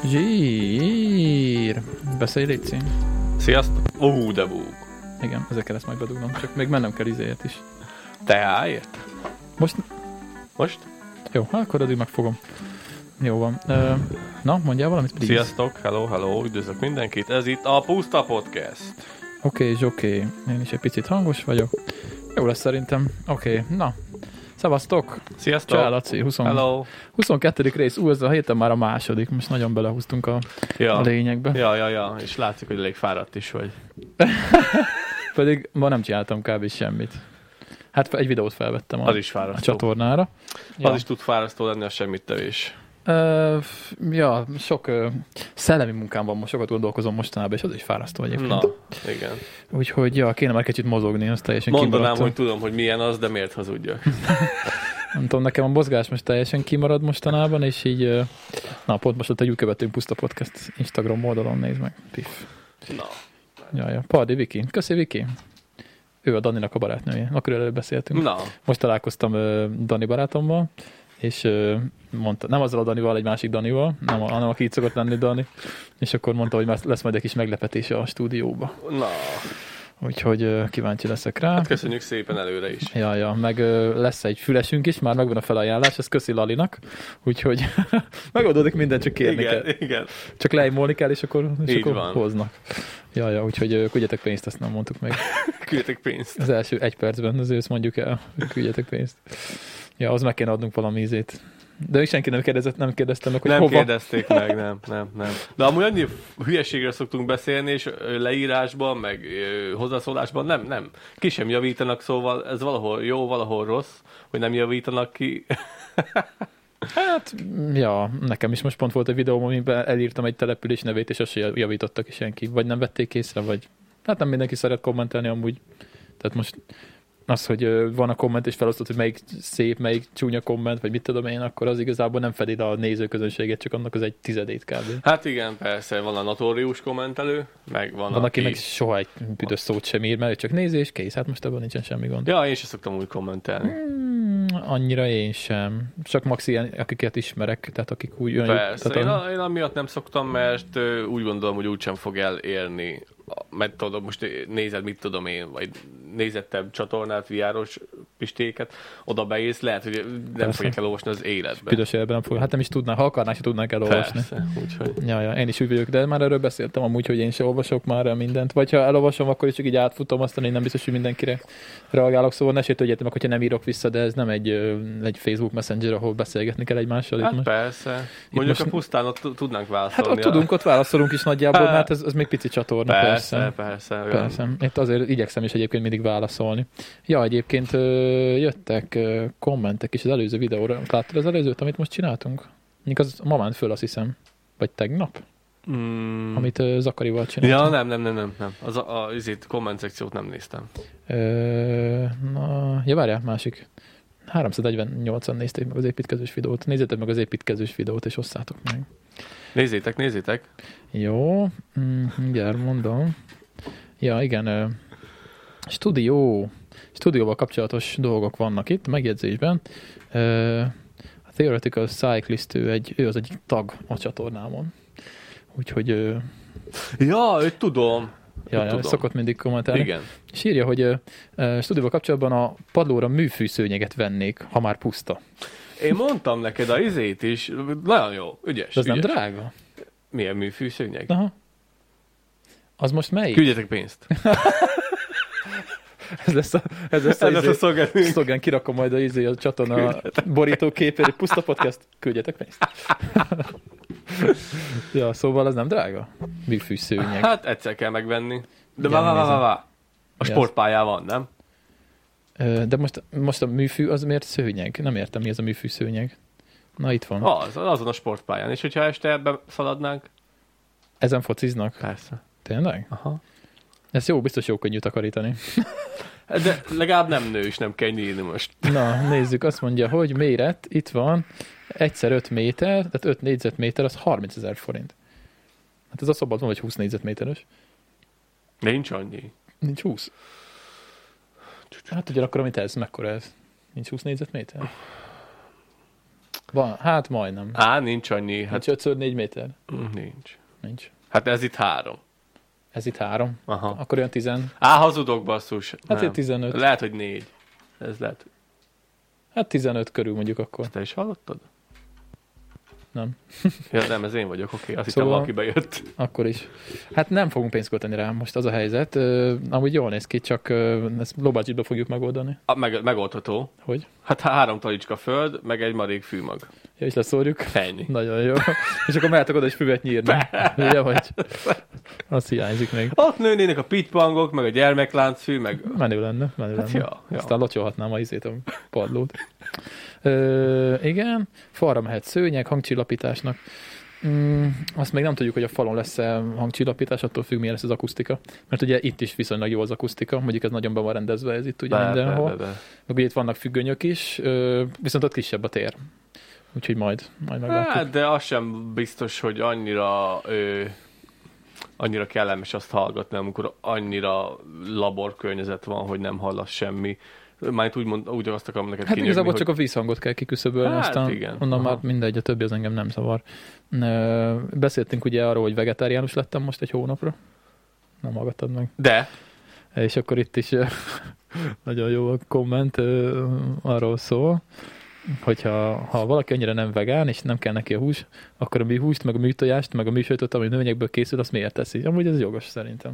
Zsír. Beszélj, Léci. Sziasztok. De búg. Igen, ezekkel ezt majd bedugnom, csak még mennem kell izéért is. Teáért? Most? Jó, akkor addig megfogom. Jó van. Na, mondjál valamit, please. Sziasztok, hello, üdvözlök mindenkit. Ez itt a Puszta Podcast. Oké. Én is egy picit hangos vagyok. Jó lesz szerintem. Oké, na. Szevasztok! Sziasztok! Csá, Laci, 22. rész. Ez a héten már a második. Most nagyon belehúztunk a lényegbe. Ja, és látszik, hogy elég fáradt is vagy. Pedig ma nem csináltam kb. Semmit. Hát egy videót felvettem az is fárasztó. A csatornára. Az is tud fárasztó lenni, a semmit tevés. Sok szellemi munkám van, most sokat gondolkozom mostanában, és az is fárasztó egyébként. Na, igen. Úgyhogy kéne már kicsit mozogni, az teljesen mondanám, hogy tudom, hogy milyen az, de miért hazudjak? Nem tudom, nekem a mozgás most teljesen kimarad mostanában, és így, pont most ott egy új követőnk Puszta Podcast Instagram oldalon, nézd meg. Piff. Na. Jaj. Pardi Viki. Köszi, Viki. Ő a Daninak a barátnője. Akkor előbb beszéltünk. Na. Most találkoztam Dani barátommal, és mondta, nem azzal a Danival, egy másik Danival, hanem aki itt szokott lenni Dani, és akkor mondta, hogy lesz majd egy kis meglepetése a stúdióba. Na. Úgyhogy kíváncsi leszek rá. Hát köszönjük szépen előre is. Ja, meg lesz egy fülesünk is, már megvan a felajánlás, ez köszi Lalinak, úgyhogy megoldódik minden, csak kérni kell. Igen. Csak leimolni kell, és akkor van. hoznak. Ja, úgyhogy küldjetek pénzt, ezt nem mondtuk meg. Küldjetek pénzt. Az első 1 percben azért ezt mondjuk el, küldjetek pénzt. Ja, az meg kéne adnunk valami ízét. De még senki nem kérdeztem meg, hogy nem hova. Kérdezték meg, nem. De amúgy annyi hülyeségre szoktunk beszélni, és leírásban, meg hozzászólásban nem. Ki sem javítanak, szóval ez valahol jó, valahol rossz, hogy nem javítanak ki. Hát, ja, nekem is most pont volt egy videóm, amiben elírtam egy település nevét, és azt se javítottak ki senki. Vagy nem vették észre, vagy... Hát nem mindenki szeret kommentelni amúgy. Tehát most... Az, hogy van a komment, és felosztott, hogy melyik szép, melyik csúnya komment, vagy mit tudom én, akkor az igazából nem fedi a nézőközönséget, csak annak az egy tizedét kb. Hát igen, persze, van a notórius kommentelő, meg van aki meg soha egy büdös szót sem ír, mert csak nézi, és kész, hát most ebben nincsen semmi gond. Ja, én sem szoktam úgy kommentelni. Annyira én sem. Csak max ilyen, akiket ismerek, tehát akik úgy... Persze, én amiatt nem szoktam, mert úgy gondolom, hogy úgysem fog elérni, mert tudom, most nézed, mit tudom én, vagy nézettem csatornát, viáros pistéket, oda beész, lehet, hogy nem fogják elolvasni az életben. Büdös életben nem fogják. Hát nem is tudnák, ha akarnák, se tudnák elolvasni. Persze, úgyhogy. Ja, én is úgy vagyok, de már erről beszéltem amúgy, hogy én sem olvasok már mindent. Vagy ha elolvasom, akkor is csak így átfutom, aztán én nem biztos, hogy mindenkire reagálok, szóval ne sértődjetek meg, hogyha nem írok vissza, de ez nem egy Facebook Messenger, ahol beszélgetni kell egymással. Hát persze. Mondjuk most... a pusztán ott tudnánk válaszolni. Hát ott tudunk, ott válaszolunk is nagyjából, mert ez még pici csatorna. Persze. Itt azért igyekszem is egyébként mindig válaszolni. Ja, egyébként jöttek kommentek is az előző videóra. Láttad az előzőt, amit most csináltunk? Mondjuk az mamán föl, azt hiszem. Vagy tegnap? Amit Zakarival csináltunk. Ja, nem. Az komment szekciót nem néztem. Várjál, másik. 348-an nézték meg az építkezős videót. Nézzétek meg az építkezős videót, és osszátok meg. Nézzétek. Jó, mindjárt mondom. Ja, igen, stúdióval kapcsolatos dolgok vannak itt, megjegyzésben. A Theoretical Cyclist, ő az egyik tag a csatornámon. Úgyhogy... őt tudom. Ja, szokott mindig kommentálni. Igen. És írja, hogy stúdióval kapcsolatban a padlóra műfűszőnyeget vennék, ha már puszta. Én mondtam neked a izét is, nagyon jó, ügyes. De az nem drága? Milyen műfűszőnyeg? Aha. Az most melyik? Küldjetek pénzt. Ez lesz a szlogán, kirakom majd a csatorna borítóképért, egy Puszta Podcast, küldjetek pénzt. Ja, szóval ez nem drága? Műfűszőnyeg. Hát egyszer kell megvenni. De vá. A sportpályán van, nem? De most a műfű az miért szőnyeg? Nem értem, mi ez a műfűszőnyeg. Na, itt van. Azon a sportpályán. És hogyha este ebben szaladnánk? Ezen fociznak? Persze. Tényleg? Aha. Ez jó, biztos jó könnyű takarítani. De legalább nem nő, és nem kell nyílni most. Na, nézzük, azt mondja, hogy méret, itt van, 1x5 méter, tehát 5 négyzetméter, az 30 000 forint. Hát ez a szabad van, vagy 20 négyzetméteres. Nincs annyi. Nincs 20. Hát ugyanakkor, amit ez, mekkora ez? Nincs 20 négyzetméter? Van, hát majdnem. Nincs annyi. Hát 5x4 méter? Nincs. Hát ez itt 3. Ez itt 3? Aha. Akkor olyan 10. Hazudok, basszus. Hát itt 15. Lehet, hogy 4. Ez lehet. Hát 15 körül mondjuk akkor. Te is hallottad? Nem. Ja, nem, ez én vagyok, oké. Azt Szóval- hittem, valaki bejött. Akkor is. Hát nem fogunk pénzt költeni rá, most az a helyzet. Amúgy jól néz ki, csak ezt lobácsitba fogjuk megoldani. Megoldható. Hogy? Hát 3 talicska föld, meg egy marék fűmag. Ja, és leszórjuk. Ennyi. Nagyon jó. És akkor mehetek oda, és füvet nyírni. Ugye vagy? Az hiányzik még. Ott nőnének a pitpangok, meg a gyermekláncfű, meg... Menő lenne. Hát ja. Aztán locsolhatnám a izét, a padlót. Igen, falra mehet szőnyeg, hangcsillapításnak. Azt még nem tudjuk, hogy a falon lesz-e hangcsillapítás, attól függ, milyen lesz az akusztika. Mert ugye itt is viszonylag jó az akusztika, mondjuk ez nagyon be van rendezve, ez itt ugye mindenhol. Meg ugye itt vannak függönyök is, viszont ott kisebb a tér. Úgyhogy majd meglátjuk. Hát, de az sem biztos, hogy annyira kellemes azt hallgatni, amikor annyira laborkörnyezet van, hogy nem hallasz semmi. Már úgy azt akarom neked kinyögni, igazából hogy... csak a vízhangot kell kiküszöbölni, aztán igen. onnan már mindegy, a többi az engem nem zavar. Beszéltünk ugye arról, hogy vegetáriánus lettem most egy hónapra. Nem hallgattad meg. De? És akkor itt is nagyon jó a komment arról szól, hogyha valaki annyira nem vegán, és nem kell neki a hús, akkor a mi húst, meg a műtojást, meg a műsajtot, ami növényekből készül, azt miért teszi? Amúgy ez jogos szerintem.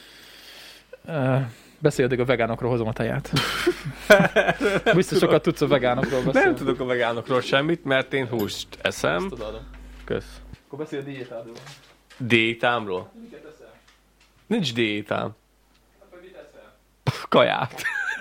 Beszéldig a vegánokról, hozom a teját. Biztos sokat tudsz a vegánokról beszélni. Nem tudok a vegánokról semmit, mert én húst eszem. Ezt odaadom. Kösz. Akkor beszélj a diétádról. Diétámról? Miket eszel? Nincs diétám. Akkor mit eszel? Kaját.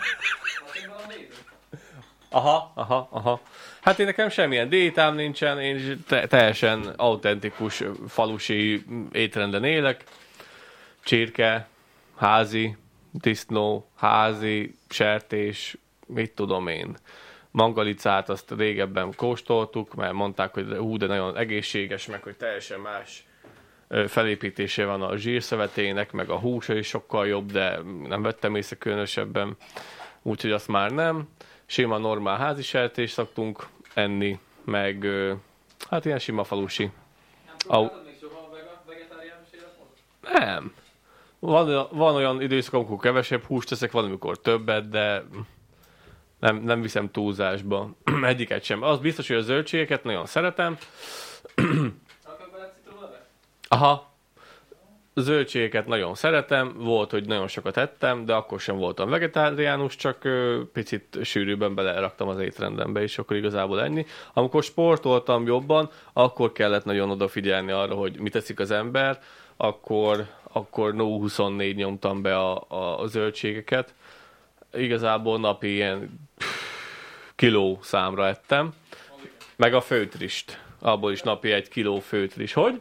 Aha. Hát én nekem semmilyen diétám nincsen, én teljesen autentikus falusi étrenden élek. Csirke, házi, disznó, házi, sertés, mit tudom én. Mangalicát azt régebben kóstoltuk, mert mondták, hogy de nagyon egészséges, meg hogy teljesen más felépítése van a zsírszövetének, meg a húsa is sokkal jobb, de nem vettem észre különösebben, úgyhogy azt már nem. Sima normál házi sertést szoktunk enni, meg hát ilyen sima falusi. Még soha vegetáriánus életmódot? Nem. Van olyan időszak, amikor kevesebb húst teszek, van, amikor többet, de nem viszem túlzásba. Egyiket sem. Az biztos, hogy a zöldségeket nagyon szeretem. Rakok bele citromlevet? Aha. A zöldségeket nagyon szeretem. Volt, hogy nagyon sokat ettem, de akkor sem voltam vegetáriánus, csak picit sűrűbben beleraktam az étrendembe, és akkor igazából ennyi. Amikor sportoltam jobban, akkor kellett nagyon odafigyelni arra, hogy mit teszik az ember, akkor No 24 nyomtam be a zöldségeket. Igazából napi ilyen kiló számra ettem. Meg a főtrist. Abból is napi 1 kiló főtrist. Hogy?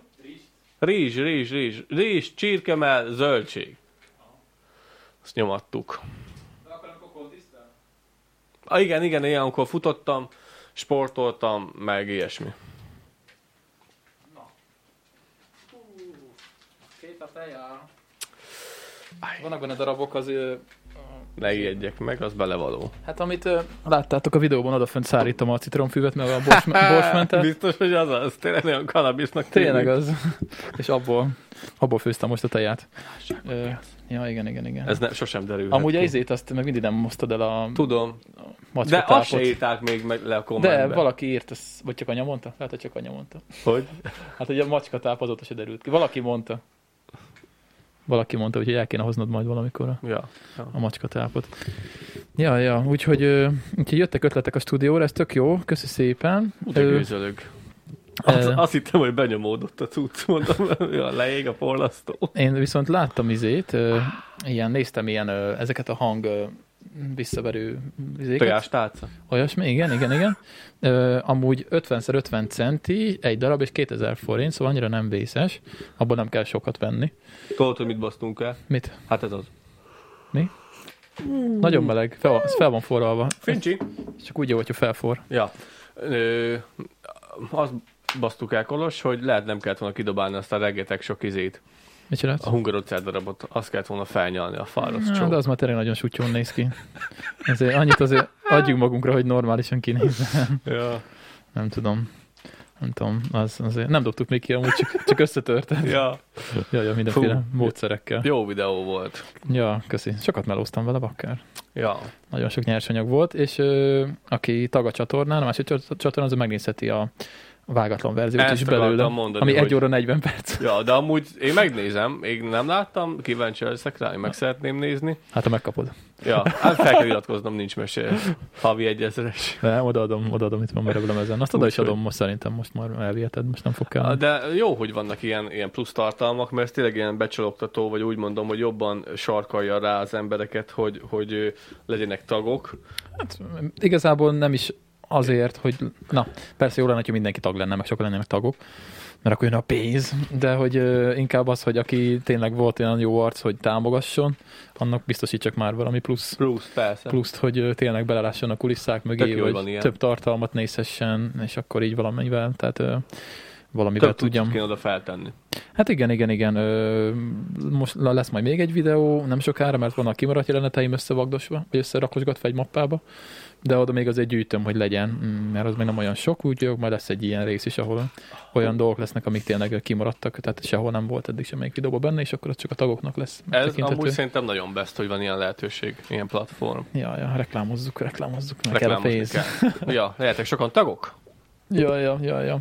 Rizs, csirkemell, zöldség. Azt nyomattuk. De akkor amikor kondisztál? Igen, ilyenkor futottam, sportoltam, meg ilyesmi. Két a teja. Vannak benne darabok, az... Ne ijedjek meg, az belevaló. Hát amit láttátok a videóban, odafönt szárítom a citromfüvet, meg a borsmentet. Biztos, hogy az tényleg olyan kanabisznak Tényleg az. És abból főztem most a teját. Ja, igen. Ez sosem derül. Amúgy ezért azt meg mindig nem osztod el a Tudom. macska De tápot. azt se írták még meg le a kommentbe. De valaki írt, vagy csak anya mondta? Lehet, hogy csak anya mondta. Hogy? Hát, hogy a macska táp azóta se derült ki. Valaki mondta, hogy el kéne hoznod majd valamikor a macska tápot. Ja, úgyhogy jöttek ötletek a stúdióra, ez tök jó, köszi szépen. De gőzölög. Azt hittem, hogy benyomódott a cucc, mondom, leég a porlasztó. Én viszont láttam néztem ilyen ezeket a hang visszaverő izéket. Tojástálca? Olyasmi, igen. Amúgy 50x50 centi, egy darab, és 2000 forint, szóval annyira nem vészes. Abban nem kell sokat venni. Tudod, hogy mit basztunk el? Mit? Hát ez az. Mi? Nagyon meleg, ez fel van forralva. Fincsi. Csak úgy jó, hogyha felforr. Ja. Azt basztuk el, Kolos, hogy lehet nem kellett volna kidobálni azt a rengeteg sok izét. Mit csinálsz? A hungarocell darabot. Azt kellett volna felnyalni a falra. De az már tényleg nagyon sutyón néz ki. Ezért annyit azért adjuk magunkra, hogy normálisan kinézzen. Ja. Nem tudom, azért nem dobtuk még ki, amúgy csak összetörted. Ja. Ja, mindenféle módszerekkel. Jó videó volt. Ja, köszi. Sokat melóztam vele, bakker. Ja. Nagyon sok nyersanyag volt, és aki tag a csatornán, a másik csatornán, az megnézheti a vágatlan verziót is belőle, mondani, ami hogy... 1 óra 40 perc. Ja, de amúgy én megnézem, én nem láttam, kíváncsi leszek rá, én meg szeretném nézni. Hát, ha megkapod. Ja, hát fel kell iratkoznom, nincs mese. Havi 1000-es. De odaadom, itt van merevlem ezen. Azt oda is adom most, szerintem most már elviheted, most nem fog kelleni. De jó, hogy vannak ilyen plusz tartalmak, mert ez tényleg ilyen becsalogtató, vagy úgy mondom, hogy jobban sarkalja rá az embereket, hogy legyenek tagok. Hát igazából nem is azért, hogy na, persze jó lenne, hogy mindenki tag lenne, meg sokan lennének tagok, mert akkor jön a pénz, de hogy inkább az, hogy aki tényleg volt olyan jó arc, hogy támogasson, annak biztosítsak már valami plusz, persze. Pluszt, hogy tényleg belelásson a kulisszák mögé, vagy több tartalmat nézhessen, és akkor így valamivel, tehát valamivel tudjam. Több oda feltenni. Hát igen. Most lesz majd még egy videó, nem sokára, mert vannak kimaradt jeleneteim összevagdosva, vagy összerakosgatva egy mappába, de oda még azért gyűjtöm, hogy legyen, mert az még nem olyan sok, úgyhogy majd lesz egy ilyen rész is, ahol olyan dolgok lesznek, amik tényleg kimaradtak, tehát sehol nem volt eddig semmelyik videóban benne, és akkor az csak a tagoknak lesz. Ez amúgy szerintem nagyon best, hogy van ilyen lehetőség, ilyen platform. Ja, reklámozzuk, meg kell a pénz. Ja, lehetek sokan tagok? Ja.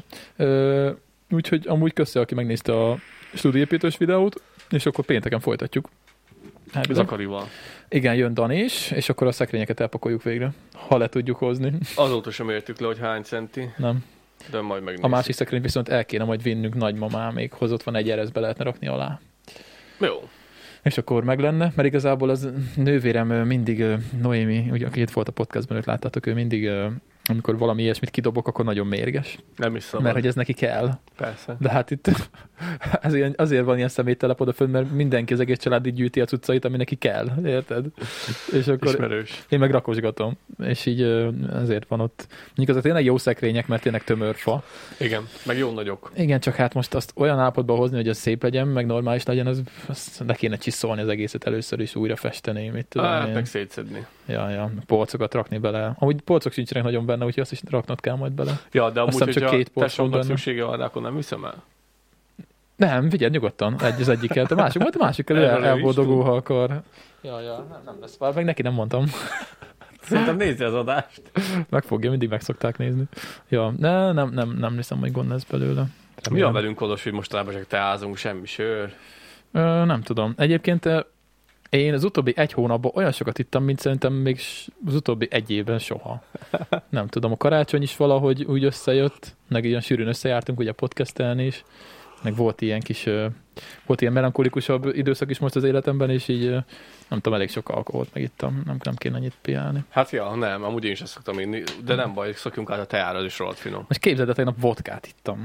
Úgyhogy amúgy köszi, aki megnézte a stúdióépítős videót, és akkor pénteken folytatjuk. Zakarival. Igen, jön Dani is, és akkor a szekrényeket elpakoljuk végre, ha le tudjuk hozni. Azóta sem értük le, hogy hány centi. Nem. De majd megnézzük. A másik szekrény viszont el kéne majd vinnünk nagymamá, még hozott van egy ereszbe lehetne rakni alá. Jó. És akkor meg lenne, mert igazából az nővérem mindig, Noémi, ugye, aki itt volt a podcastban, őt láttátok, ő mindig, amikor valami ilyesmit kidobok, akkor nagyon mérges. Nem is szabad. Mert hogy ez neki kell. Persze. De hát itt azért van ilyen személytelep odafönn, mert mindenki, az egész család így gyűjti a cuccait, ami neki kell, érted? És akkor ismerős. Én meg rakosgatom, és így ezért van ott. Mondjuk azok tényleg jó szekrények, mert tényleg tömör fa. Igen, meg jó nagyok. Igen, csak hát most azt olyan állapotba hozni, hogy az szép legyen, meg normális legyen, azt le kéne csiszolni az egészet először is, újra festeni, mit tudom én. Meg szétszedni. Ja, polcokat rakni bele. Amúgy polcok sincsenek nagyon benne, úgyhogy azt is raknod kell majd bele. Ja, de amúgy, csak két polc van benne. szüksége van, akkor nem viszem el. Nem, vigyed nyugodtan, az egyikkel, a másikkal elboldogul, ha akar. Ja, nem lesz. Meg neki nem mondtam. Szerintem nézze az adást. Megfogja, mindig meg szokták nézni. Ja, nem hiszem, hogy gond lesz belőle. Mi van velünk, Kolos, hogy mostanában csak teázunk, semmi sör? Nem tudom. Egyébként én az utóbbi 1 hónapban olyan sokat ittam, mint szerintem még az utóbbi 1 évben soha. Nem tudom, a karácsony is valahogy úgy összejött, meg ilyen sűrűn összejártunk ugye a podcastelni is, meg volt ilyen melankolikusabb időszak is most az életemben, és így nem tudom, elég sok alkoholt megittam, nem kéne ennyit piálni. Hát ja, nem, amúgy én is ezt szoktam inni, de nem baj, szokjunk át a teára, az is rohadt finom. Most képzeld, hogy tegnap vodkát ittam.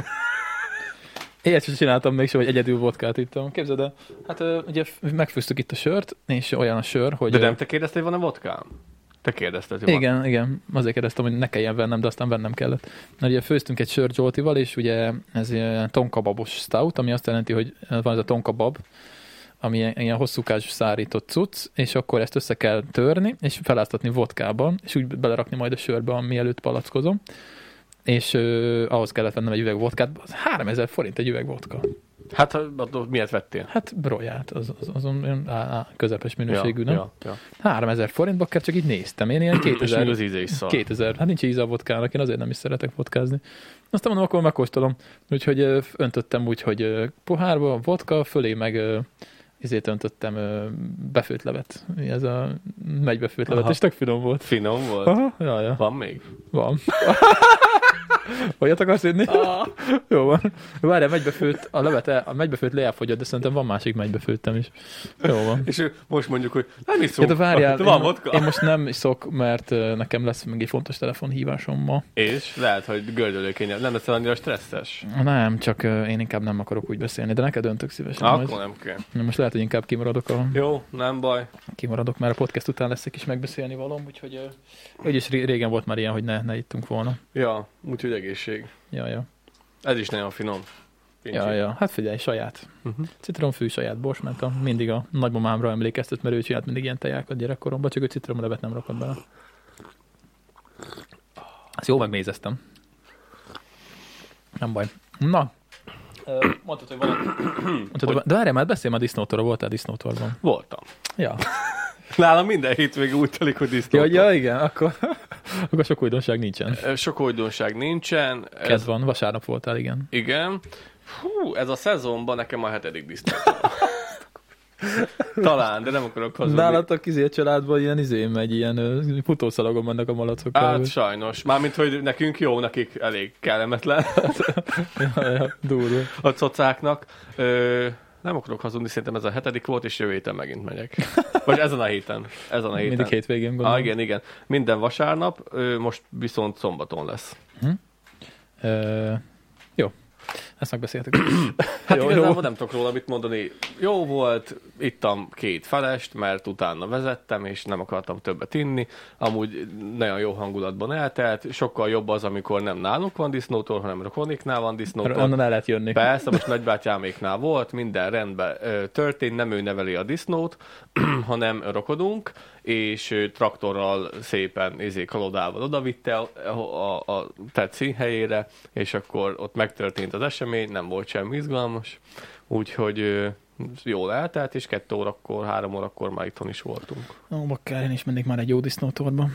Ilyet sem csináltam még, hogy egyedül vodkát ittam. Képzeld el, hát ugye megfőztük itt a sört, és olyan a sör, hogy... De nem te kérdezted, hogy van-e vodkám? Te kérdezted, hogy van. Igen. Azért kérdeztem, hogy ne kelljen vennem, de aztán vennem kellett. Mert ugye főztünk egy sört Zsoltival, és ugye ez ilyen tonkababos stout, ami azt jelenti, hogy van ez a tonkabab, ami ilyen hosszúkás szárított cucc, és akkor ezt össze kell törni, és feláztatni vodkában, és úgy belerakni majd a sörbe, mielőtt palackozom. És ahhoz kellett vennem egy üveg vodkát. 3000 forint egy üveg vodka. Hát miért vettél? Hát broját, azon olyan közepes minőségű, nem? Ja. 3000 forintba kell, csak így néztem. Én ilyen 2000. És még az íze is szar. 2000. Hát nincs íze a vodkának, én azért nem is szeretek vodkázni. Aztán mondom, akkor megkóstolom. Úgyhogy öntöttem úgy, hogy pohárba vodka, fölé meg ezért öntöttem befőtt levet. Ez a megybefőtt levet, és tök finom volt. Finom volt? Aha, ja. Van még? Van. Olyat akarsz inni? Jó van. Várjál, megybefőtt, a megybefőtt leelfogyott, de szerintem van másik megybefőttem is. Jó van. És most mondjuk, hogy nem iszok. Ja, várjál, én most nem iszok, mert nekem lesz még egy fontos telefonhívásom ma. És lehet, hogy gördülőkényel. Nem lesz annyira stresszes? Nem, csak én inkább nem akarok úgy beszélni, de neked döntök szívesen. Akkor nem kell. Most lehet, hogy inkább kimaradok Jó, nem baj. Kimaradok, mert a podcast után lesz egy kis megbeszélni valóm, úgyhogy úgyis régen volt már ilyen, hogy ne ittunk volna. Ja, úgyhogy egészség. Ja. Ez is nagyon finom. Ja. Hát figyelj, saját. Citromfű, saját borsmenta. Mindig a nagymamámra emlékeztet, mert ő csinált mindig ilyen tejákat gyerekkoromban, csak ő citromlevet nem rakott bele. Ezt jó megmézeztem. Nem baj. Na, mondtad, hogy valami... De várjál, már beszélj már disznótorról, voltál disznótorban? Voltam. Ja. Nálam minden hétvégén úgy telik, hogy disznótor. Ja, igen, akkor sok újdonság nincsen. Sok újdonság nincsen. Kedv van, vasárnap voltál, igen. Igen. Hú, ez a szezonban nekem a 7. disznótor. Talán, de nem akarok hazudni. Nálatok a családban ilyen megy, ilyen futószalagon mennek a malacok. Hát sajnos. Mármint, hogy nekünk jó, nekik elég kellemetlen. ja, durva. A cocáknak. Nem akarok hazudni, szerintem ez a 7. volt, és jövő héten megint megyek. Vagy ezen a héten. Mindig hétvégén gondolom. Igen. Minden vasárnap, most viszont szombaton lesz. Jó. Ezt megbeszéltük. Hát igazából nem tudok róla mit mondani. Jó volt, ittam 2 felest, mert utána vezettem, és nem akartam többet inni. Amúgy nagyon jó hangulatban eltelt. Sokkal jobb az, amikor nem nálunk van disznótor, hanem rokoniknál van disznótor. Onnan el lehet jönni. Persze, most nagybátyáméknál volt, minden rendben történt, nem ő neveli a disznót, hanem rokodunk, és traktorral szépen kalodával odavitte a tett színhelyére, és akkor ott megtörtént az esemény, nem volt semmi izgalmas, úgyhogy jól eltelt, és 2 órakor, 3 órakor már itthon is voltunk. Ó, bakkár, én is mennék már egy jó disznótorba.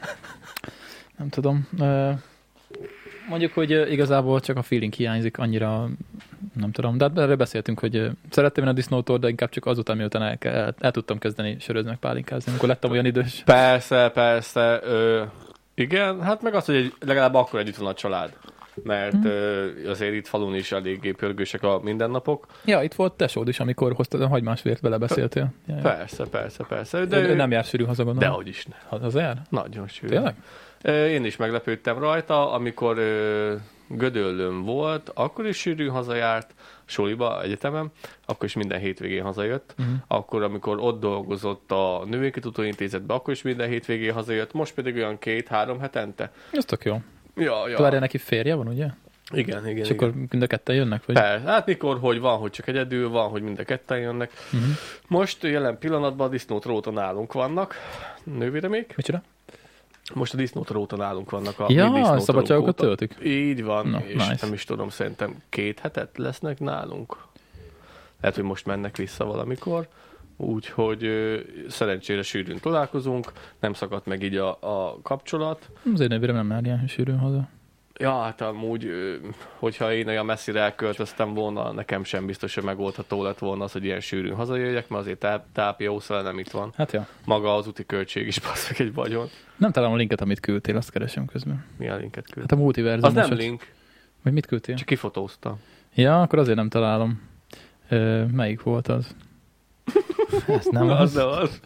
Nem tudom. Mondjuk, hogy igazából csak a feeling hiányzik, annyira nem tudom. De hát erről beszéltünk, hogy szerettem én a disznótort, de inkább csak azután, miután el tudtam kezdeni sörözni, meg pálinkázni, amikor lettem olyan idős. Persze. Igen, hát meg az, hogy legalább akkor együtt van a család. Mert azért itt falun is eléggé pörgősek a mindennapok. Ja, itt volt tesód is, amikor hoztad a hagymásvért, vele beszéltél. Ja. Persze. De ő nem jár sűrű haza, gondolom. Dehogy is ne. Az jár? Nagyon sűrű. Tényleg? Én is meglepődtem rajta, amikor Gödöllőn volt, akkor is sűrű hazajárt, suliba, egyetemen, akkor is minden hétvégén hazajött. Akkor, amikor ott dolgozott a Növénykutató Intézetben, akkor is minden hétvégén hazajött, most pedig olyan 2-3 hetente. Ez tök jó. Ja. Várja, neki férje van, ugye? Igen. És akkor mind a ketten jönnek? Vagy? Persze. Hát mikor, hogy van, hogy csak egyedül van, hogy mind a ketten jönnek. Most jelen pillanatban a disznótróta nálunk vannak. Nővéremék? Micsoda? Most a disznótróta nálunk vannak a ja, szabadságokat töltük? Így van, no, és nice. Nem is tudom, szerintem 2 hetet lesznek nálunk. Lehet, hogy most mennek vissza valamikor. Úgyhogy szerencsére sűrűn találkozunk, nem szakadt meg így a kapcsolat. Az én nővérem nem már ilyen sűrűn haza. Ja, hát amúgy, hogyha én olyan messzire elköltöztem volna, nekem sem biztos, hogy megoldható lett volna az, hogy ilyen sűrűn hazajöjjek, mert azért tápjószele nem itt van. Hát ja. Maga az úti költség is basszak egy vagyon. Nem találom a linket, amit küldtél, azt keresem közben. Milyen linket küldtél? Hát a multiverzum. Az nem link. Vagy mit küldtél? Csak kifotóztam. Ja, akkor azért nem találom. Melyik volt az? Ez nem az. Az.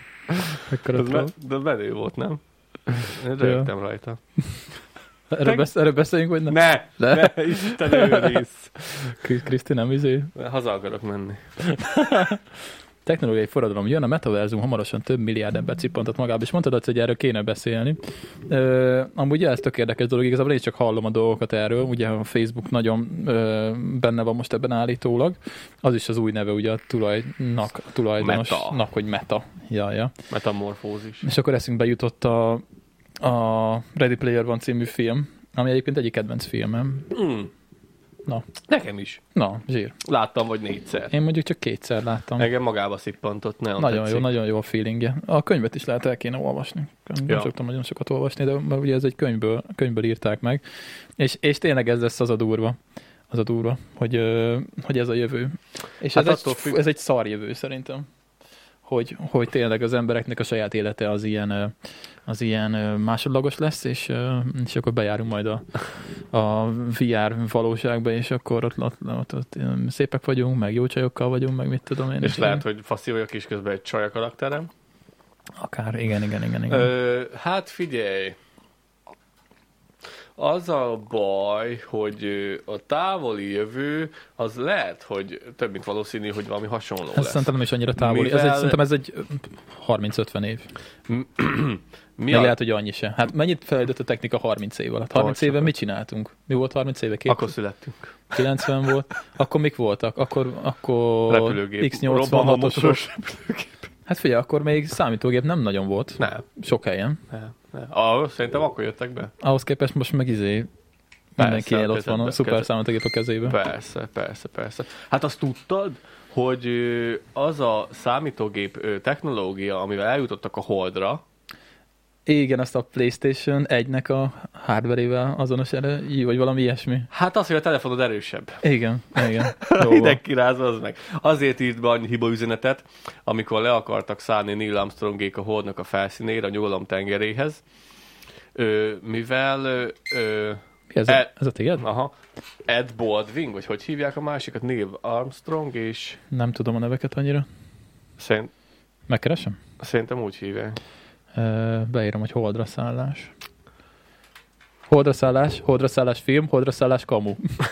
De menő volt, nem? Én rögtem rajta. Erről beszéljünk, vagy nem? Ne, Isten őriz. Kriszti nem izé? Haza akarok menni. Technológiai forradalom jön, a metaverzum hamarosan több milliárd ember cippantott magába, és mondtad, hogy erről kéne beszélni. Amúgy ez tök érdekes dolog, igazából én csak hallom a dolgokat erről, ugye a Facebook nagyon benne van most ebben állítólag. Az is az új neve ugye a tulajdonosnak, hogy Meta. Ja. Metamorfózis. És akkor eszünkbe jutott a Ready Player One című film, ami egyébként egyik kedvenc filmem. Na. Nekem is. Na, zsír. Láttam vagy 4-szer. Én mondjuk csak 2-szer láttam. Engem magába szippantott, nagyon jó a feelingje. A könyvet is lehet el kéne olvasni. Nem szoktam nagyon sokat olvasni, de ugye ez egy könyvből írták meg. És tényleg ez lesz az a durva, hogy ez a jövő. És hát ez egy szar jövő szerintem. Hogy tényleg az embereknek a saját élete az ilyen másodlagos lesz, és akkor bejárunk majd a VR valóságba, és akkor ott szépek vagyunk, meg jó csajokkal vagyunk, meg mit tudom én. És lehet, hogy faszi vagyok is közben egy csaj a karakterem. Akár, igen. Hát figyelj, az a baj, hogy a távoli jövő, az lehet, hogy több mint valószínű, hogy valami hasonló lesz. Szerintem nem is annyira távoli. Szerintem ez egy 30-50 év. Lehet, hogy annyi se. Hát mennyit fejlődött a technika 30 év alatt? 30 éve mit csináltunk? Mi volt 30 éve? Akkor születtünk. 90 volt. Akkor mik voltak? Akkor repülőgép. X86-os repülőgép. Hát figyelj, akkor még számítógép nem nagyon volt. Nem. Sok helyen. Nem. Szerintem akkor jöttek be. Ahhoz képest most meg Mindenkinél ott van a szuper számítógép a kezében. Persze. Hát azt tudtad, hogy az a számítógép technológia, amivel eljutottak a Holdra, igen, azt a PlayStation 1-nek a hardware-ével azonos erejű, vagy valami ilyesmi. hát az, hogy a telefonod erősebb. Igen. Hideg kirázva az meg. Azért írt be annyi hibaüzenetet, amikor le akartak szállni Neil Armstrongék a Holdnak a felszínére, a nyugalom tengeréhez, mivel... Ez a téged? Aha. Ed Baldwin, vagy hogy hívják a másikat? Neil Armstrong és... Nem tudom a neveket annyira. Megkeresem? Szerintem úgy hívják. Beírom, hogy holdra szállás. Holdra szállás film, holdra szállás kamu.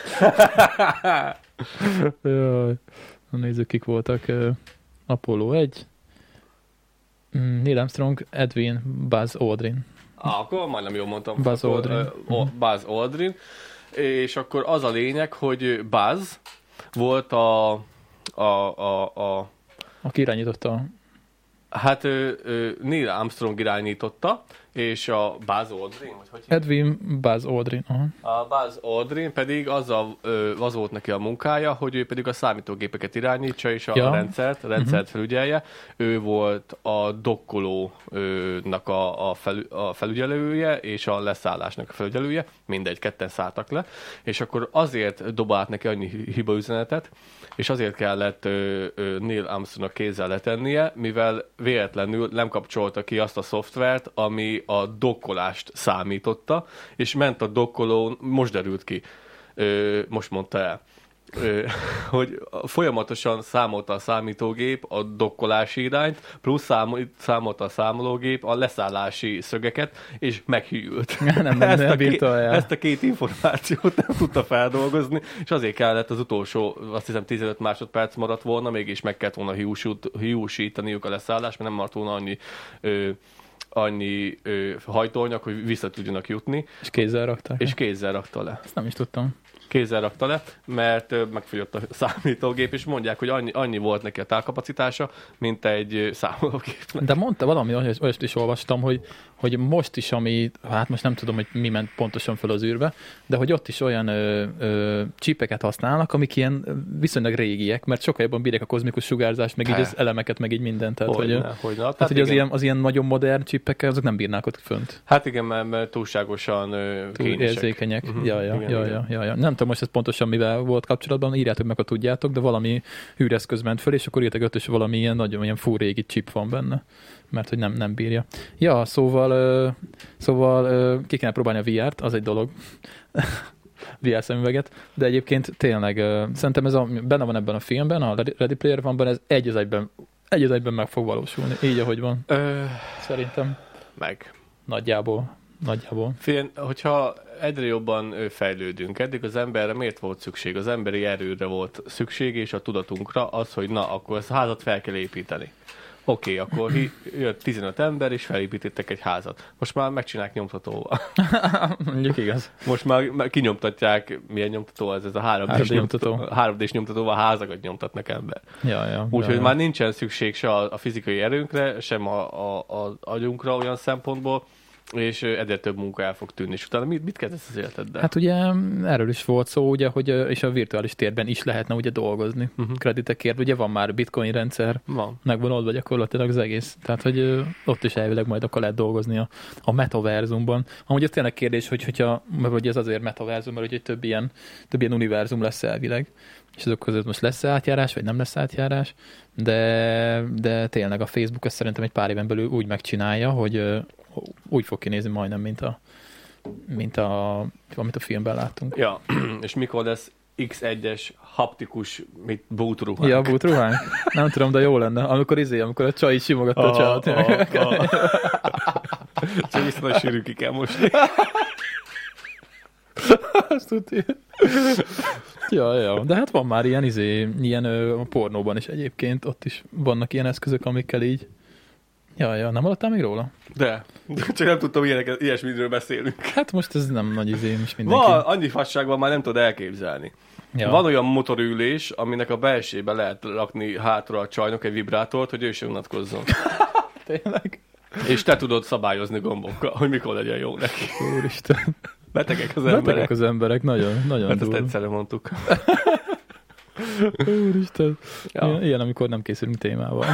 Jaj. Nézzük, kik voltak. Apollo 1. Neil Armstrong, Edwin, Buzz Aldrin. Akkor majdnem jól mondtam. Buzz Aldrin. Buzz Aldrin. És akkor az a lényeg, hogy Buzz volt aki irányította. Hát Neil Armstrong irányította, és a Buzz Aldrin, vagy hogy Edwin Buzz Aldrin. Aha. A Buzz Aldrin pedig az volt neki a munkája, hogy ő pedig a számítógépeket irányítsa, és a rendszert felügyelje. Ő volt a dokkolónak a felügyelője, és a leszállásnak a felügyelője. Mindegy, ketten szálltak le. És akkor azért dobált neki annyi hibaüzenetet, és azért kellett Neil Armstrongnak kézzel letennie, mivel véletlenül nem kapcsolta ki azt a szoftvert, ami a dokkolást számította, és ment a dokkolón, most derült ki, most mondta el, hogy folyamatosan számolta a számítógép a dokkolási irányt, plusz számolta a számológép a leszállási szögeket, és meghűlt. Ezt a két információt nem tudta feldolgozni, és azért kellett az utolsó, azt hiszem 15 másodperc maradt volna, mégis meg kellett volna hiúsítaniuk a leszállást, mert nem maradt volna annyi hajtóanyag, hogy vissza tudjanak jutni. És kézzel rakták? És kézzel rakta le. Ezt nem is tudtam. Kézzel rakta le, mert megfogyott a számítógép, és mondják, hogy annyi volt neki a tárkapacitása, mint egy számológépnek. De mondta valami, olyat is olvastam, hogy most is, hát most nem tudom, hogy mi ment pontosan föl az űrbe, de hogy ott is olyan csípeket használnak, amik ilyen viszonylag régiek, mert sokkal jobban bírják a kozmikus sugárzást, meg így az elemeket, meg így mindent. Tehát, hogy az ilyen nagyon modern csípek, azok nem bírnák ott fönt. Hát igen, mert túlságosan érzékenyek. Ja. Nem tudom most ez pontosan mivel volt kapcsolatban, írjátok meg, ha tudjátok, de valami hűreszköz ment föl, és akkor írtak ott, és valami ilyen nagyon ilyen fú régi chip van benne, mert hogy nem bírja. Ja, szóval ki kéne próbálni a VR-t, az egy dolog. VR szemüveget, de egyébként tényleg szerintem ez benne van ebben a filmben, a Ready Player One-ban, ez egy az egyben meg fog valósulni, így ahogy van. Szerintem. Meg. Nagyjából. Figyelj, hogyha egyre jobban fejlődünk, eddig az emberre miért volt szükség? Az emberi erőre volt szükség, és a tudatunkra az, hogy na, akkor ezt a házat fel kell építeni. Oké, akkor jött 15 ember, és felépítettek egy házat. Most már megcsinálják nyomtatóval. Mondjuk igaz. Most már kinyomtatják, milyen nyomtató ez a 3D-s nyomtatóval házakat nyomtatnak ember. Úgyhogy már nincsen szükség se a fizikai erőnkre, sem az agyunkra olyan szempontból, és egyre több munka el fog tűnni. És utána mit kezdesz az életeddel? Hát ugye erről is volt szó, ugye, hogy és a virtuális térben is lehetne ugye dolgozni kreditekért. Ugye van már bitcoin rendszer, megvan oldva gyakorlatilag az egész. Tehát, hogy ott is elvileg majd akkor lehet dolgozni a metaverzumban. Amúgy ez tényleg kérdés, hogy ez azért metaverzum, mert ugye több ilyen univerzum lesz elvileg. És azok között most lesz átjárás, vagy nem lesz átjárás, de tényleg a Facebook ezt szerintem egy pár éven belül úgy megcsinálja, hogy úgy fog kinézni majdnem, mint amit a filmben láttunk. Ja, és mikor lesz X1-es haptikus bútruhánk? Ja, bútruhánk? Nem tudom, de jó lenne. Amikor a csaj így simogatta a csajat. Csak viszont a sűrű ki kell mosni. Azt tudja. Ja. De hát van már ilyen a pornóban is egyébként, ott is vannak ilyen eszközök, amikkel így. Ja, nem hallottál még róla? De. Csak nem tudtam, ilyesmiről beszélünk. Hát most ez nem nagy is mindenki. Annyi fasság van, már nem tudod elképzelni. Ja. Van olyan motorülés, aminek a belsébe lehet rakni hátra a csajnak egy vibrátort, hogy ő sem unatkozzon. Tényleg? És te tudod szabályozni gombokkal, hogy mikor legyen jó neki. Úristen. Betegek az emberek. Betegek az emberek, nagyon, nagyon Hát ezt durva. egyszerre mondtuk. Úristen. Ja. Ilyen, amikor nem készülünk témával.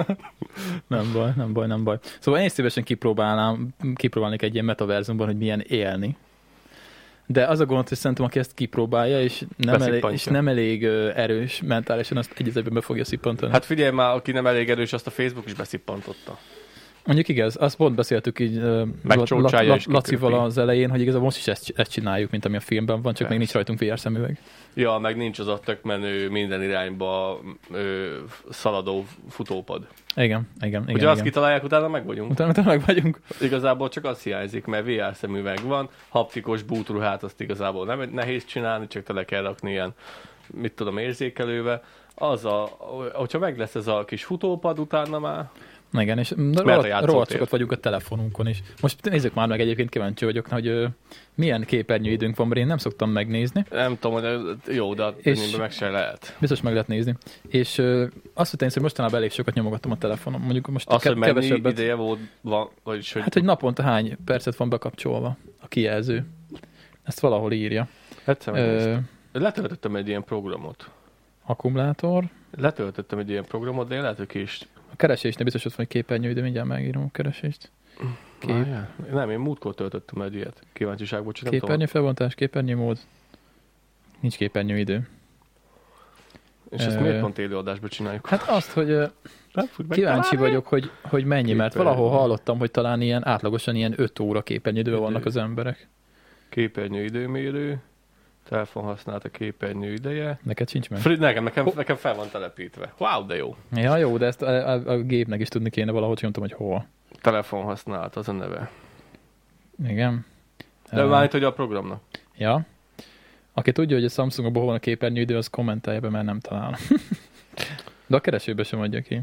Nem baj. Szóval én szívesen kipróbálnék egy ilyen metaverzumban, hogy milyen élni. De az a gond, hogy szerintem, aki ezt kipróbálja, és nem elég erős mentálisan, azt egy időben be fogja szippantani. Hát figyelj már, aki nem elég erős, azt a Facebook is beszippantotta. Mondjuk igaz, azt pont beszéltük így Lacival az elején, hogy igazából most is ezt csináljuk, mint ami a filmben van, csak Persze. még nincs rajtunk VR szemüveg. Ja, meg nincs az a tök menő minden irányba szaladó futópad. Igen. Hogyha azt kitalálják, utána meg vagyunk. Utána meg vagyunk. Igazából csak az hiányzik, mert VR szemüveg van, haptikus bútruhát azt igazából nem nehéz csinálni, csak tele kell rakni ilyen, mit tudom, érzékelővel. Hogyha meg lesz ez a kis futópad, utána már... Igen, és rohadt sokat vagyunk a telefonunkon is. Most nézzük már meg, egyébként kíváncsi vagyok, hogy milyen képernyőidőnk van, mert én nem szoktam megnézni. Nem tudom, hogy jó, de meg se lehet. Biztos meg lehet nézni. És azt hiszem, hogy mostanában elég sokat nyomogatom a telefonom. Mondjuk most azt, hogy kevesebbet. Mennyi ideje volt, vagyis, hogy... Hát, hogy naponta hány percet van bekapcsolva a kijelző. Ezt valahol írja. Egyszer letöltöttem egy ilyen programot. Akkumulátor. Letöltöttem egy ilyen programot, de én lehet, hogy ki is... A keresésnél biztos ott van egy képernyőidő, mindjárt megírom a keresést. Nem, én múltkor töltöttem egy ilyet. Kíváncsiságból csak nem tudom. Képernyőfelbontás, képernyőmód. Nincs képernyőidő. És ezt miért pont élőadásban csináljuk? Hát azt, hogy kíváncsi vagyok, hogy mennyi, mert valahol hallottam, hogy talán ilyen átlagosan ilyen 5 óra képernyőidőben vannak az emberek. Képernyőidőmérő, telefon használata képernyő ideje. Neked sincs meg? Nekem fel van telepítve. Wow, de jó. Ja, jó, de ezt a gépnek is tudni kéne valahogy, hogy mondtam, hogy hol. Telefon használat, az a neve. Igen. De várj, hogy a programnak. Ja. Aki tudja, hogy a Samsungban hol van a képernyőidő, az kommentálja be, mert nem találom. De a keresőbe sem adja ki.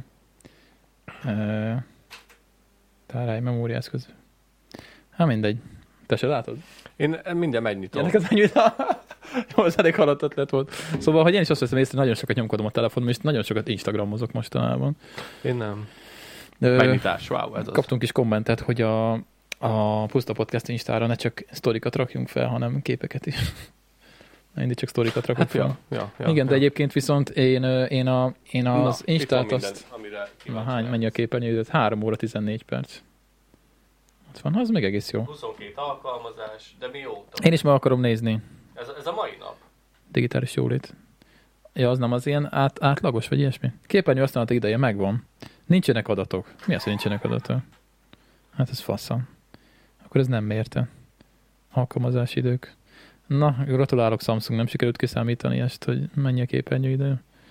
Tárhely, memóriaeszköz. Hát mindegy. Te se látod? Én mindjárt megnyitom. Ennek az ennyit. Jó, ez elég halott ötlet volt. Szóval, hogy én is azt veszem észre, nagyon sokat nyomkodom a telefonom, és nagyon sokat Instagramozok mostanában. Én nem. Megnyitás, wow, ez kaptunk is kommentet, hogy a Puszta Podcast Instára ne csak sztorikat rakjunk fel, hanem képeket is. Mindig csak sztorikat rakok fel. Ja, igen, de egyébként viszont én az Instát azt... Mennyi a képernyőidőt? 3 óra 14 perc. Ott van, az még egész jó. 22 alkalmazás, de mióta? Én is meg akarom nézni. Ez a mai nap? Digitális jólét. Ja, az nem az ilyen átlagos, vagy ilyesmi? Képernyő használati ideje megvan. Nincsenek adatok. Mi az, hogy nincsenek adatok? Hát ez faszom. Akkor ez nem mérte. Alkalmazási idők. Na, gratulálok Samsung, nem sikerült kiszámítani ezt, hogy mennyi a képernyőidő.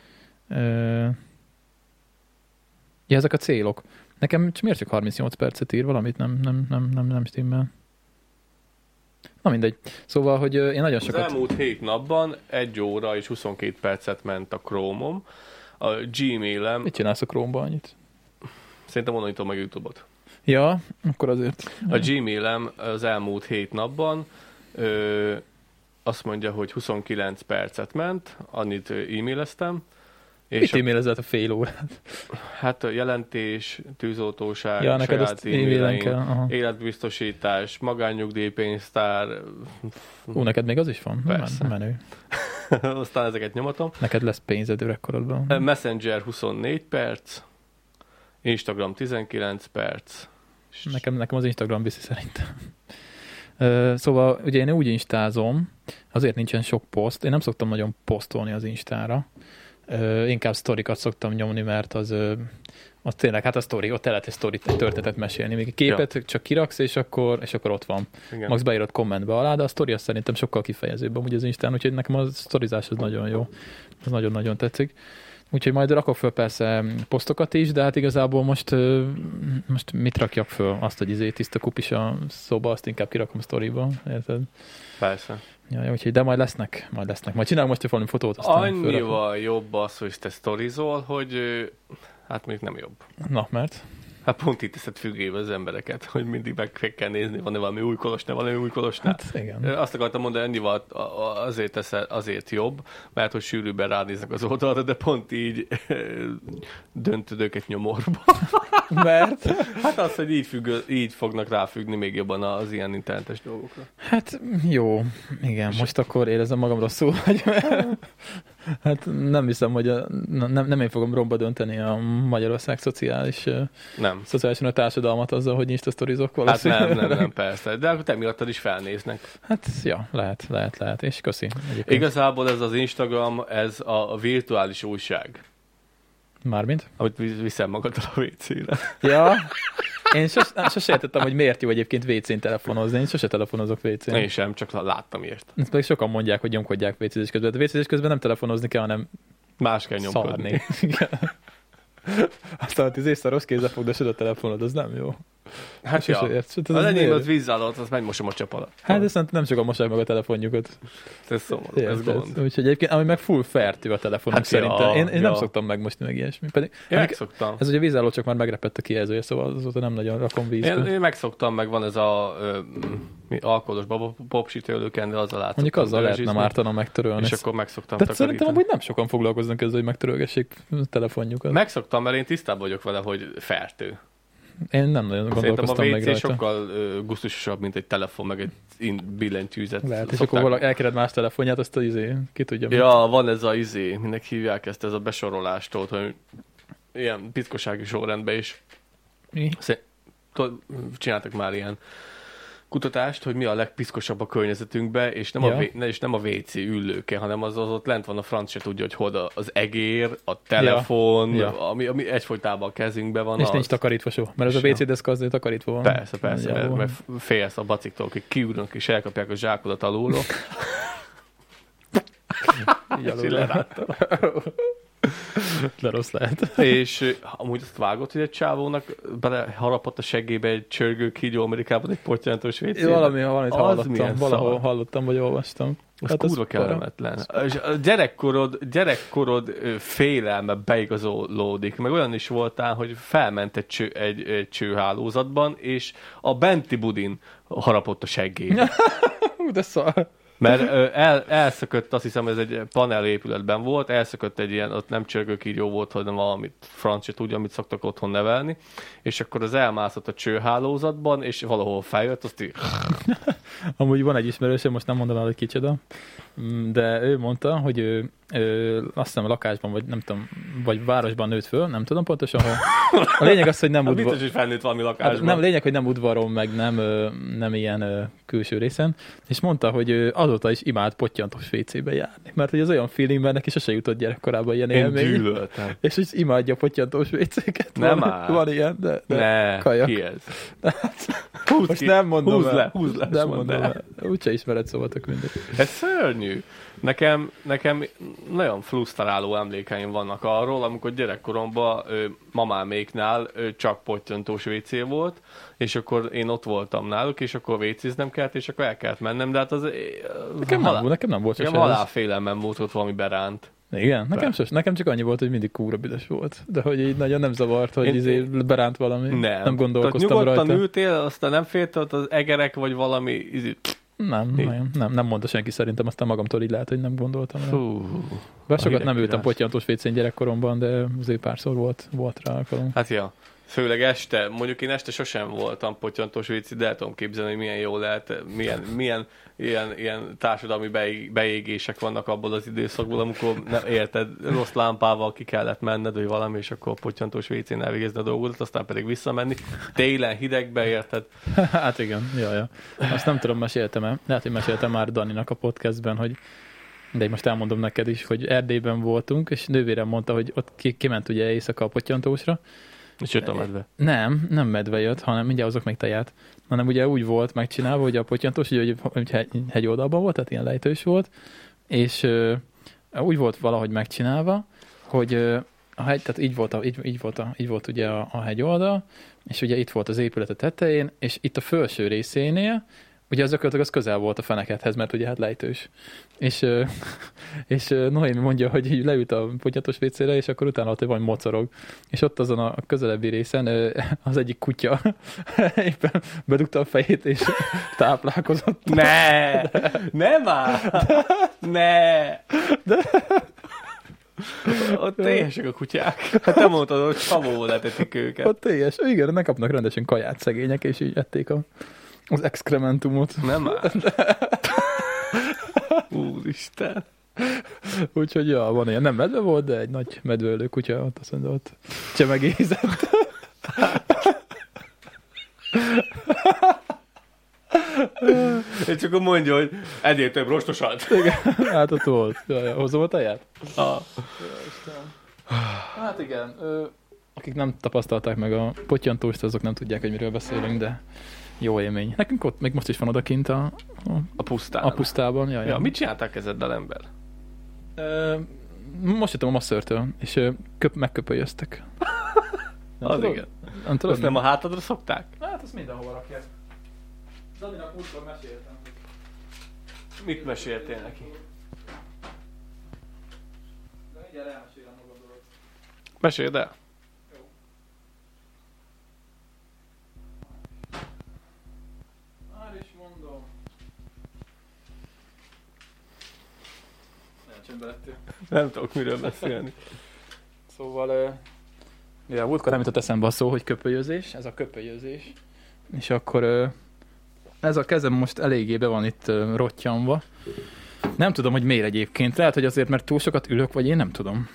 Ja, ezek a célok. Nekem miért csak 38 percet ír? Valamit nem stimmel. Na mindegy. Szóval, hogy én nagyon sokat... Az elmúlt 7 napban 1 óra és 22 percet ment a Chrome-om. A Gmailem... Mit csinálsz a Chrome-ba annyit? Szerintem onnan nyitom meg YouTube-ot. Ja, akkor azért. A Gmailem az elmúlt 7 napban azt mondja, hogy 29 percet ment, annyit e-maileztem. Mit e-mailezett a fél órát? Hát a jelentés, tűzoltóság, ja, saját e-maileim, életbiztosítás, magánnyugdíjpénztár. Neked még az is van? Persze. Menő. Aztán ezeket nyomatom. Neked lesz pénzed öregkorodban. Messenger 24 perc, Instagram 19 perc. Nekem az Instagram viszi szerintem. Szóval ugye én úgy instázom, azért nincsen sok poszt. Én nem szoktam nagyon posztolni az Instára. Inkább sztorikat szoktam nyomni, mert az tényleg, hát a sztori, ott el lehet egy sztorit, egy történetet mesélni. Még egy képet csak kiraksz, és akkor ott van. Igen. Max beírod kommentbe alá, de a sztori azt szerintem sokkal kifejezőbb amúgy az Instán, úgyhogy nekem a sztorizás az nagyon jó. Ez nagyon-nagyon tetszik. Úgyhogy majd rakok föl persze posztokat is, de hát igazából most mit rakjak föl? Azt, hogy tiszta kupis a szoba, azt inkább kirakom a sztoriba, érted? Persze. Ja, úgyhogy, de majd lesznek. Majd csinálom most valami fotót, aztán annyival jobb az, hogy te sztorizol, hogy hát még nem jobb. Na, mert? Hát pont itt teszed függébe az embereket, hogy mindig meg kell nézni, van-e valami új kolosnál, van-e új kolosnál. Hát igen. Azt akartam mondani, ennyival azért jobb, mert hogy sűrűbben ránéznek az oldalra, de pont így döntöd őket nyomorba. Mert? Hát az, hogy így fognak ráfüggni még jobban az ilyen internetes dolgokra. Hát jó, igen, most akkor érezem magam rosszul, hogy hát nem hiszem, hogy nem én fogom romba dönteni a Magyarország szociálisan a társadalmat azzal, hogy Insta-sztorizok valószínűleg. Hát nem, persze. De akkor te miattad is felnéznek. Hát, ja, lehet. És köszi. Egyébként. Igazából ez az Instagram, ez a virtuális újság. Mármint? Amit viszel magaddal a WC-re. Ja, én sose értettem, hogy miért jó egyébként WC-n telefonozni. Én sose telefonozok WC-n. Én sem, csak láttam ilyet. Ezt pedig sokan mondják, hogy nyomkodják WC-zés közben. De WC-zés közben nem telefonozni kell, hanem más kell nyomkodni. Aztán a észre rossz kézzel fogdosod a telefonod, az nem jó. Hát ja, az enyém az vízzel alatt, az megmosom a csap alatt. Hát ezt nem sokan mossák meg a telefonjukat. Ez szomorú, ez gond. Úgyhogy egyébként, ami meg full fertő a telefonok hát szerintem. Én nem szoktam megmosni meg ilyesmi. Pedig én megszoktam. Ez ugye vízálló, csak már megrepett a kijelzője, szóval azóta nem nagyon rakom vízbe. Én megszoktam, meg van ez a alkoholos popsítőlőken, de azzal látszott. Mondjuk azzal lehetne ártanom megtörölni. És akkor megszoktam takarítani. Szerintem amúgy nem sokan foglalkoznak ezzel, hogy megtörölgessék telefonjukat. Megszoktam, mert én tisztában vagyok vele, hogy fertő. Én nem nagyon gondolkoztam meg rajta. Sokkal gusztusosabb, mint egy telefon, meg egy billentyűzet. Lehet, és akkor valaki elkered más telefonját, azt ki tudja. Ja, van ez a minek hívják ezt, ez a besorolástól, hogy ilyen piszkosági sorrendben is. Mi? Csináltak már ilyen kutatást, hogy mi a legpiszkosabb a környezetünkbe, és nem a WC ülőke, hanem az ott lent van, a franc se tudja, hogy hol az egér, a telefon, ami egyfolytában a kezünkben van. És nincs takarítva soha, mert az a WC deszka azért takarítva van. Persze, mert félsz a baciktól, akik kiülnek és elkapják a zsákodat alulról. Így alul de rossz lehet. És amúgy azt vágott, hogy egy csávónak beleharapott a seggébe egy csörgő kígyó Amerikában egy pottyantós WC-ben. Valamit hallottam, valahol hallottam, vagy olvastam. Az hát kurva kellemetlen. A gyerekkorod félelme beigazolódik. Meg olyan is voltál, hogy felment egy csőhálózatban, és a benti budin harapott a seggébe. De szar. Mert elszökött, azt hiszem, ez egy panel épületben volt, elszökött egy ilyen, ott nem csörgőkígyó volt, hanem valamit franc se tudja, amit szoktak otthon nevelni, és akkor az elmászott a csőhálózatban, és valahol feljött, azt így... Amúgy van egy ismerősöm, most nem mondanám, hogy kicsoda, de ő mondta, hogy ő azt hiszem lakásban, vagy nem tudom, vagy városban nőtt föl, nem tudom pontosan, hol. A lényeg az, hogy nem udvaron. Biztos, hogy felnőtt valami lakásban. Nem, lényeg, hogy nem udvaron, meg nem ilyen külső részen, és mondta, hogy azóta is imád pottyantós WC-be járni, mert hogy az olyan feelingben neki sose jutott gyerekkorában ilyen élmény. Én gyűlöltem. És hogy imádja pottyantós WC-ket. Nem van ilyen, de kajak. Ki ez? Most nem mondom húzd le, nem mondom el. Úgyse ismered, szóval tök mindegy. Ez szörnyű. Nekem nagyon frusztráló emlékeim vannak arról, amikor gyerekkoromban mamáméknál csak pottyantós WC volt, és akkor én ott voltam náluk, és akkor WC-znem kellett, és akkor el kellett mennem, de hát az... Nekem nem volt nekem halálfélelmem volt, ott valami beránt. Igen, nekem csak annyi volt, hogy mindig kúra büdös volt. De hogy így nagyon nem zavart, hogy beránt valami. Nem gondolkoztam rajta. Nyugodtan ültél, aztán nem féltett az egerek, vagy valami... Nem mondta senki szerintem, aztán magamtól így lehet, hogy nem gondoltam. Bár sokat nem ültem pottyantós WC-n gyerekkoromban, de azért párszor volt rá alkalom. Hát ja, főleg este, mondjuk én este sosem voltam pottyantós WC, de el tudom képzelni, hogy milyen jó lehet, milyen ilyen társadalmi beégések vannak abból az időszakból, amikor érted, rossz lámpával ki kellett menned, vagy valami, és akkor pottyantós WC-n elvégezni a dolgodat, aztán pedig visszamenni. Télen hidegbe, érted? Hát igen, ja. Azt nem tudom, meséltem-e. Lehet, hogy meséltem már Daninak a podcastben, hogy de én most elmondom neked is, hogy Erdélyben voltunk, és nővérem mondta, hogy ott kiment ugye éjszaka a pottyantósra. És jött a medve? Nem medve jött, hanem mindjárt hozok még teját, hanem ugye úgy volt megcsinálva, hogy a pottyantós, hogy hegyoldalban volt, tehát ilyen lejtős volt, és úgy volt valahogy megcsinálva, hogy tehát így volt ugye a hegyoldal, és ugye itt volt az épület a tetején, és itt a felső részénél ugye az ököltök az közel volt a fenekethez, mert ugye hát lejtős. És Noémi mondja, hogy így leült a potyatos vécére, és akkor utána ott van mocorog. És ott azon a közelebbi részen az egyik kutya éppen bedugta a fejét, és táplálkozott. Ne már! Ne! Ott teljesek a kutyák. Hát te mondtad, hogy csavóval etetik őket. Ott teljes. Igen, ne kapnak rendesen kaját szegények, és így ették az exkrementumot. Nem már. Úristen. Úgyhogy ja, van ilyen. Nem medve volt, de egy nagy medveölő kutya ott azt mondja, ott csemegézett. Én csak mondja, hogy egyél több rostosat. Igen, hát ott volt. Ja, hozom a teját? Hát igen, akik nem tapasztalták meg a pottyantóst, azok nem tudják, hogy miről beszélünk, de jó élmény. Nekünk ott még most is van odakint a pusztában. Ja, mit csinálták kezeddel, ember? Most jöttem a masszörtől, és megköpölyöztek. Az igen. Azt nem a hátadra szokták? Hát azt mindenhova rakják. Daninak múltkor meséltem. Mit meséltél neki? De mindjárt elmesélem magadról. Meséld el. Jó. Már is mondom. Csöndbe lettél. Nem tudok miről beszélni. Szóval, mivel múltkor nem jutott eszembe a szó, hogy köpölyözés, ez a köpölyözés. És akkor ez a kezem most eléggé be van itt rottyanva. Nem tudom, hogy miért egyébként. Lehet, hogy azért, mert túl sokat ülök, vagy én nem tudom.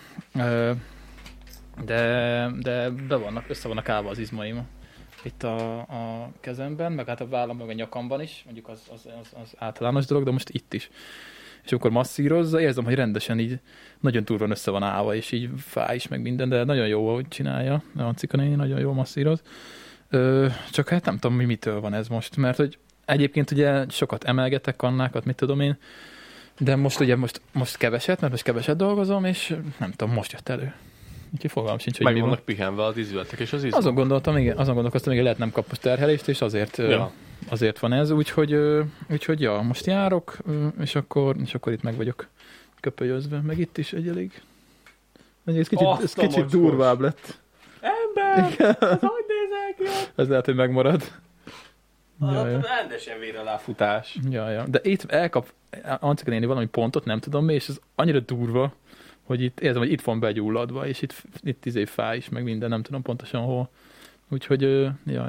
De össze vannak állva az izmaim itt a kezemben, meg hát a vállam, meg a nyakamban is. Mondjuk az általános dolog, de most itt is. És akkor masszírozza, érzem, hogy rendesen így nagyon durván össze van állva, és így fáj is, meg minden, de nagyon jó, ahogy csinálja. A Cikanéni nagyon jó masszíroz. Csak hát nem tudom, mitől van ez most, mert hogy egyébként ugye sokat emelgetek kannákat, mit tudom én, de most ugye most keveset, mert most keveset dolgozom, és nem tudom, most jött elő. Úgyhogy fogalmam sincs, hogy meg mi vannak van. pihenve az izületek és az izmok. Azon gondolkoztam, hogy lehet nem kap most terhelést, és azért van ez, úgyhogy ja, most járok, és akkor itt meg vagyok köpölyözve, meg itt is egy elég. Ez kicsit durvább lett. Ember! Ez hogy nézel ki? Ez lehet, hogy megmarad. Rendesen vér alá futás. Ja. De itt elkap Ancika néni valami pontot, nem tudom mi, és ez annyira durva, hogy itt érzem, hogy itt van begyulladva, és itt fáj is, meg minden, nem tudom pontosan hol. Úgyhogy,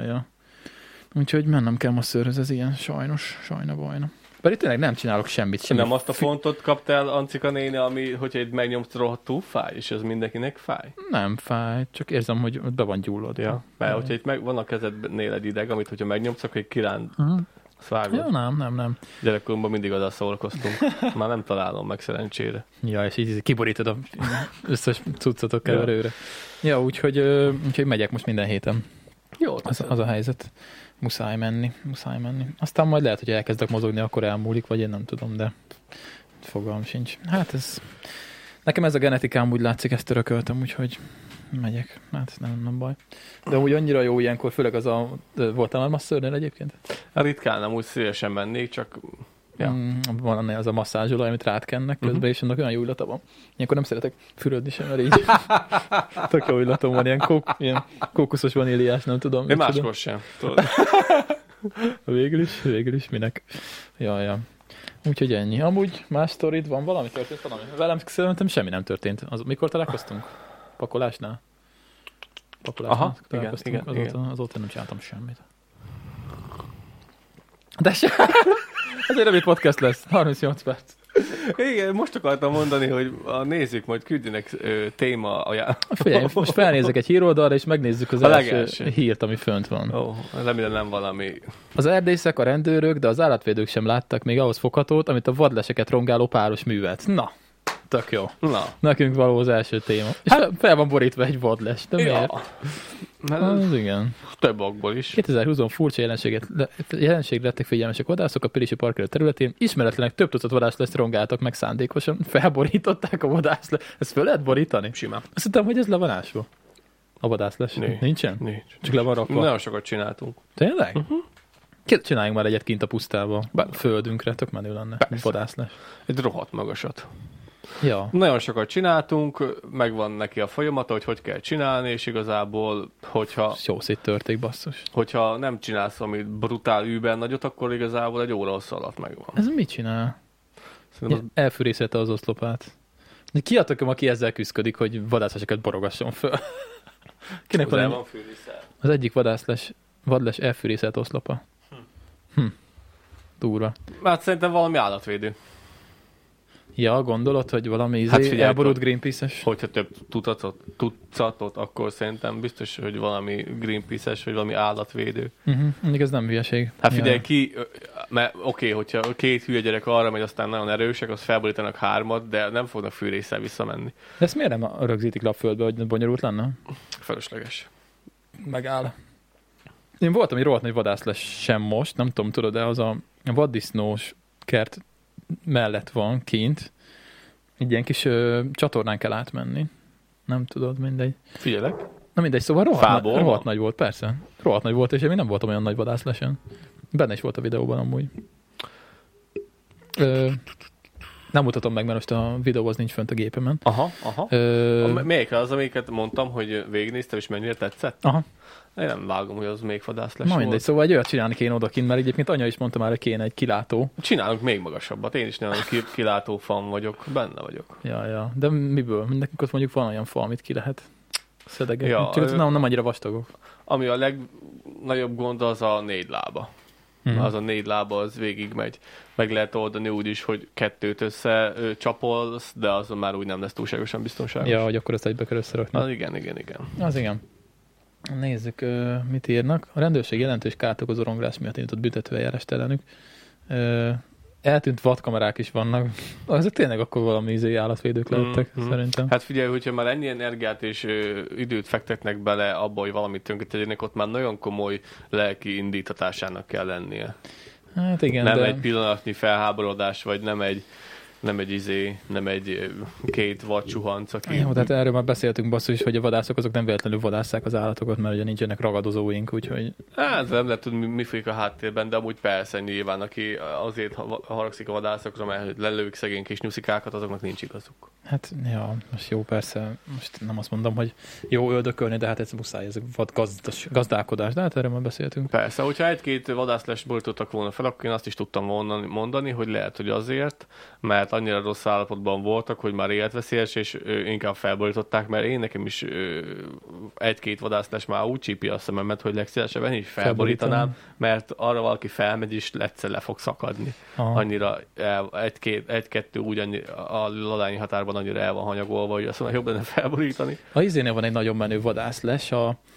Úgyhogy mennem kell masszörhöz, ez ilyen sajna-bajna. Pedig tényleg nem csinálok semmit. Nem azt a pontot kaptál, Ancika néni, ami, hogyha itt megnyomsz, rohadtul fáj, és ez mindenkinek fáj? Nem fáj, csak érzem, hogy be van gyulladva. Ja, mert hogyha itt van a kezednél egy ideg, amit hogyha megnyomsz, akkor egy kiránt vágod. Ja, nem. Gyerekkoromban mindig oda szólkoztunk. Már nem találom meg szerencsére. Ja, és így kiborítod az összes cuccotok keverőre. Ja, úgyhogy megyek most minden héten. Jó, az a helyzet. Muszáj menni. Aztán majd lehet, hogy elkezdek mozogni, akkor elmúlik, vagy én nem tudom, de fogalmam sincs. Hát nekem ez a genetikám úgy látszik, ezt örököltem, úgyhogy megyek. Hát nem baj. De úgy annyira jó ilyenkor, főleg voltál már masszörnél egyébként? Ritkán nem úgy szívesen mennék, csak ja. Van annál az a masszázsolaj, amit rátkennek közben, és annak olyan jó illata van. Ilyenkor nem szeretek fürödni sem, mert így tök jó illatom van, ilyen kókuszos vaníliás, nem tudom. De máskor sem. Végül is, minek? Ja. Úgyhogy ennyi. Amúgy más sztorid van, valami történt valami? Velem szerintem semmi nem történt. Mikor találkoztunk? Pakolásnál? Aha, igen. Azóta nem csináltam semmit. De se... Ez egy rövid podcast lesz, 38 perc. Igen, most akartam mondani, hogy a nézők majd küldjenek téma Figyelj, most felnézek egy híroldalra, és megnézzük az első hírt, ami fönt van. Ó, remélem nem valami... Az erdészek, a rendőrök, de az állatvédők sem láttak még ahhoz foghatót, amit a vadleseket rongáló páros művelt. Na, tök jó. Na. Nekünk való az első téma. És fel van borítva egy vadles, de miért? Az igen. Több okból is. 2020-ban furcsa jelenségre lettek figyelmesek vadászok a Pilisi park területén. Ismeretlenek több tucat vadászleszt rongáltak meg szándékosan. Felborították a vadászleszt. Ezt föl lehet borítani? Simán. Azt hittem, hogy ez le van ásva. A vadászles. Nincsen? Nincs. Csak le van rakva. Nagyon sokat csináltunk. Tényleg? Csináljunk már egyet kint a pusztába, földünkre, tök menő lenne. Vadászlás. Egy rohadt magasat. Ja. Nagyon sokat csináltunk, megvan neki a folyamata, hogy kell csinálni, és igazából, Jó széttörték, basszus. hogyha nem csinálsz valami brutál űben nagyot, akkor igazából egy óra hosszú alatt megvan. Ez mit csinál? Szerintem Elfűrészette az oszlopát. De ki a tököm, aki ezzel küszködik, hogy vadászáseket borogasson föl? Kinek van fűrészel. az egyik vadles elfűrészelt oszlopa? Durva. Hát szerintem valami állatvédő. Ja, gondolod, hogy valami figyelj, elborult Greenpeace-es? Hogyha több tucatot, akkor szerintem biztos, hogy valami Greenpeace-es, vagy valami állatvédő. Mindig ez nem hülyeség. Hát figyelj, mert hogyha 2 hülye gyerek arra megy, aztán nagyon erősek, az felborítanak 3, de nem fognak fűrésszel visszamenni. De ezt miért nem rögzítik le a földbe, hogy bonyolult lenne? Felesleges. Megáll. Én voltam egy rohadt nagy vadászlás sem most, nem tudom, tudod, de az a vaddisznós kert mellett van kint. Egy ilyen kis csatornán kell átmenni. Nem tudod, mindegy. Figyelek. Na mindegy, szóval rohadt nagy volt, persze. Rohadt nagy volt, és én nem voltam olyan nagy vadászlesen. Benne is volt a videóban amúgy. Nem mutatom meg, mert most a videó az nincs fönt a gépemen. Aha. Melyik az, amiket mondtam, hogy végignéztem, és mennyire tetszett? Aha. Én nem vágom, hogy az még vadászlás Na volt. mindegy, szóval egy olyat csinálni kéne odakint, mert egyébként anya is mondta már, hogy kéne egy kilátó. Csinálunk még magasabbat. Én is nagyon kilátó fan vagyok. Benne vagyok. Ja. De miből? Nekünk ott mondjuk van olyan fa, amit ki lehet szedegetni. Ja, csak nem annyira vastagok. Ami a legnagyobb gond, az a 4 lába. Az a 4 lába, az végig megy. Meg lehet oldani úgy is, hogy 2 össze csapolsz, de az már úgy nem lesz túlságosan biztonságos. Ja, hogy akkor ezt egybe kell összerakni. Az igen. Az igen. Nézzük, mit írnak. A rendőrség jelentős kárt okozó ronglás miatt indított büntetőeljárást ellenük. Eltűnt vadkamerák is vannak. Azok tényleg akkor valami állatvédők lehettek, szerintem. Hát figyelj, hogyha már ennyi energiát és időt fektetnek bele abba, hogy valamit tönkretegyenek, ott már nagyon komoly lelki indítatásának kell lennie. Hát igen, nem egy pillanatnyi felháborodás, vagy nem egy 2 vadsuhanc, aki... Jó, tehát erről már beszéltünk, basszus, hogy a vadászok azok nem véletlenül vadásszák az állatokat, mert ugye nincsenek ragadozóink, úgyhogy... Hát nem lehet tudni, mi folyik a háttérben, de amúgy persze nyilván, aki azért haragszik a vadászokra, mert lelők szegény kis nyuszikákat, azoknak nincs igazuk. Hát, ja, most jó, persze, most nem azt mondom, hogy jó öldökölni, de hát ez muszáj, ez vad gazdálkodás, de hát erről már beszéltünk. Persze, hogyha 1-2 vadászlást borítottak volna fel, akkor én azt is tudtam mondani, hogy lehet, hogy azért, mert annyira rossz állapotban voltak, hogy már életveszélyes, és inkább felborították, mert én nekem is 1-2 vadászlás már úgy csípi a szememet, hogy legszívesebben is felborítanám, mert arra valaki felmegy, és egyszer le fog szakadni. Aha. Annyira 1-2 úgy a ladányi határban annyira el van hanyagolva, hogy azt mondja, jobb lenne felborítani. A izénél van egy nagyon menő vadászlás,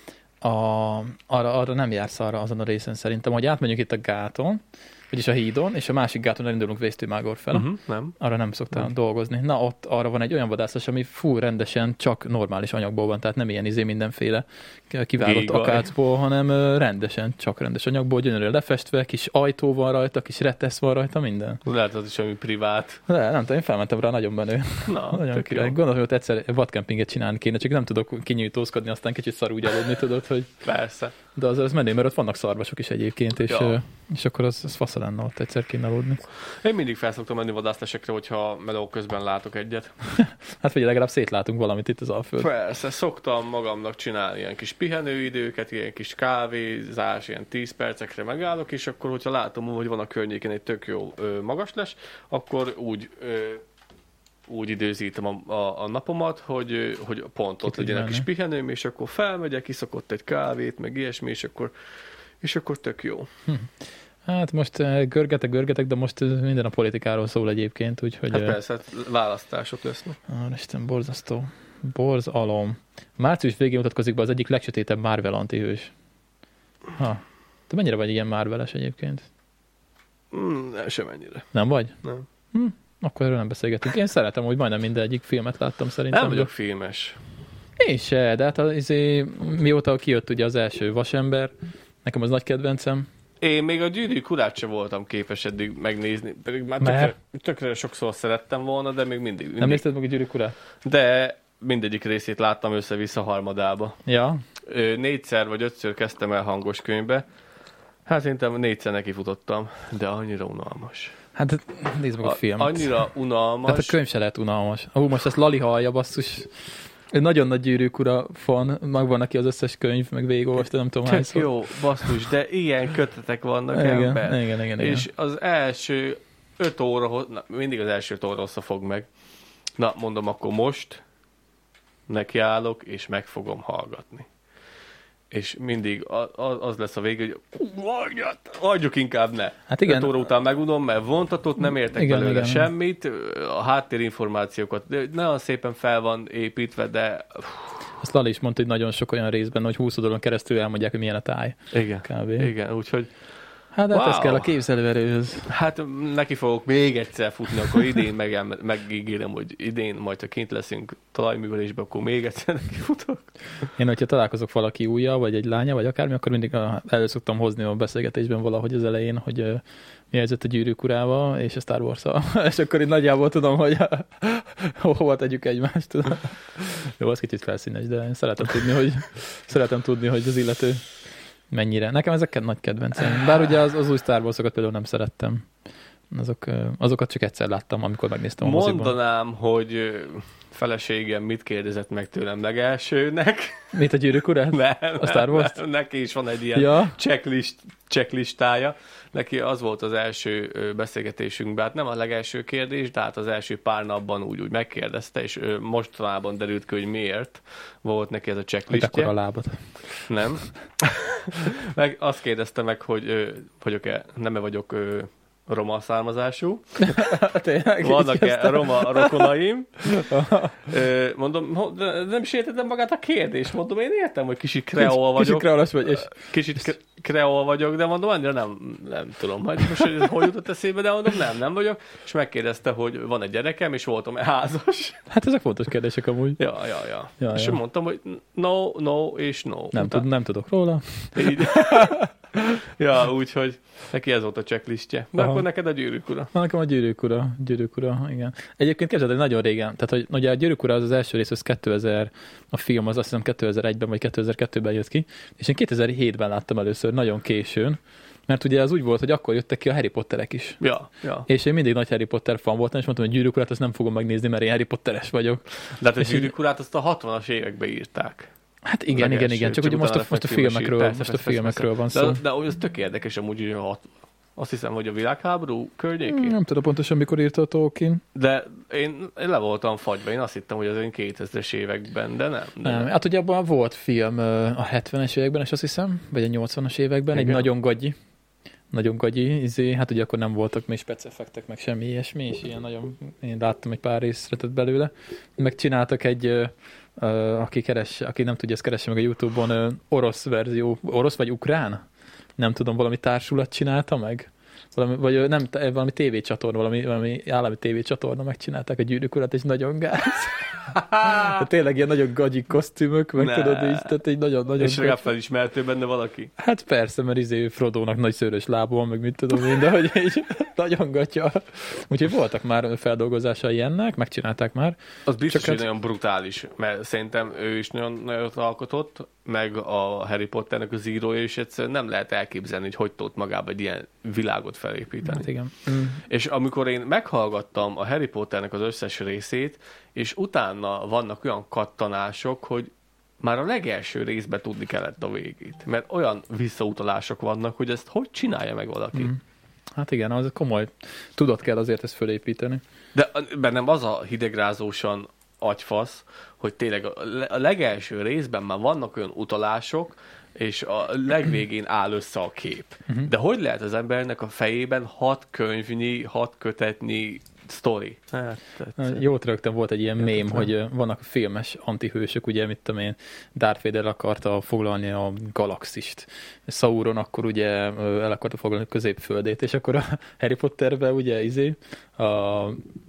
arra nem jársz azon a részen szerintem, hogy átmenjünk itt a gáton, vagyis a hídon, és a másik gáton elindulunk Vésztőmágor fel. Nem. Arra nem szoktál dolgozni. Na, ott arra van egy olyan vadászlás, ami rendesen csak normális anyagból van, tehát nem ilyen mindenféle kivágott akácból, hanem csak rendes anyagból, gyönyörűen lefestve, kis ajtó van rajta, kis retesz van rajta, minden. Lehet az is, ami privát. De nem tudom, én felmentem rá, nagyon menő. Na, nagyon király. Gondolom, hogy egyszer vadkempinget csinálni kéne, csak nem tudok kinyújtózkodni, aztán kicsit szar úgy aludni, tudod, hogy... Persze. De az menő, mert ott vannak szarvasok is egyébként, és akkor az fasza lenne ott egyszer kéne aludni. Én mindig fel szoktam menni vadászlesekre, hogyha meló közben látok egyet. Hát figyelj, legalább szétlátunk valamit itt az Alföld. Persze, szoktam magamnak csinálni ilyen kis pihenőidőket, ilyen kis kávézás, ilyen 10 percekre megállok, és akkor, hogyha látom, hogy van a környéken egy tök jó magasles, akkor úgy időzítem a napomat, hogy pont ott legyen egy kis pihenőm, és akkor felmegyek, kiszokott egy kávét, meg ilyesmi, és akkor tök jó. Hát most görgetek, de most minden a politikáról szól egyébként, úgyhogy... Hát persze, választások lesznek. Isten, borzasztó. Borzalom. Március végén mutatkozik be az egyik legsötétebb Marvel antihős. Te mennyire vagy ilyen Marveles egyébként? Sem ennyire. Nem vagy? Nem. Akkor erről nem beszélgetünk. Én szeretem, hogy majdnem mindegyik filmet láttam szerintem. Nem vagyok filmes. Én se, de hát mióta kijött ugye az első Vasember, nekem az nagy kedvencem. Én még a Gyűrűk urát sem voltam képes eddig megnézni, pedig már tökre sokszor szerettem volna, de még mindig. Nem nézted meg a Gyűrűk urát? De mindegyik részét láttam össze-vissza harmadába. Ja. 4-szer vagy 5-ször kezdtem el hangos könyvbe. Hát szerintem 4-szer nekifutottam, de annyira unalmas. Hát nézd meg a filmet. Annyira unalmas. Hát a könyv se lehet unalmas. Most ezt Lali hallja, basszus. Egy nagyon nagy Gyűrűk Ura fan, megvan neki az összes könyv, meg végigolvasta, nem tudom hányszor. Jó, basszus, de ilyen kötetek vannak ember. Igen. És az első 5 óra, mindig az első 5 óra hossza fog meg. Na, mondom, akkor most nekiállok, és meg fogom hallgatni. És mindig az lesz a vége, hogy hagyjuk inkább ne. Hát igen. 5 óra után megunom, mert vontatott, nem értek belőle semmit, a háttérinformációkat nagyon szépen fel van építve, de... Azt Lali is mondta, hogy nagyon sok olyan részben, hogy 20 oldalon keresztül elmondják, hogy milyen a táj. Igen, úgyhogy... Hát ez kell a képzelőerőhöz. Hát neki fogok még egyszer futni, akkor idén megígérem, hogy idén majd, ha kint leszünk talajművelésbe, akkor még egyszer neki futok. Én, hogyha találkozok valaki újja, vagy egy lánya, vagy akármi, akkor mindig elő szoktam hozni a beszélgetésben valahogy az elején, hogy mi helyzet a Gyűrűk Urával és a Star Wars-szal. És akkor így nagyjából tudom, hogy hova tegyük egymást. Jó, az kicsit felszínes, de én szeretem tudni, hogy az illető mennyire. Nekem ezek nagy kedvencem. Bár ugye az új Star Wars-okat például nem szerettem. Azokat csak egyszer láttam, amikor megnéztem a moziban. Mondanám, hogy feleségem mit kérdezett meg tőlem legelsőnek. Mit, a Gyűrűk Urát? Nem. A Star Wars? Neki is van egy ilyen checklistája. Neki az volt az első beszélgetésünkben, hát nem a legelső kérdés, de hát az első pár napban úgy megkérdezte, és mostanában derült ki, hogy miért volt neki ez a checklistje. Akkor a lábad. Nem. Meg azt kérdezte meg, hogy nem-e vagyok roma származású. Vannak-e roma rokonaim? Mondom, nem is értettem magát a kérdést. Mondom, én értem, hogy kicsit kreol vagyok. Kicsit kreolos vagy, és... Kicsit kreol vagyok, de mondom, annyira nem tudom. Most hogy jutott eszébe, de mondom, nem vagyok. És megkérdezte, hogy van egy gyerekem, és voltam-e házas. Hát ezek fontos kérdések amúgy. Ja. És mondtam, hogy no és no. Nem tudok róla. Így. Ja, úgyhogy neki ez volt a checklistje. De akkor neked a Gyűrűk Ura. Nekem a Gyűrűk Ura, igen. Egyébként képzeld, hogy nagyon régen, tehát hogy ugye a Gyűrűk Ura az első rész, az 2000, a film az azt hiszem 2001-ben vagy 2002-ben jött ki, és én 2007-ben láttam először, nagyon későn, mert ugye az úgy volt, hogy akkor jöttek ki a Harry Potterek is. Ja. És én mindig nagy Harry Potter fan voltam, és mondtam, hogy Gyűrűk Urát azt nem fogom megnézni, mert én Harry Potteres vagyok. De hát a Gyűrűk Urát azt a 60-as években írták. Hát igen, csak ugye most a filmekről van szó. De ez tök érdekes amúgy, azt hiszem, hogy a világháború környékén. Nem tudom pontosan, mikor írta a Tolkien. De én le voltam fagyva, én azt hittem, hogy az ön 2000-es években, de nem. Hát ugye abban volt film a 70-es években, és azt hiszem, vagy a 80-as években, igen. Egy nagyon gagyi, hát ugye akkor nem voltak még specifektek, meg semmi ilyesmi, és ilyen nagyon, én láttam egy pár részletet belőle. Megcsináltak egy aki nem tudja, ezt keresse meg a YouTube-on, orosz verzió, orosz vagy ukrán? Nem tudom, valami társulat csinálta meg? Valami tévécsatorna, valami állami tévécsatorna megcsinálták a Gyűrűk Urát, és nagyon gáz. Tényleg ilyen nagyon gagyi kosztümök, meg tudod így, tehát egy nagyon és legalább felismertő benne valaki? Hát persze, mert Frodónak nagy szőrös lába van, meg mit tudom én, de hogy így nagyon gatya. Úgyhogy voltak már feldolgozásai ennek, megcsinálták már. Az biztos, hogy nagyon brutális, mert szerintem ő is nagyon nagyot alkotott, meg a Harry Potternek az írója is egyszerűen nem lehet elképzelni, hogy tudott magába egy ilyen világot felépíteni. Hát igen. És amikor én meghallgattam a Harry Potternek az összes részét, és utána vannak olyan kattanások, hogy már a legelső részben tudni kellett a végét. Mert olyan visszautalások vannak, hogy ezt hogy csinálja meg valaki. Hát igen, az komoly. Tudod kell azért ezt fölépíteni. De bennem az a hidegrázósan agyfasz, hogy tényleg a legelső részben már vannak olyan utalások, és a legvégén áll össze a kép. De hogy lehet az embernek a fejében 6 könyvnyi, 6 kötetnyi sztori? Hát, jót rögtön volt egy ilyen mém, hogy vannak filmes antihősök, ugye, mit tudom én, Darth Vader akarta foglalni a galaxist. Sauron akkor ugye el akarta foglalni a középföldét, és akkor a Harry Potterben ugye a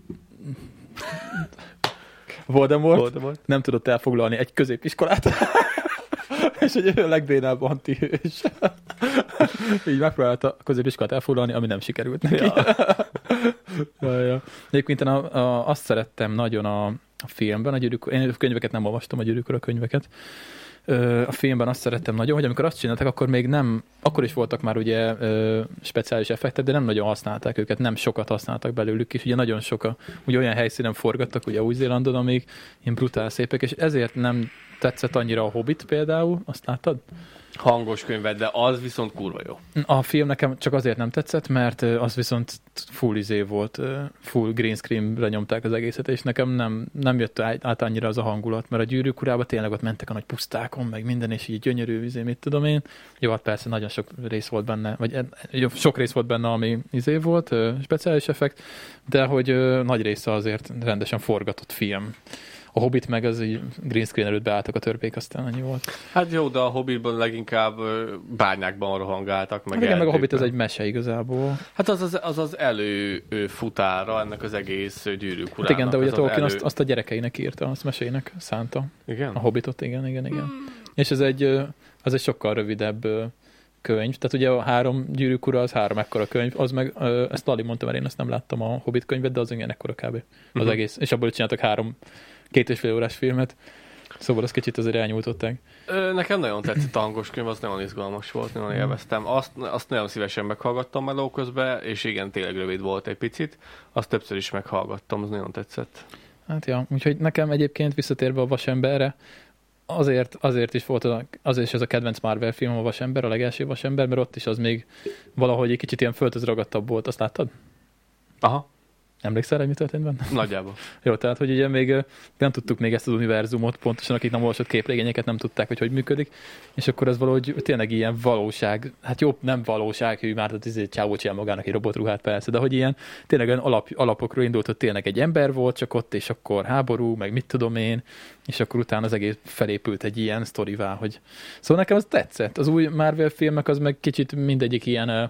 Voldemort nem tudott elfoglalni egy középiskolát. És hogy a legbénább antihős. Így megpróbálta a középiskolát elfoglalni, ami nem sikerült neki. Ja. Egyébként én azt szerettem nagyon a filmben, én könyveket nem olvastam, a Gyűrűk Ura könyveket, a filmben azt szerettem nagyon, hogy amikor azt csináltak, akkor még nem, akkor is voltak már ugye speciális effektek, de nem nagyon használták őket, nem sokat használtak belőlük, és ugye nagyon ugye olyan helyszínen forgattak, ugye Új-Zélandon, amíg ilyen brutál szépek, és ezért nem tetszett annyira a Hobbit például, azt láttad? Hangos könyved, de az viszont kurva jó. A film nekem csak azért nem tetszett, mert az viszont full volt, full green screen-re nyomták az egészet, és nekem nem jött át annyira az a hangulat, mert a Gyűrűk Urában tényleg ott mentek a nagy pusztákon, meg minden, és így gyönyörű, mit tudom én. Jó, hát persze nagyon sok rész volt benne, vagy sok rész volt benne, ami volt, speciális effekt, de hogy nagy része azért rendesen forgatott film. A Hobbit meg az így green screen előtt beálltak a törpék, aztán annyi volt. Hát jó, de a Hobbitban leginkább bányákban rohangáltak, meg igen, meg a Hobbit az egy mese igazából. Hát az előfutára ennek az egész Gyűrűk Urának. Hát igen, de ugye Tolkien azt a gyerekeinek írta, azt mesének szánta. Igen? A Hobbitot, igen. És az egy sokkal rövidebb könyv. Tehát ugye a 3 Gyűrűk Ura az 3 ekkora könyv, az meg, ezt Lali mondta, mert én azt nem láttam a Hobbit könyvet, de az igen ekkora kb. Az egész. És abból csináltak 2,5 órás filmet. Szóval azt kicsit azért elnyújtották. Nekem nagyon tetszett a hangos könyv, az nagyon izgalmas volt, nagyon élveztem. Azt nagyon szívesen meghallgattam meló közben, és igen, tényleg rövid volt egy picit. Azt többször is meghallgattam, az nagyon tetszett. Hát ja, úgyhogy nekem egyébként visszatérve a Vasemberre, azért is volt azért is ez a kedvenc Marvel film, a Vasember, a legelső Vasember, mert ott is az még valahogy egy kicsit ilyen földhöz ragadtabb volt. Azt láttad? Aha. Emlékszel, hogy mi történt benne? Nagyjából. Jó, tehát, hogy ugye még nem tudtuk még ezt az univerzumot, pontosan akik nem olvasott képregényeket, nem tudták, hogy működik, és akkor ez valahogy tényleg ilyen valóság, hát jó, nem valóság, hogy már Csávó csinál magának egy robotruhát persze, de hogy ilyen tényleg olyan alapokról indult, hogy tényleg egy ember volt csak ott, és akkor háború, meg mit tudom én, és akkor utána az egész felépült egy ilyen sztorivá, hogy... Szóval nekem az tetszett. Az új Marvel filmek az meg kicsit mindegyik ilyen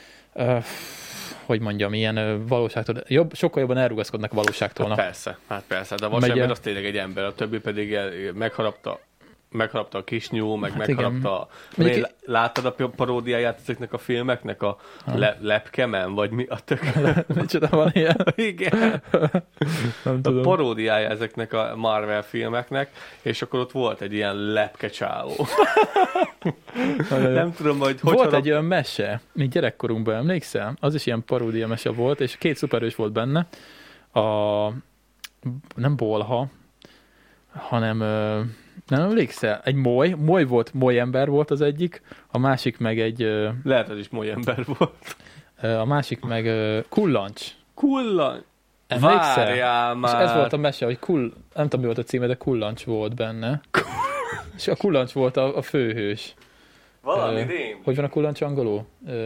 hogy mondjam, ilyen valóságtól, sokkal jobban elrugaszkodnak a valóságtól. Hát persze, de a Vasember az tényleg egy ember, a többi pedig megharapta a kisnyú, meg hát megharapta... Láttad a paródiáját ezeknek a filmeknek? A Lepkemen, vagy mi a tök? Micsoda van ilyen? Igen. A paródiája ezeknek a Marvel filmeknek, és akkor ott volt egy ilyen lepkecsáló. Nem tudom, hogy volt egy olyan mese, mint gyerekkorunkban, emlékszel? Az is ilyen paródia mese volt, és 2 szuperhős volt benne. Nem Bolha, hanem... Nem emlékszel? Egy moly ember volt az egyik, a másik meg egy... Lehet, ez is moly ember volt. A másik meg Kullancs. Kullancs? Várjál már! És ez volt a mese, hogy nem tudom, mi volt a címe, de Kullancs volt benne. És a Kullancs volt a főhős. Valami rém. Hogy van a Kullancs angolul?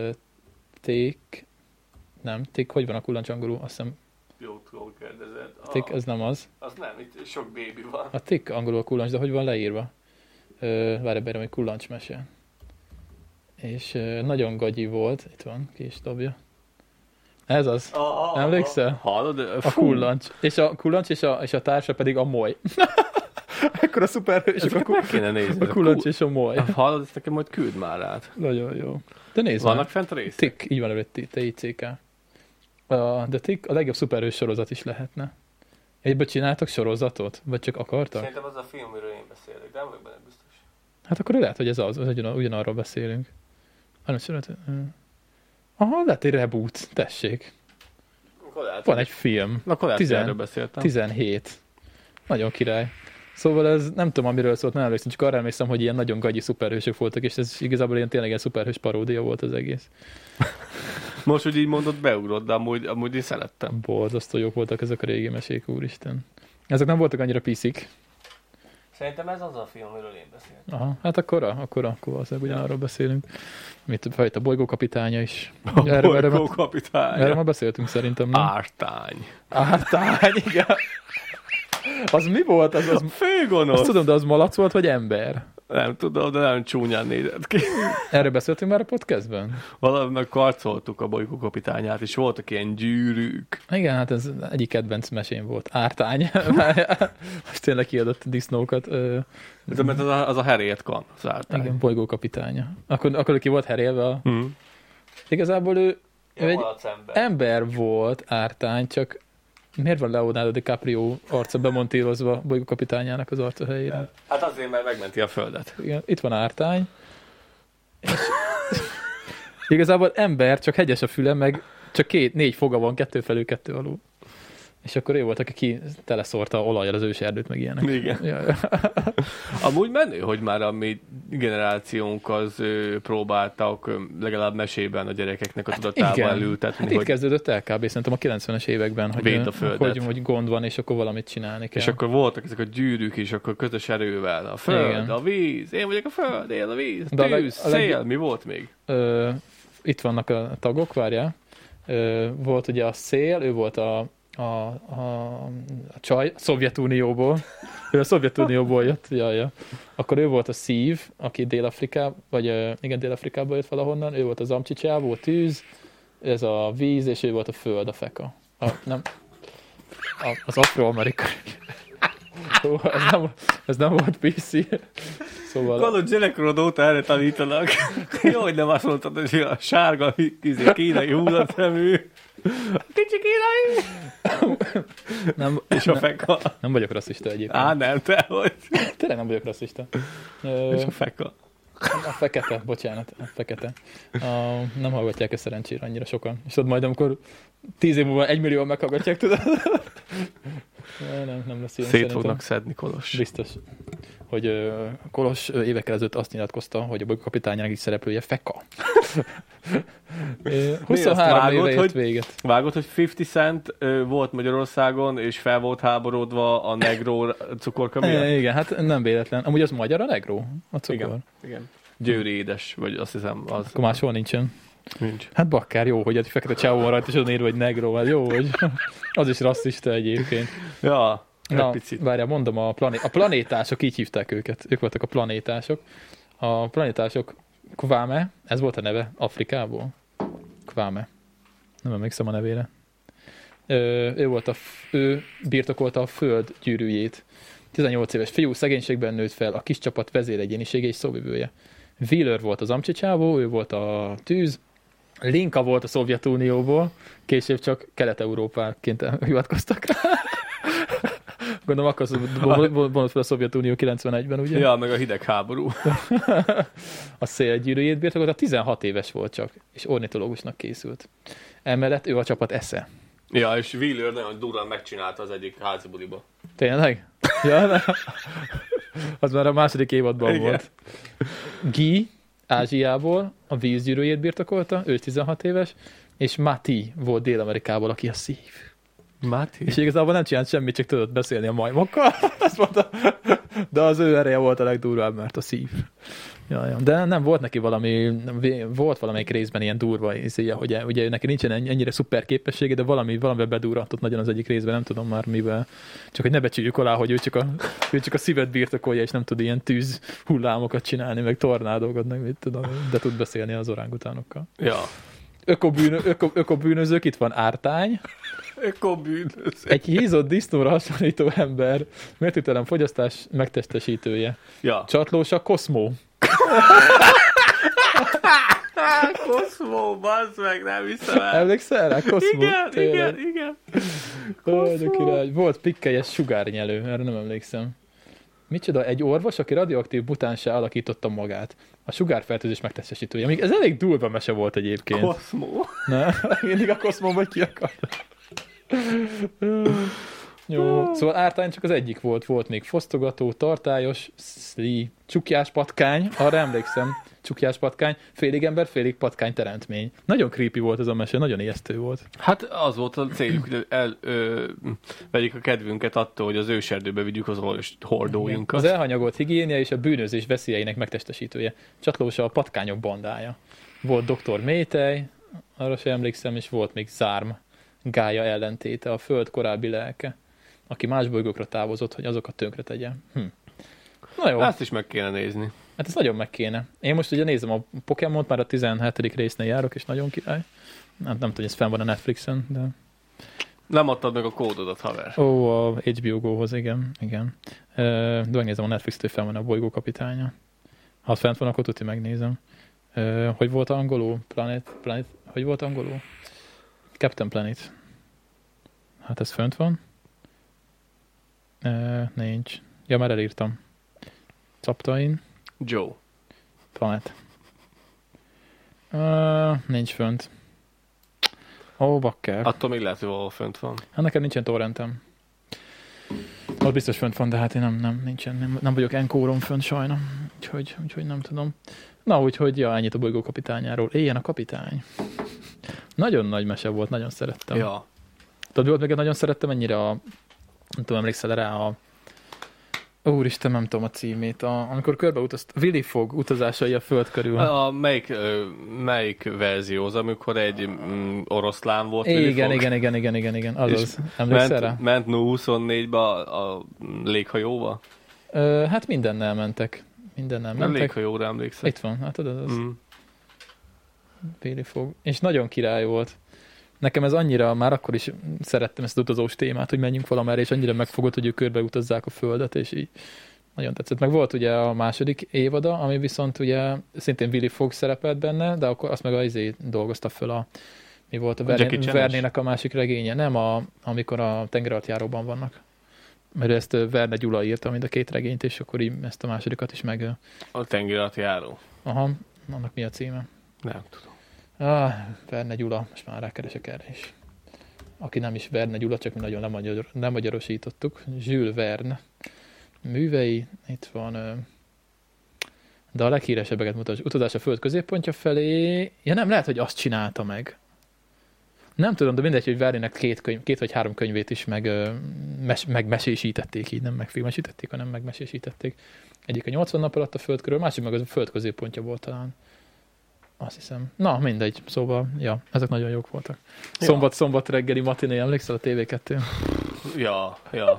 Ték, hogy van a Kullancs angolul? Azt hiszem... Jótól kérdezed. Tik, ez nem az. Az nem, itt sok bébi van. A tik angolul a kullancs, de hogy van leírva? Várj, bérem, hogy kullancsmese. És nagyon gagyi volt. Itt van, ki is dobja. Ez az. Emlékszel? Hallod? A kullancs. És a kullancs és a társa pedig a moly. Ekkor a szuperhősök a kullancs és a moly. Hallod, ezt nekem majd küld már át. Nagyon jó. De nézd vannak fent a részek? Tik, így van előtt, TICK. De Tik a legjobb szuperhős sorozat is lehetne. Egyből csináltak sorozatot? Vagy csak akartak? Szerintem az a film, amiről én beszélek, de nem vagyok benne biztos. Hát akkor lehet, hogy ez az ugyanarról beszélünk. Aha, lehet egy reboot, tessék. Van egy film. Akkor lehet, erről beszéltem. 17. Nagyon király. Szóval ez nem tudom, amiről szólt, nem emlékszem, csak arra emlékszem, hogy ilyen nagyon gagyi szuperhősök voltak, és ez igazából ilyen tényleg ilyen szuperhős paródia volt az egész. Most, hogy így mondod, beugrott, de amúgy én szerettem. Borzasztó jók voltak ezek a régi mesék, úristen. Ezek nem voltak annyira piszik. Szerintem ez az a film, amiről én beszéltem. Aha, hát akkor valószínűleg ugyanarról beszélünk. Mit a bolygókapitánya is. A bolygókapitánya. Erről már beszéltünk szerintem, nem? Ártány, igen. Az mi volt? Az főgonosz. Azt tudom, de az malac volt, vagy ember? Nem tudom, de nagyon csúnyán nézett ki. Erről beszéltünk már a podcastben? Valami meg karcoltuk a bolygókapitányát, és voltak ilyen gyűrűk. Igen, hát ez egyik kedvenc mesén volt. Ártány. Most tényleg kiadott disznókat. Mert az a Harriet Khan, az ártány. Igen, bolygókapitánya. Akkor ki volt herélve? Igazából ő egy ember volt, ártány, csak Miért van Leonardo DiCaprio arca bemontírozva bolygókapitányának az arca helyére? Hát azért, mert megmenti a Földet. Igen, itt van ártány. És igazából ember, csak hegyes a füle, meg csak 4 foga van, 2 felül, 2 alul. És akkor ő volt, aki teleszórta olajjal az őserdőt, meg ilyenek. Igen. Ja. Amúgy menő, hogy már a mi generációnk az próbáltak legalább mesében a gyerekeknek a tudatába elültetni. Hát itt kezdődött el kb. Szerintem a 90-es években, hogy gond van, és akkor valamit csinálni kell. És akkor voltak ezek a gyűrűk is, akkor közös erővel. A föld, igen. A víz, én vagyok a föld, én a víz, tűz, szél, mi volt még? Itt vannak a tagok, várjál. Volt ugye a szél, ő volt a csaj, a Szovjetunióból. Ő a Szovjetunióból jött, ja. Akkor ő volt a szív, aki Dél-Afrikából jött valahonnan, ő volt az amcsicsávó, a tűz, ez a víz, és ő volt a föld, a feka. Az afroamerikai. Ez nem volt PC. Szóval... Gondolod, gyerekkorod óta erre tanítanak. Jó, hogy nem azt mondtad, hogy a sárga kínai hullatszemű. Kicsi kínai! Nem, és a feka. Nem vagyok rasszista egyébként. Nem, te hogy? Tényleg nem vagyok rasszista. És a feka. A fekete, bocsánat, a fekete. Nem hallgatják ezt szerencsére annyira sokan. És tudod, majd amikor 10 év múlva 1 millióan meghallgatják, tudod? Nem lesz ilyen. Szét fognak szedni Kolos. Biztos. Hogy Kolos évekkel ezelőtt azt nyilatkozta, hogy a bolygókapitányának is szereplője Feka. 23 éve ért véget. Vágod, hogy 50 Cent volt Magyarországon, és fel volt háborodva a Negró cukorka miatt? Igen, hát nem véletlen. Amúgy az magyar a Negró? A cukor? Igen. Győri édes, vagy azt hiszem az. Akkor máshol nincsen. Nincs. Hát bakkár, jó, hogy egy fekete csávó van rajta, és azon írva, hogy Negró, hát jó, hogy az is rasszista egyébként. Ja, na, várjál, mondom, a planétások, így hívták őket. Ők voltak a planétások. A planétások Kwame, ez volt a neve Afrikából. Kwame. Nem emlékszem a nevére. Ő birtokolta a föld gyűrűjét. 18 éves fiú, szegénységben nőtt fel, a kis csapat vezéregyénisége és szóvivője. Wheeler volt az amcsicsávó, ő volt a tűz. Linka volt a Szovjetunióból, később csak Kelet-Európáként hivatkoztak rá. Gondolom, akkor vonult fel a Szovjetunió 91-ben, ugye? Ja, meg a hidegháború. A szélgyűrűjét birtokolta, 16 éves volt csak, és ornitológusnak készült. Emellett ő a csapat esze. Ja, és Wheeler nagyon durán megcsinálta az egyik házi buliba. Tényleg? Ja, az már a második évadban igen. volt. Guy Ázsiából a vízgyűrűjét birtokolta, ő 16 éves, és Mati volt Dél-Amerikából, aki a szív. Mati? És igazából nem csinált semmit, csak tudott beszélni a majmokkal. Azt mondta, de az ő ereje volt a legdurvább, mert a szív. Ja. De nem volt neki volt valamelyik részben ilyen durva ízéje, hogy ugye neki nincsen ennyire szuper képessége, de valamivel bedurrantott nagyon az egyik részben, nem tudom már mivel. Csak hogy ne becsüljük alá, hogy ő csak a szívet birtokolja, és nem tud ilyen tűz hullámokat csinálni, meg tornádókat, meg mit tudom, de tud beszélni az orángutánokkal. Ja. Ökobűnözők, itt van Ártány. Ökobűnöző. Egy hízott disznóra hasonlító ember, mértéktelen fogyasztás megtestesítője. Ja. Csatlósa Cosmo. Cosmo, bazd meg, nem hiszem el. Emlékszel rá? Cosmo? Igen. Király. Volt pikkelyes sugárnyelő, erre nem emlékszem. Micsoda, egy orvos, aki radioaktív butánsá alakította magát. A sugárfertőzés megtestesítője. Még ez elég durva mese volt egyébként. Cosmo. Na, mindig a Cosmo vagy ki akar. Jó, szóval Ártány csak az egyik volt még fosztogató, tartályos, szli, csukjás patkány, arra emlékszem, csukjás patkány, félig ember, félig patkány teremtmény. Nagyon creepy volt ez a mese, nagyon ijesztő volt. Hát az volt a céljuk, hogy vegyük a kedvünket attól, hogy az őserdőbe vigyük az hordóinkat. Az elhanyagolt higiénia és a bűnözés veszélyeinek megtestesítője. Csatlósa a patkányok bandája. Volt Dr. Métej, arra sem emlékszem, és volt még Zárm, Gája ellentéte, a föld korábbi lelke, aki más bolygókra távozott, hogy azokat tönkre tegye. Na jó. Ezt is meg kéne nézni. Hát ez nagyon meg kéne. Én most ugye nézem a Pokémont, már a 17. résznél járok, és nagyon király. Nem tudom, hogy ez fenn van a Netflixen, de... Nem adtad meg a kódodat, haver. Ó, a HBO Go-hoz, igen. De megnézem a Netflixet, hogy fenn van a bolygókapitánya. Ha fent van, akkor tuti megnézem. Hogy volt angolul? Planet, hogy volt angolul? Captain Planet. Hát ez fönt van. Nincs. Ja, már elírtam. Captain. Joe. Planet. Nincs fönt. Ó, bakker. Attól még lehet, hogy valahol fönt van. Hát nekem nincsen torrentem. Ott biztos fönt van, de hát én nem vagyok Encore-on fönt sajna. Úgyhogy nem tudom. Na, úgyhogy ja, ennyit a bolygó kapitányáról. Éljen a kapitány. Nagyon nagy mese volt, nagyon szerettem. Ja. Tudod, volt még nagyon szerettem, ennyire nem tudom, emlékszel rá Úristen, nem tudom a címét. Amikor körbeutazt, Willy Fogg utazásai a föld körül. Melyik verzió az, amikor egy oroszlán volt Willy Fogg? Igen, azaz. Emlékszel rá? Ment 24-be a léghajóba? Hát mindennel mentek. Nem léghajóra emlékszem. Itt van, hát az. Willy Fogg. És nagyon király volt. Nekem ez annyira, már akkor is szerettem ezt az utazós témát, hogy menjünk valamerre, és annyira megfogott, hogy ők körbeutazzák a földet, és így nagyon tetszett. Meg volt ugye a második évada, ami viszont ugye szintén Willy Fogg szerepelt benne, de akkor azt meg az dolgozta föl mi volt a Vernének a másik regénye, nem amikor a tengeralattjáróban vannak. Mert ezt Verne Gyula írta mind a két regényt, és akkor így ezt a másodikat is meg... A tengeralattjáró. Aha, annak mi a címe? Nem tudom. Verne Gyula, most már rákeresek erre is. Aki nem is Verne Gyula, csak mi nagyon lemagyarosítottuk. Jules Verne. Művei, itt van... De a leghíresebbeket mutatja. Utazás a föld középpontja felé... Ja nem, lehet, hogy azt csinálta meg. Nem tudom, de mindegy, hogy Vernének két vagy három könyvét is megmesésítették, így nem megfilmesítették, hanem megmesésítették. Egyik a 80 nap alatt a föld körül, másik meg az a föld középpontja volt talán. Azt hiszem. Na, mindegy. Szóval, ja, ezek nagyon jók voltak. Szombat reggeli matiné, emlékszel a TV2? Ja.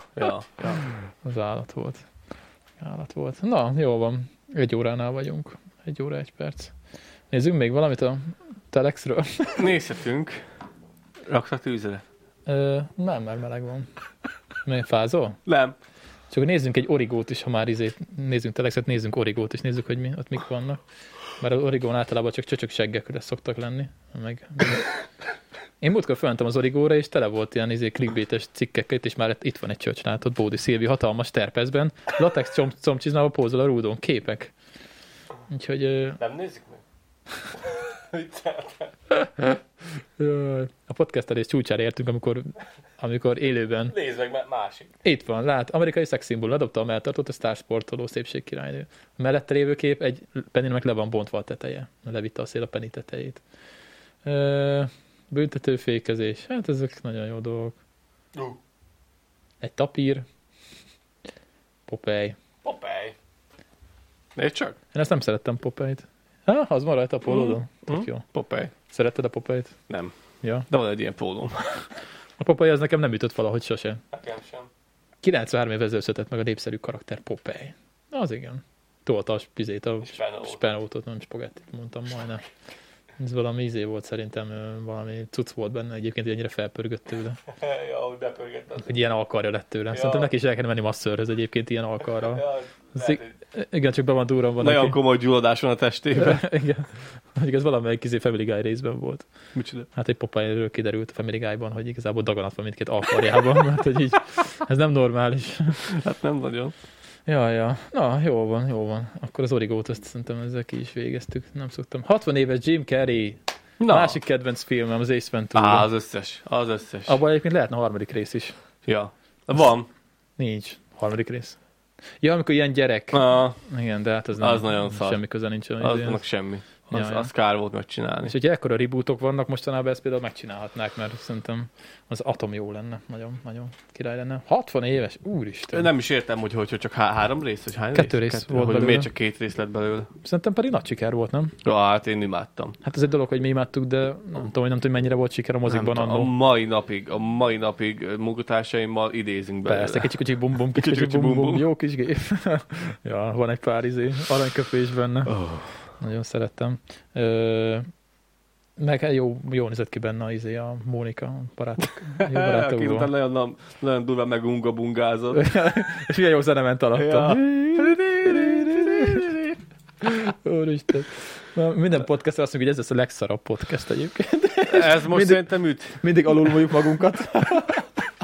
Az állat volt. Na, jó van. 1 óránál vagyunk. 1 óra, 1 perc. Nézzünk még valamit a Telexről. Nézhetünk. Raksz tűzre? Nem, mert meleg van. Miért fázol? Nem. Csak nézzünk egy origót is, ha már nézzünk Telexet, nézzünk origót is, nézzük, hogy ott mik vannak. Mert az origón általában csak csöcsök seggekre szoktak lenni. Én múltkor fölmentem az origóra, és tele volt ilyen clickbaites cikkeket, és már itt van egy csöcs, látod, Bódi Szilvi hatalmas terpezben, latex combcsizmával pózol a rúdón, képek. Úgyhogy... Nem nézzük meg? A podcastelés csúcsára értünk, amikor élőben... Nézd meg, másik. Itt van, lát, amerikai szexszimbólum, ledobta a melltartót, a sztársportoló szépségkirálynő. A mellette lévő kép, egy Pennynek le van bontva a teteje. Levitte a szél a Penny tetejét. Büntetőfékezés. Hát ezek nagyon jó dolgok. Egy tapír. Popeye. Nézd csak. Én ezt nem szerettem Popeye-t. Az van rajta a pólódon. Tök jó. Popeye. Szeretted a Popeye-t? Nem. Ja. De van egy ilyen pólóm. A Popeye az nekem nem ütött valahogy sose. Nekem sem. 93 év ezelőtt született meg a népszerű karakter Popeye. Az igen. Tolta a spenótot, nem spagettit mondtam majdnem. Ez valami volt szerintem, valami cucc volt benne, egyébként ennyire felpörgött tőle. Ja, hogy bepörgött az. Hogy ilyen alkarja lett tőle. Ja. Szerintem neki is el kellene menni masszörhöz egyébként ilyen alkarra. Ja, igen, csak be van durran van. Nagyon komoly gyulladás van a testében. Igen. Ez valamelyik Family Guy részben volt. Micsoda? Hát egy Popeye-ről kiderült a Family Guy-ban, hogy igazából daganat van mindkét alkarjában, mert hogy így, ez nem normális. Hát nem nagyon. Ja. Na, jó van. Akkor az origót azt szerintem ezzel ki is végeztük. Nem szoktam. 60 éves Jim Carrey. Na. Másik kedvenc filmem, az Ace Ventura. Az összes. Abban egyébként lehetne a harmadik rész is. Ja. Van. Nincs. Harmadik rész. Ja, amikor ilyen gyerek. Igen, de hát az nagyon szar. Semmi köze nincs. Aznak semmi. Az kár volt megcsinálni. És hogyha ekkora rebootok vannak mostanában, ezt például megcsinálhatnák, mert szerintem az atom jó lenne. Nagyon, nagyon király lenne. 60 éves? Úristen. Nem is értem, hogy csak 3 rész, vagy hány 2 rész volt belőle. Miért csak 2 rész lett belőle? Szerintem pedig nagy siker volt, nem? Ja, hát én imádtam. Hát ez egy dolog, hogy mi imádtuk, de nem tudom, mennyire volt siker a mozikban annó. A mai napig munkatársaimmal idézünk belőle. Persze, kicsi bum bum, jó kis gép. Ja, van egy pár aranyköpés benne. Nagyon szerettem. Meg jó nézett ki benne a Mónika barátok. Jó barátok. Aki utána nagyon durván megungabungázott. És milyen jó zene ment alatta. Úristen. Minden podcast azt mondjuk, hogy ez lesz a legszarabb podcast egyébként. Ez most szerintem üt. Mindig alulmúljuk magunkat.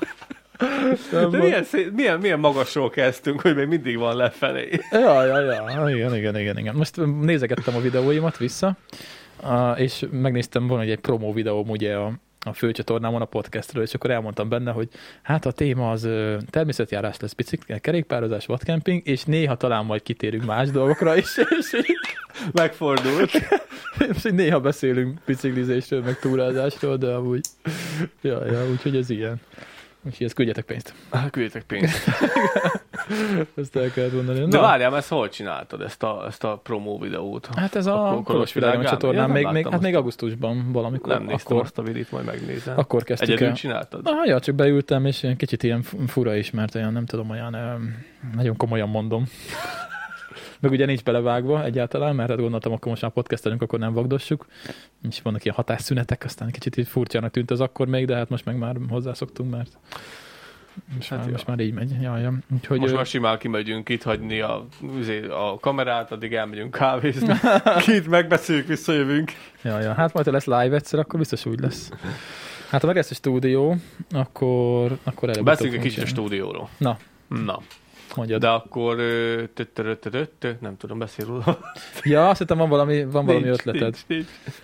De milyen magasról kezdtünk, hogy még mindig van lefelé. Ja. Igen. Most nézegettem a videóimat vissza, és megnéztem volna, hogy egy promó videóm ugye a főcsatornámon a podcastről, és akkor elmondtam benne, hogy hát a téma az természetjárás lesz, kerékpározás, vadkemping, és néha talán majd kitérünk más dolgokra is, és megfordult. És néha beszélünk biciklizésről, meg túrázásról, de amúgy úgyhogy ez ilyen. Úgyhogy ezt küldjetek pénzt. Küldjetek pénzt. Ezt el kellett mondani. De várjál, ezt hol csináltad, ezt a promó videót? Hát ez a Kolos Világon csatornán, még augusztusban valamikor. Nem néztem azt a videót, majd megnézem. Akkor kezdtük Egyedül el. csináltad? Ja, csak beültem, és kicsit ilyen fura is, mert olyan, nem tudom, olyan nagyon komolyan mondom. Meg ugye nincs belevágva egyáltalán, mert hát gondoltam, akkor most már podcastelünk, akkor nem vagdossuk. És vannak ilyen hatásszünetek, aztán kicsit így furcsának tűnt az akkor még, de hát most meg már hozzászoktunk, mert most már így megy. Ja. Úgyhogy, most már simán kimegyünk itt hagyni a kamerát, addig elmegyünk kávézni. Kint megbeszéljük, visszajövünk. Ja. Hát majd ha lesz live egyszer, akkor biztos úgy lesz. Hát ha meg lesz a stúdió, akkor előbb. Beszéljünk egy kicsit a stúdióról. Na. Mondjad. De akkor nem tudom, beszél róla. Ja, azt hittem van valami ötleted. Nincs.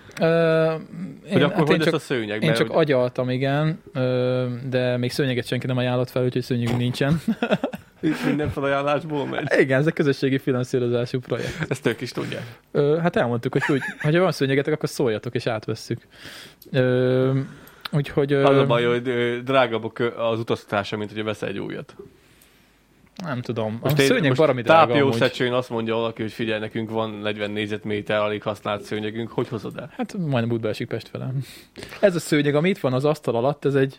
Hogy lesz a szőnyeg? Én csak agyaltam, igen, de még szőnyeget senki nem ajánlott fel, úgyhogy szőnyegünk nincsen. Itt minden felajánlásból megy. Igen, ez egy közösségi finanszírozású projekt. Ezt ők is tudják. Hát elmondtuk, hogy ha van szőnyegetek, akkor szóljatok és átvesszük. Úgyhogy... Az a baj, hogy drágabb az utaztatása, mint hogy veszel egy újat. Nem tudom. A szőnyeg baromi drága. Tápjószecsőn azt mondja valaki, hogy figyelj, nekünk van 40 négyzetméter alig használt szőnyegünk, hogy hozod el? Hát majdnem úgy beesik Pest felem. Ez a szőnyeg, ami itt van az asztal alatt, ez egy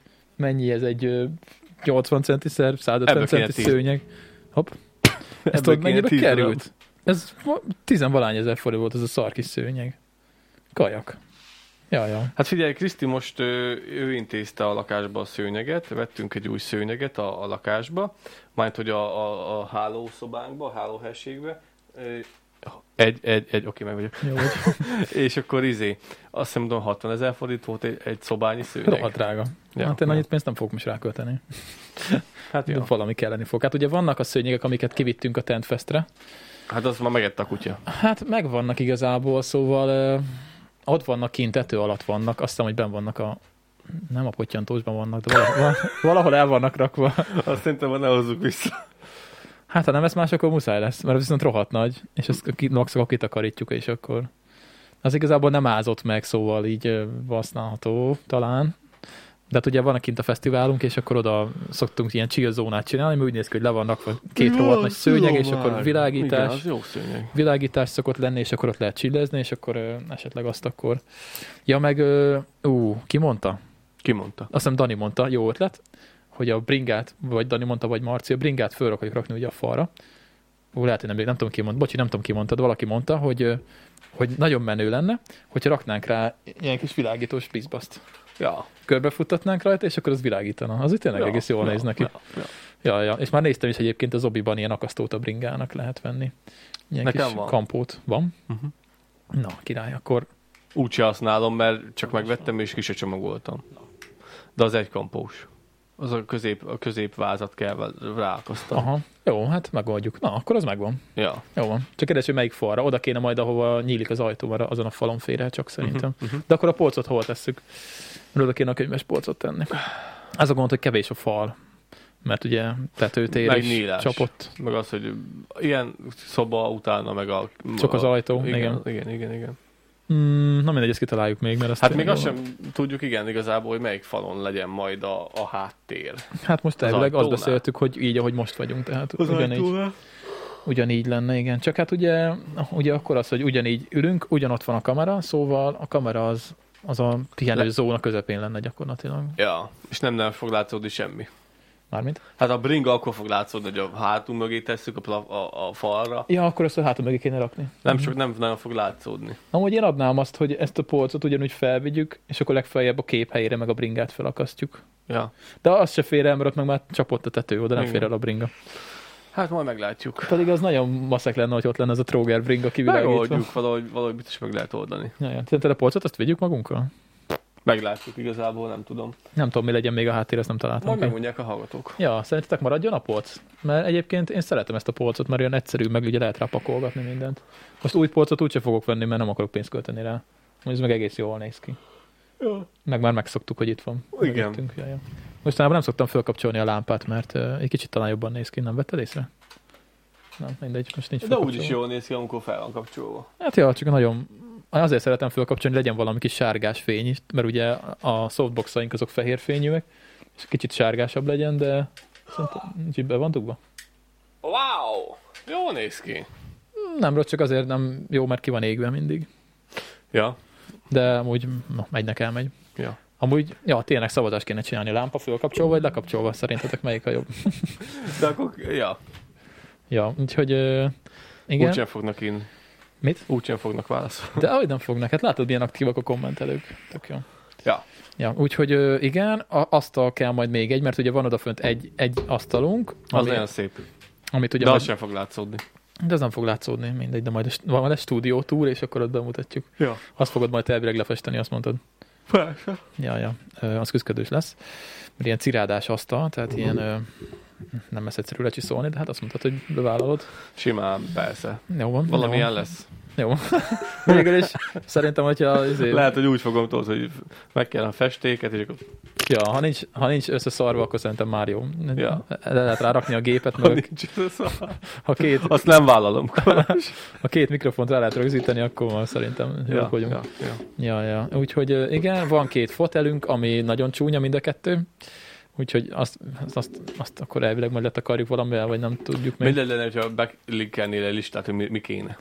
80 centiszer, 150 centi szőnyeg. Hopp. Ezt tudod, mennyibe került? Ez 10-valány ezer forint volt ez a szar kis szőnyeg. Kajak. Ja. Hát figyelj, Kriszti most ő intézte a lakásba a szőnyeget, vettünk egy új szőnyeget a lakásba, majd hogy a hálószobánkba, a hálóhelységbe. Oké, meg vagyok. Jó vagy. És akkor azt hiszem, 60 000 forint volt egy szobányi szőnyeg. Rohadt drága. Ja, hát én annyit pénzt nem fogok most rákölteni. Hát jó. Valami kelleni fog. Hát ugye vannak a szőnyegek, amiket kivittünk a Tentfestre. Hát az már megett a kutya. Hát megvannak igazából, szóval... Ott vannak kint, tető alatt vannak, azt hiszem, hogy benn vannak nem a pottyantósban vannak, de valahol el vannak rakva. Azt szerintem, hogy ne hozzuk vissza. Hát ha nem lesz más, akkor muszáj lesz, mert viszont rohadt nagy, és ezt maximum kitakarítjuk, és akkor az igazából nem ázott meg, szóval így használható talán. De hát ugye van kint a fesztiválunk, és akkor oda szoktunk ilyen chill zónát csinálni, mert úgy néz ki, hogy le van rakva két rohadt nagy szőnyeg, és akkor világítás. Igen, jó szőnyeg. Világítás szokott lenni, és akkor ott lehet chillezni, és akkor esetleg azt akkor... Ja, meg... ki mondta? Ki mondta? Azt hiszem Dani mondta, jó ötlet, hogy a bringát, vagy Dani mondta, vagy Marci, a bringát föl akarjuk rakni ugye a falra. Lehet, hogy nem tudom ki mondta. Bocsi, nem tudom ki mondta, de valaki mondta, hogy nagyon menő lenne, hogyha raknánk rá ilyen kis világítós piszbaszt. Ja. Körbefuttatnánk rajta, és akkor az világítana. Az itt tényleg egész jól néz neki. Ja. És már néztem is egyébként az Obiban ilyen akasztót a bringának lehet venni. Ilyen nekem kis van. kampót. Van? Uh-huh. Na, király, akkor... Úgy használom, mert csak megvettem, és ki se csomagoltam. De az egy kampós. Az a középvázat kell ráakasztani. Aha. Jó, hát megoldjuk. Na, akkor az megvan. Ja. Jó van. Csak kérdés, hogy melyik falra. Oda kéne majd, ahova nyílik az ajtó, mert azon a falon férhet csak szerintem. De akkor a polcot hol tesszük? Mert oda kéne a könyves polcot tenni. Az a gond, hogy kevés a fal. Mert ugye tetőtér is nyílás. Csapott. Meg az, hogy ilyen szoba utána, meg csak az ajtó. Igen. Na mindegy, ezt kitaláljuk még. Mert hát még azt sem tudjuk igazából, hogy melyik falon legyen majd a háttér. Hát most elvileg azt beszéltük, hogy így, ahogy most vagyunk. Tehát ugyanígy lenne, igen. Csak hát ugye akkor az, hogy ugyanígy ülünk, ugyanott van a kamera, szóval a kamera az a pihenő zóna közepén lenne gyakorlatilag. Ja, és nem fog látszódni semmi. Mármint? Hát a bringa akkor fog látszódni, hogy a hátunk mögé tesszük a falra. Ja, akkor ezt a hátunk mögé kéne rakni. Nem fog látszódni. Amúgy én adnám azt, hogy ezt a polcot ugyanúgy felvigyük, és akkor legfeljebb a kép helyére meg a bringát felakasztjuk. Ja. De az se fér el, mert ott meg már csapott a tető, oda nem fér el a bringa. Hát majd meglátjuk. Pedig az nagyon maszek lenne, hogy ott lenne ez a Tróger bringa kivilágítva. Megoldjuk, valahogy biztos meg lehet oldani. Ja. Te a polcot azt vigyük magunkkal? Meglátjuk igazából, nem tudom. Nem tudom, mi legyen még a háttér, ezt nem találtam. Majd megmondják a hallgatók. Ja, szerintetek maradjon a polc? Mert egyébként én szeretem ezt a polcot, mert olyan egyszerű, meg ugye lehet rá pakolgatni mindent. Most új polcot úgyse fogok venni, mert nem akarok pénzt költeni rá. Ez meg egész jól néz ki. Ja. Meg már megszoktuk, hogy itt van. Igen. Ja. Mostanában nem szoktam fölkapcsolni a lámpát, mert egy kicsit talán jobban néz ki. Nem vetted észre? Nem, mindegy, most nincs De úgyis jól néz ki, amikor fel van kapcsolva. Hát ja, csak nagyon... Azért szeretem fölkapcsolni, legyen valami kis sárgás fény is, mert ugye a softboxaink azok fehér fényűek, és kicsit sárgásabb legyen, de szerintem be van dugva. Wow! Jól néz ki. Nem rossz, csak azért nem jó, mert ki van égve mindig. Ja. De amúgy, megynek elmegy. Ja. Amúgy, ja, tényleg szavazást kéne csinálni. Lámpa fölkapcsolva, vagy lekapcsolva? Szerintetek melyik a jobb? De akkor, ja. Ja, úgyhogy igen. Úgysem fognak inni. Mit? Úgysem fognak válaszolni. De ahogy nem fognak. Hát látod, milyen aktívak a kommentelők. Tök jó. Ja. Ja, úgyhogy igen, asztal kell majd még egy, mert ugye van odafönt egy asztalunk. Az nagyon szép. Amit ugye de az sem fog látszódni. De az nem fog látszódni, mindegy, de majd van egy stúdiótúr, és akkor ott bemutatjuk. Ja. Azt fogod majd elvileg lefesteni, azt mondtad. Persze. Ja, az küszködős lesz. Mert ilyen cirádás asztal, tehát ilyen nem lesz egyszerű lecsiszolni, de hát azt mondtad, hogy bevállalod. Simán, persze. Jó van. Valamilyen lesz. Jó. Végül is szerintem, hogyha... Lehet, hogy úgy fogom tudod, hogy meg kell a festéket, és akkor... Ja, ha nincs összeszarva, akkor szerintem már jó. Ja. Le lehet rárakni a gépet, meg... Nincs összeszarva. Azt nem vállalom. Ha két mikrofont rá lehet rögzíteni, akkor már szerintem jók vagyunk. Ja. Úgyhogy igen, van két fotelünk, ami nagyon csúnya mind a kettő. Úgyhogy azt akkor elvileg majd letakarjuk valamivel, vagy nem tudjuk még. Minden lenne, hogyha belinkelnél egy listát, hogy mi kéne.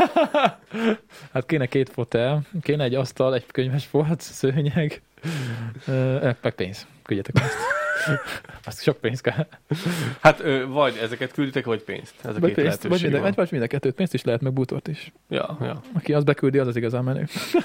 Hát kéne két fotel, kéne egy asztal, egy könyves polc, szőnyeg, meg pénz. Küldjetek ezt. Azt sok pénz kell. Hát vagy ezeket külditek, vagy pénzt. Ez a két lehetőség van. Vagy mind a kettőt, pénzt is lehet, meg bútort is. Ja. Aki azt beküldi, az igazán menő.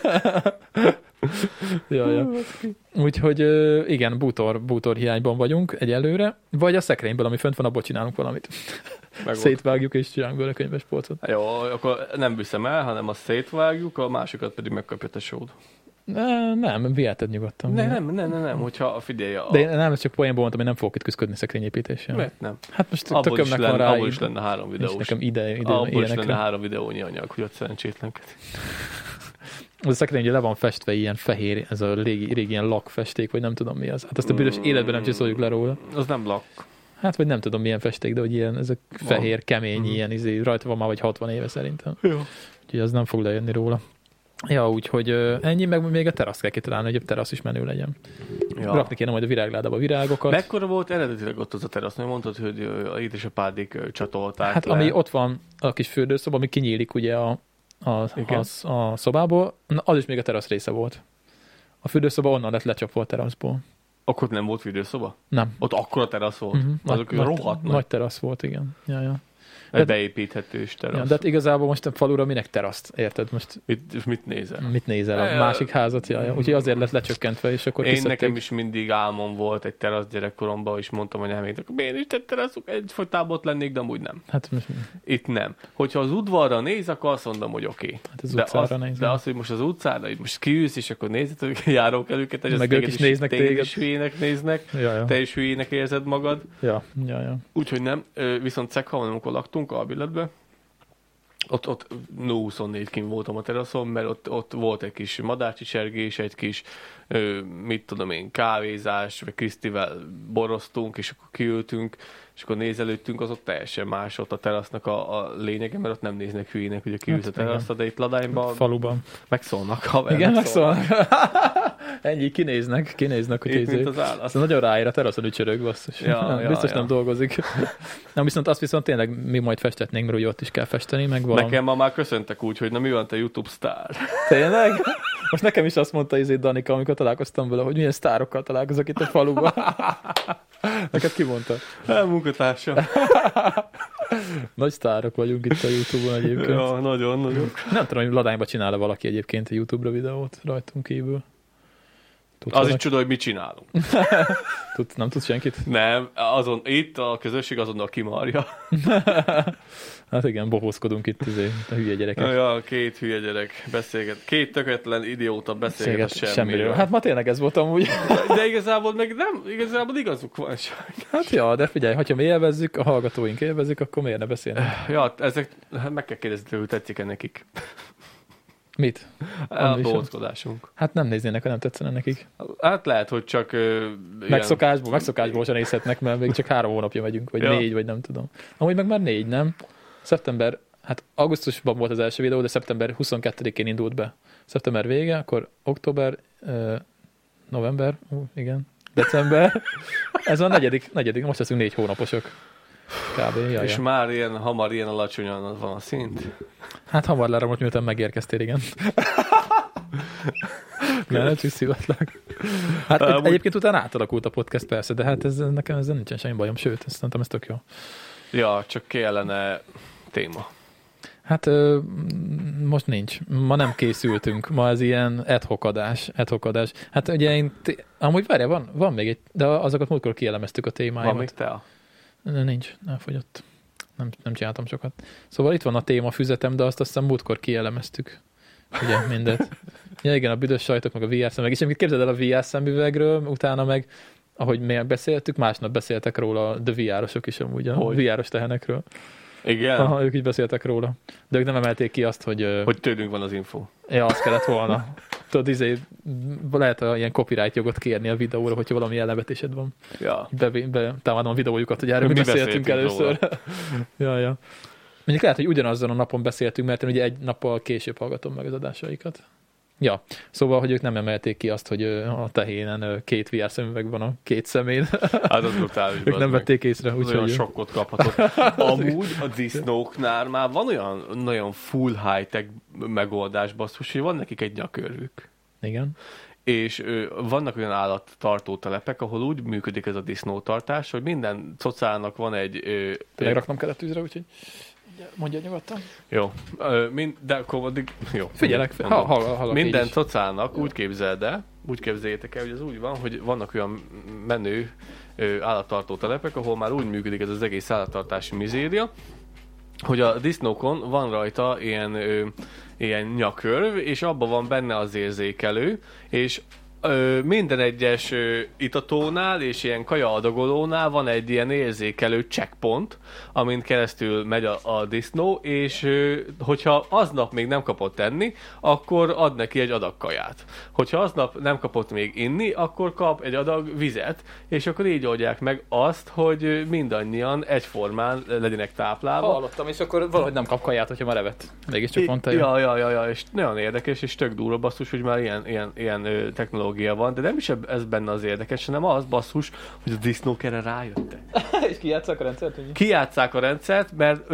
Ja. Úgyhogy igen, bútor hiányban vagyunk egyelőre, vagy a szekrényből, ami fönt van, abból csinálunk valamit. Szétvágjuk és csinálunk belőle könyves polcot. Jó, akkor nem viszem el, hanem azt szétvágjuk, a másikat pedig megkapja a sód. Nem, viheted nyugodtan. Nem, hogyha figyelj. De én nem, csak poénból mondtam, hogy nem fogok itt küzdködni szekrényépítéssel. Mert nem. Hát most tökömnek van rá. Abból is lenne 3 videós. Nekem ide abból is lenne 3 videónyi anyag, hogy ott szerencsétlenkedik. Az a szekrény ugye le van festve ilyen fehér, ez a régi ilyen lakfesték, vagy nem tudom mi az. Hát azt a büdös életben nem csiszoljuk le róla. Az nem lak. Hát vagy nem tudom milyen festék, de hogy ilyen, ez a fehér, kemény, ilyen, rajta van már vagy 60 éve szerintem. Jó. Úgyhogy az nem fog lejönni róla. Ja, úgyhogy ennyi, meg még a terasz kell kitalálni, hogy a terasz is menő legyen. Ja. Rakni kéne majd a virágládába virágokat. Mekkora volt eredetileg ott az a terasz? Mert mondtad, hogy a édesapádik csatolták hát le. ami ott van a kis fürdőszoba, ami kinyílik ugye a szobából, az is még a terasz része volt. A fürdőszoba onnan lett lecsapva a teraszból. Akkor nem volt fürdőszoba? Nem. Ott akkora terasz volt? Azok rohadt nagy terasz volt, igen. Ja. Egy beépíthetős terasz. Ja, de hát igazából most a falura minek teraszt, érted? Most mit nézel? Mit nézel? A másik házat, ja. Úgyhogy azért lett lecsökkentve, és akkor én nekem is mindig álmom volt egy terasz gyerekkoromban, és mondtam, hogy nem, miért is tett teraszuk? Egyfolytában ott lennék, de amúgy nem. Hát most... Itt nem. Hogyha az udvarra néz, akkor azt mondom, hogy oké. Hát az utcára néz. De az, hogy most az utcára, hogy most kiülsz, és akkor nézed, hogy járókelőket, és meg ők is néznek téged. is hülyének néznek, te is hülyének érzed magad. Ja. Úgyhogy nem. Viszont Szekhavon, amikor laktunk albilletben, ott 24 kint voltam a teraszon, mert ott volt egy kis madárcsicsergés, egy kis, mit tudom én, kávézás, vagy Krisztivel boroztunk, és akkor kiültünk, és akkor nézelődtünk, az ott teljesen más ott a terasznak a lényege, mert ott nem néznek hülyének, hogy a kiülsz a teraszra, de itt Ladányban faluban megszólnak, haver. Igen, megszólnak. Ennyi, kinéznek, hogy mint az állat. Aztán nagyon ráér a teraszon ücsörög, basszus. Biztos nem dolgozik. Nem, viszont tényleg mi majd festetnénk, mert ugye ott is kell festeni, meg valami. Nekem ma már köszöntek úgy, hogy na mi van, te YouTube sztár. Tényleg? Most nekem is azt mondta Danika, amikor találkoztam vele, hogy milyen sztárokkal találkozok itt a faluban. Neked ki mondta? Munkatársa. Nagy sztárok vagyunk itt a YouTube-on egyébként. Ja, nagyon. Nem tudom, hogy Ladányban csinál valaki egyébként a YouTube-ra videót rajtunk kívül. Az is csoda, hogy mit csinálunk. Nem tudsz senkit? Nem, itt a közösség azonnal kimarja. Hát igen, bohózkodunk itt a hülye gyerekek. Ja, két hülye gyerek beszélget. Két tökéletlen idióta beszélget semmiről. Hát ma tényleg ez volt amúgy. De igazából meg nem, igazából igazuk van. Hát ja, de figyelj, ha mi élvezzük, a hallgatóink élvezik, akkor miért ne beszélnek? Ja, ezek, meg kell kérdezni, hogy tetszik-e nekik. Mit? A bohózkodásunk. Hát nem néznének, ha nem tetszene nekik. Hát lehet, hogy csak megszokásból sem nézhetnek, mert még csak 3 hónapja megyünk, vagy 4, vagy nem tudom. Amúgy meg már 4, nem? Szeptember, hát augusztusban volt az első videó, de szeptember 22-én indult be. Szeptember vége, akkor október, november, igen, december. Ez a negyedik, most leszünk 4 hónaposok. Kb. Jaj, és már hamar ilyen alacsonyan van a szint. Hát hamar leramott, miután megérkeztél, igen. Nem, csak szívatlak. Hát egyébként utána átalakult a podcast, persze, de hát nekem ezzel nincsen semmi bajom, sőt, szerintem ez tök jó. Ja, csak kellene téma. Hát most nincs. Ma nem készültünk. Ma ez ilyen ad hoc adás. Hát ugye amúgy várjál, van még egy, de azokat múltkor kielemeztük a témáimat. Van még tea? Nincs, elfogyott. Nem csináltam sokat. Szóval itt van a témafüzetem, de azt hiszem múltkor kielemeztük. Ugye, mindet. Ja, igen, a büdös sajtok, meg a VR szemüveg. És amit képzeld el a VR szemüvegről, utána meg, ahogy mi beszéltük, másnap beszéltek róla a VR-osok is amúgy, a VR-os tehenekről. Igen? Aha, ők is beszéltek róla. De ők nem emelték ki azt, hogy... Hogy tőlünk van az info. Ja, az kellett volna. Tudod, lehet ilyen copyright jogot kérni a videóra, hogyha valami elnevetésed van. Ja. Támadom a videójukat, hogy erről mi beszéltünk először. Ja. Mondjuk lehet, hogy ugyanazon a napon beszéltünk, mert én ugye egy nappal később hallgatom meg az adásaikat. Ja, szóval, hogy ők nem emelték ki azt, hogy a tehénen 2 VR szemüveg van a 2 szemén. Hát az brutális. Ők nem vették észre. Olyan sokkot kaphatott. Amúgy a disznóknál már van olyan nagyon full high-tech megoldás, basszus, hogy van nekik egy nyakörvük. Igen. És vannak olyan állattartó telepek, ahol úgy működik ez a disznótartás, hogy minden cocának van egy... Tényleg raknom kellett tűzre, úgyhogy mondja nyugodtan. Jó. De akkor addig... Jó. Figyelek, hallok. Minden cocának úgy képzeljétek el, hogy ez úgy van, hogy vannak olyan menő állattartó telepek, ahol már úgy működik ez az egész állattartási mizéria, hogy a disznókon van rajta ilyen nyakörv, és abban van benne az érzékelő, és minden egyes itatónál és ilyen kajaadagolónál van egy ilyen érzékelő checkpoint, amin keresztül megy a disznó, és hogyha aznap még nem kapott enni, akkor ad neki egy adag kaját. Hogyha aznap nem kapott még inni, akkor kap egy adag vizet, és akkor így oldják meg azt, hogy mindannyian egyformán legyenek táplálva. Hallottam, és akkor valahogy nem kap kaját, hogyha már evett. Mégiscsak mondta. Ja, és nagyon érdekes, és tök durva basszus, hogy már ilyen technológia van, de nem is ez benne az érdekes, hanem az basszus, hogy a disznók erre rájöttek. És kijátsszák a rendszert? Kijátsszák a rendszert, mert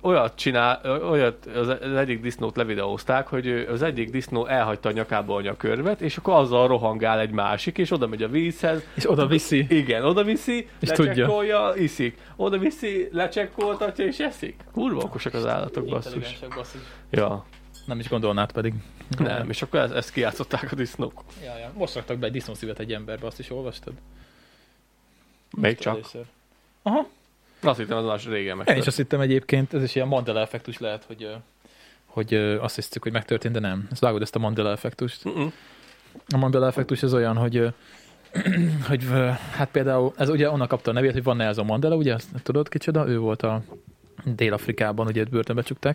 olyat az egyik disznót levideózták, hogy az egyik disznó elhagyta a nyakából a nyakörvet, és akkor azzal rohangál egy másik, és oda megy a vízhez. És oda viszi. Igen, oda viszi, és lecsekkolja, iszik. Oda viszi, lecsekkoltatja, és eszik. Kurva okosak az állatok, basszus. Ja. Nem is gondolnád pedig. Nem, és akkor ezt kijátszották a disznók. Ja. Most raktak be egy disznószívet egy emberbe, azt is olvastad? Még csak? Először. Aha. Azt hittem, az más régen megtört. Én is azt hittem egyébként, ez is ilyen Mandela effektus lehet, hogy azt hiszük, hogy megtörtént, de nem. Ezt vágod, ezt a Mandela effektust. A Mandela effektus az olyan, hogy hát például, ez ugye onnan kapta a nevét, hogy van Nelson Mandela, ugye, azt tudod kicsoda? Ő volt a Dél-Afrikában, ugye börtönbe csukták.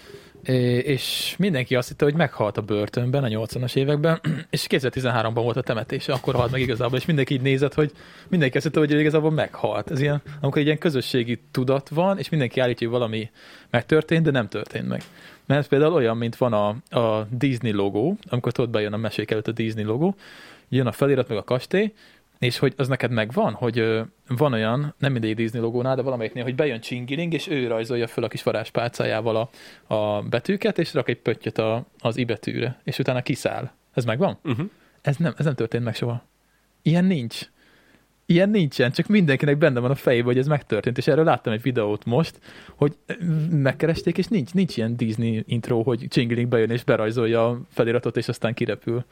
És mindenki azt hitte, hogy meghalt a börtönben a 80-as években, és 2013-ban volt a temetése, akkor halt meg igazából, és mindenki így nézett, hogy mindenki azt hitte, hogy igazából meghalt. Ez ilyen, amikor egy ilyen közösségi tudat van, és mindenki állítja, hogy valami megtörtént, de nem történt meg. Mert ez például olyan, mint van a Disney logó, amikor ott bejön a mesék előtt a Disney logó, jön a felirat meg a kastély, és hogy az neked megvan, hogy van olyan, nem mindig Disney logónál, de valamelyiknél, hogy bejön Csingiling, és ő rajzolja föl a kis varázspálcájával a betűket, és rak egy pöttyöt az i betűre, és utána kiszáll. Ez megvan? Ez nem történt meg soha. Ilyen nincsen, csak mindenkinek benne van a fejében, hogy ez megtörtént, és erről láttam egy videót most, hogy megkeresték, és nincs ilyen Disney intro, hogy Csingiling bejön és berajzolja a feliratot, és aztán kirepül.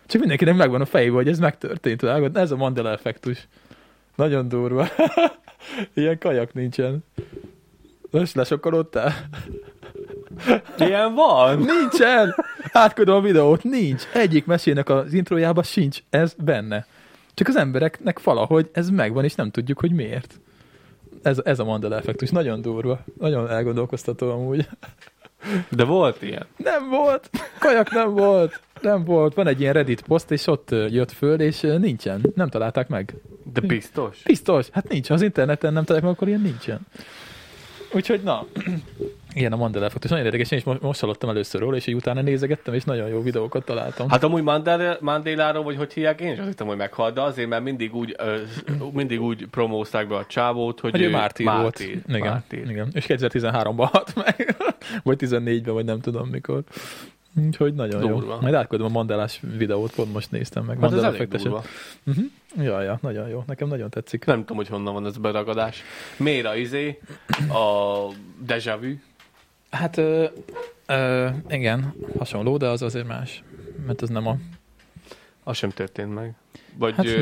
Csak mindenkinek megvan a fejében, hogy ez megtörtént. Vágod? Ez a Mandela effektus. Nagyon durva. Ilyen kajak nincsen. Most lesokkolódtál? Ilyen van? Nincsen! Átkodom a videót, nincs. Egyik mesének az intrójában sincs ez benne. Csak az embereknek valahogy ez megvan, és nem tudjuk, hogy miért. Ez a Mandela effektus. Nagyon durva. Nagyon elgondolkoztató amúgy. De volt ilyen? Nem volt. Kajak nem volt. Nem volt. Van egy ilyen Reddit poszt, és ott jött föl, és nincsen. Nem találták meg. De biztos? Biztos. Hát nincs. Ha az interneten nem találják meg, akkor ilyen nincsen. Úgyhogy na, ilyen a Mandela effektus. Nagyon érdekes, én is most hallottam először róla, és így utána nézegettem, és nagyon jó videókat találtam. Hát amúgy Mandéláról, vagy hogy hívják, én is azt hittem, hogy meghalt, de azért, mert mindig úgy promózták be a csávót, hogy ő mártír volt. Igen. És 2013-ban halt meg. Vagy 14-ben, vagy nem tudom mikor. Úgyhogy nagyon durva. Jó. Majd átkodom a Mandelás videót, pont most néztem meg. Hát ez elég durva. Ja, nagyon jó. Nekem nagyon tetszik. Nem tudom, hogy honnan van ez a beragadás. Miért a Déjà Vu? Hát igen, hasonló, de az azért más. Mert az nem a... Az sem történt meg. Vagy, hát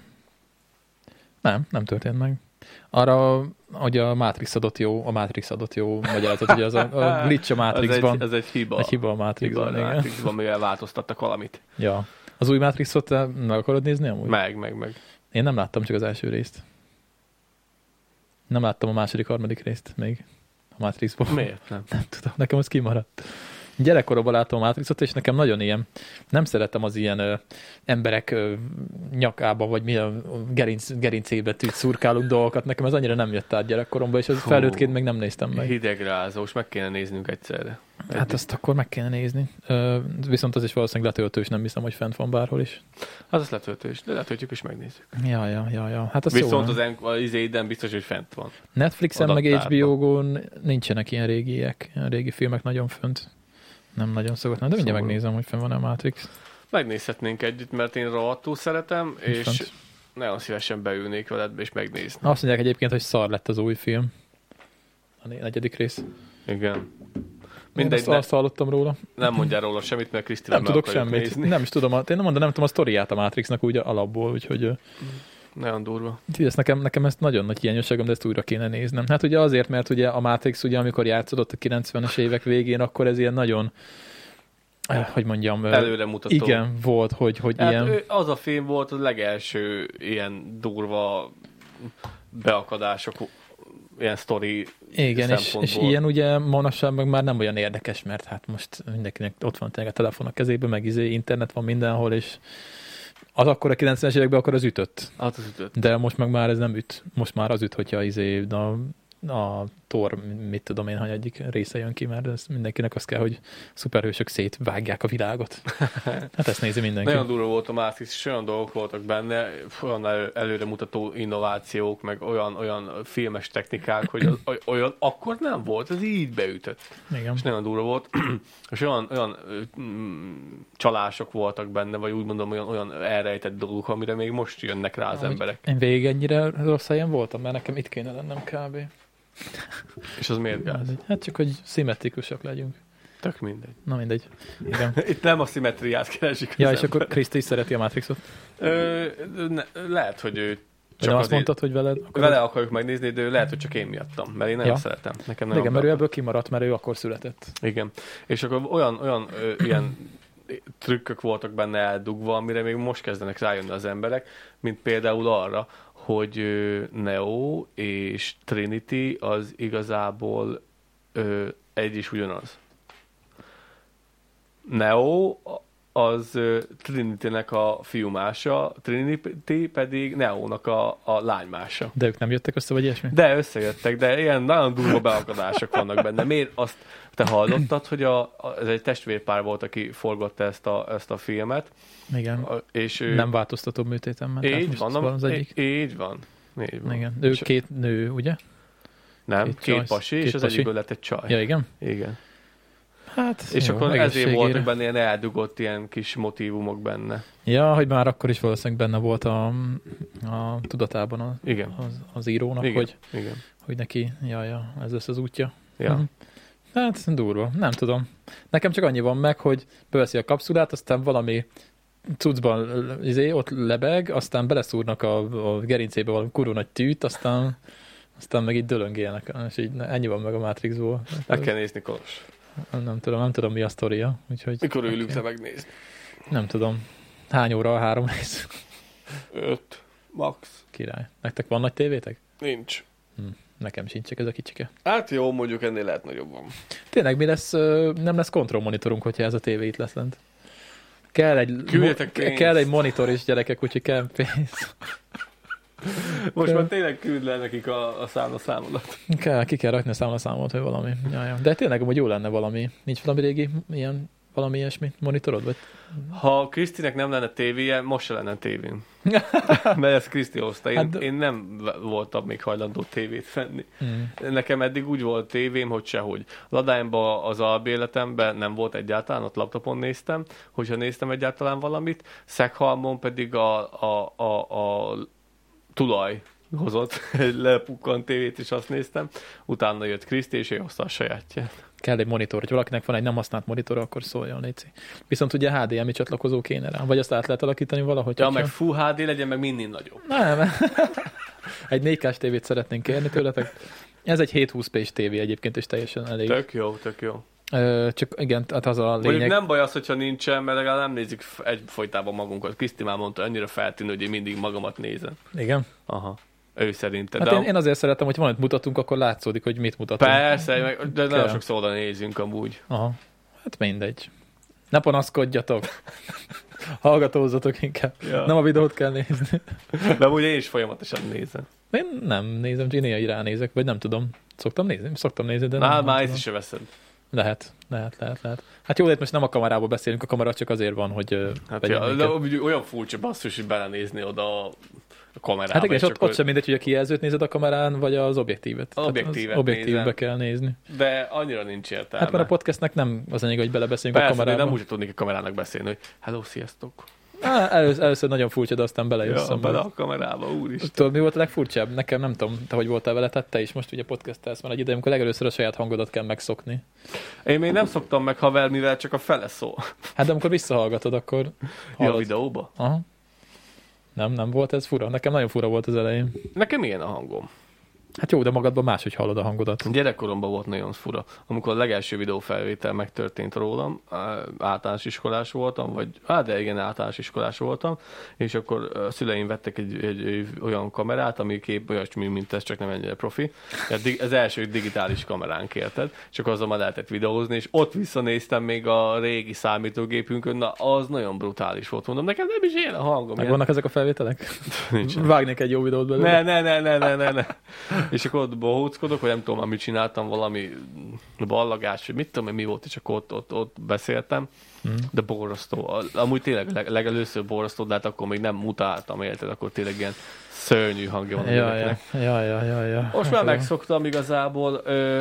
nem történt meg. Arra, hogy a Matrix adott jó magyarázat, hogy az a glitch a Matrixban. Ez egy hiba. Egy hiba a Matrixban, igen. Matrixban, mivel változtattak valamit. Ja. Az új Matrixot meg akarod nézni amúgy? Meg. Én nem láttam csak az első részt. Nem láttam a második, harmadik részt még a Matrixból. Miért nem? Nem tudom, nekem az kimaradt. Gyerekkoromban láttam a Matrixot, és nekem nagyon ilyen, nem szeretem az ilyen emberek nyakába, vagy mi a gerincébe tűt szurkáló dolgokat, nekem ez annyira nem jött át gyerekkoromban, és az felnőttként még nem néztem meg. Hidegrázós, meg kéne néznünk egyszerre. Hát azt akkor meg kéne nézni. Viszont az is valószínűleg letöltős, nem hiszem, hogy fent van bárhol is. Az letöltős, de letöltjük és megnézzük. Ja. Hát az viszont az izéden biztos, hogy fent van. Netflixen meg HBO-gon nincsenek ilyen régi filmek nagyon fönt. Nem nagyon szokott, de mindjárt megnézem, hogy fenn van a Matrix. Megnézhetnénk együtt, mert én rohadtul szeretem, és nagyon szívesen beülnék veled, és megnézni. Azt mondják egyébként, hogy szar lett az új film. A 4. rész. Igen. Mindegy, azt hallottam róla. Nem mondjál róla semmit, mert Krisztivel nem tudok semmit. Nézni. Nem is tudom, én nem tudom a sztoriát a Matrixnak úgy alapból, úgyhogy... Nagyon durva. Ez nekem ez nagyon nagy hiányosságom, de ezt újra kéne néznem. Hát ugye azért, mert ugye a Matrix, ugye, amikor játszódott a 90-es évek végén, akkor ez ilyen nagyon, hogy mondjam... Előremutató. Igen, volt, hogy hát ilyen... Az a film volt az legelső ilyen durva beakadások, ilyen sztori. Igen, és ilyen ugye manapság meg már nem olyan érdekes, mert hát most mindenkinek ott van tényleg a telefon a kezében, meg internet van mindenhol, és az akkor a 90-es években akkor az ütött. Az ütött. De most meg már ez nem üt. Most már az üt, hogyha a Thor, mit tudom én, hogy egyik része jön ki, mert ez mindenkinek az kell, hogy szuperhősök szétvágják a világot. Hát ezt nézi mindenki. Nagyon durva volt a Matrix, és olyan dolgok voltak benne, olyan előremutató innovációk, meg olyan filmes technikák, hogy olyan akkor nem volt, ez így beütött. Igen. És nagyon durva volt. És olyan csalások voltak benne, vagy úgy mondom, olyan elrejtett dolgok, amire még most jönnek rá az emberek. Én végig ennyire rossz helyen voltam, mert nekem itt kéne lennem kb. És az miért gáz? Hát csak, hogy szimmetrikusak legyünk. Tök mindegy. Na mindegy. Igen. Itt nem a szimmetriát keresik. Ja, és akkor Kriszti is szereti a Matrixot? Lehet, hogy ő csak nem azt mondtad, hogy veled? Vele akarjuk megnézni, de lehet, hogy csak én miattam, mert én nagyon szeretem. Nekem igen, mert ő ebből kimaradt, mert ő akkor született. Igen. És akkor olyan ilyen trükkök voltak benne eldugva, amire még most kezdenek rájönni az emberek, mint például arra, hogy Neo és Trinity az igazából egy is ugyanaz. Neo az Trinitynek a fiúmása, Trinity pedig Neónak a lánymása. De ők nem jöttek össze, vagy ilyesmi? De összejöttek, de ilyen nagyon durva beakadások vannak benne. Miért azt te hallottad, hogy ez egy testvérpár volt, aki forgatta ezt a filmet. Igen. És nem változtató műtéten ment. Így van, az egyik. Így van. Igen. Ő két nő, ugye? Nem, két pasi, és az egyikből lett egy csaj. Ja, igen? Igen. Hát, és jó, akkor ezért voltak benne ilyen eldugott ilyen kis motívumok benne. Ja, hogy már akkor is valószínűleg benne volt a tudatában az írónak, igen. Hogy neki, ez lesz az útja. Ja. Hát durva, nem tudom. Nekem csak annyi van meg, hogy beveszi a kapszulát, aztán valami cuccban ott lebeg, aztán beleszúrnak a gerincébe valami kurva nagy tűt, aztán meg így dölöngélnek, és így ennyi van meg a Matrixból. Meg kell nézni, Kolos. Nem tudom mi a sztoria. Úgyhogy mikor ülünk te megnézni? Nem tudom. Hány óra a 3 rész? 5. Max. Király. Nektek van nagy tévétek? Nincs. Nekem sincsek ez a kicsike. Hát jó, mondjuk ennél lehet nagyobb van. Tényleg mi lesz, nem lesz kontrollmonitorunk, hogyha ez a tévé itt lesz lent. Kell egy monitor is, gyerekek, úgyhogy kell pénz. Most már tényleg küld le nekik a számlaszámodat. Ki kell rakni a számlaszámot, vagy valami. Ja. De tényleg amúgy jó lenne valami. Nincs valami régi ilyen valami ilyesmi monitorod? Vagy? Ha Krisztinek nem lenne tévéje, most se lenne tévém. Mert ez Kriszti hozta. Én nem voltam még hajlandó tévét venni. Nekem eddig úgy volt tévém, hogy sehogy. Ladályban az albéletemben nem volt egyáltalán, ott laptopon néztem, hogyha néztem egyáltalán valamit. Szeghalmon pedig a tulaj hozott egy lepukkant tévét, és azt néztem. Utána jött Kriszti, és ő hozta a sajátját. Kell egy monitor, hogy valakinek van egy nem használt monitor, akkor szóljon, léci. Viszont ugye HDMI csatlakozó kéne rá. Vagy azt át lehet alakítani valahogy? Ja, meg Full HD legyen, meg mindig nagyobb. Nem. Egy 4K-s tévét szeretnénk kérni tőletek. Ez egy 720p-s tévé egyébként, és teljesen elég. Tök jó. Csak igen, hát az a lényeg. Mondjuk nem baj az, hogyha nincsen, mert legalább nem nézik egyfolytában magunkat. Kriszti már mondta, annyira feltűnő, hogy én mindig magamat nézem. Igen? Aha. Ő szerinte. Hát én azért szeretem, hogy valamit mutatunk, akkor látszódik, hogy mit mutatunk. Persze, de nagyon sokszor oda nézünk amúgy. Aha. Hát mindegy. Ne panaszkodjatok. Hallgatózzatok inkább. Ja. Nem a videót kell nézni. De amúgy én is folyamatosan nézem. Én nem nézem, csak néha ránézek, vagy nem tudom. Szoktam nézni, de már ezt is veszed. Lehet. Hát jó, de most nem a kamerába beszélünk, a kamera csak azért van, hogy... Hát ja, de olyan furcsa basszus, hogy belenézni oda a kamerába. Hát igen, és ott sem mindegy, hogy a kijelzőt nézed a kamerán, vagy az objektívet. Az objektívbe kell nézni. De annyira nincs értelme. Hát mert a podcastnek nem az anyag, hogy belebeszélünk persze, a kamerába. Persze, nem úgy tudnék a kamerának beszélni, hogy hello, sziasztok. Először nagyon furcsa, de aztán belejössz. Ja, bele a kamerába, úristen. Tudod, mi volt a legfurcsább? Nekem nem tudom, te hogy voltál vele, te is most ugye podcastelsz már egy ide, amikor legelőször a saját hangodat kell megszokni. Én még nem szoktam meg, haver, mivel csak a fele szól. Hát de amikor visszahallgatod, akkor hallod. Ja, a videóba? Aha. Nem volt ez fura? Nekem nagyon fura volt az elején. Nekem ilyen a hangom. Hát jó, de magadban máshogy hallod a hangodat. Gyerekkoromban volt nagyon fura. Amikor a legelső videófelvétel megtörtént rólam, általános iskolás voltam, de igen, általános iskolás voltam, és akkor a szüleim vettek egy olyan kamerát, ami kép olyasmi, mint ez, csak nem ennyire profi. Az első digitális kameránk, érted? Csak azzal már lehetett videózni, és ott visszanéztem még a régi számítógépünkön, na az nagyon brutális volt. Mondom, nekem nem is ilyen a hangom. Meg vannak ezek a felvételek? Vágnék egy jó videót belőle. Ne. És akkor ott bohóckodok, hogy nem tudom, amit csináltam, valami ballagás, vagy mit tudom, mi volt, és akkor ott beszéltem, de borzasztó. Amúgy tényleg legelőször borzasztó, de hát akkor még nem mutáltam, érted, akkor tényleg ilyen szörnyű hangja van a gyereknek. Ja. Most már megszoktam igazából.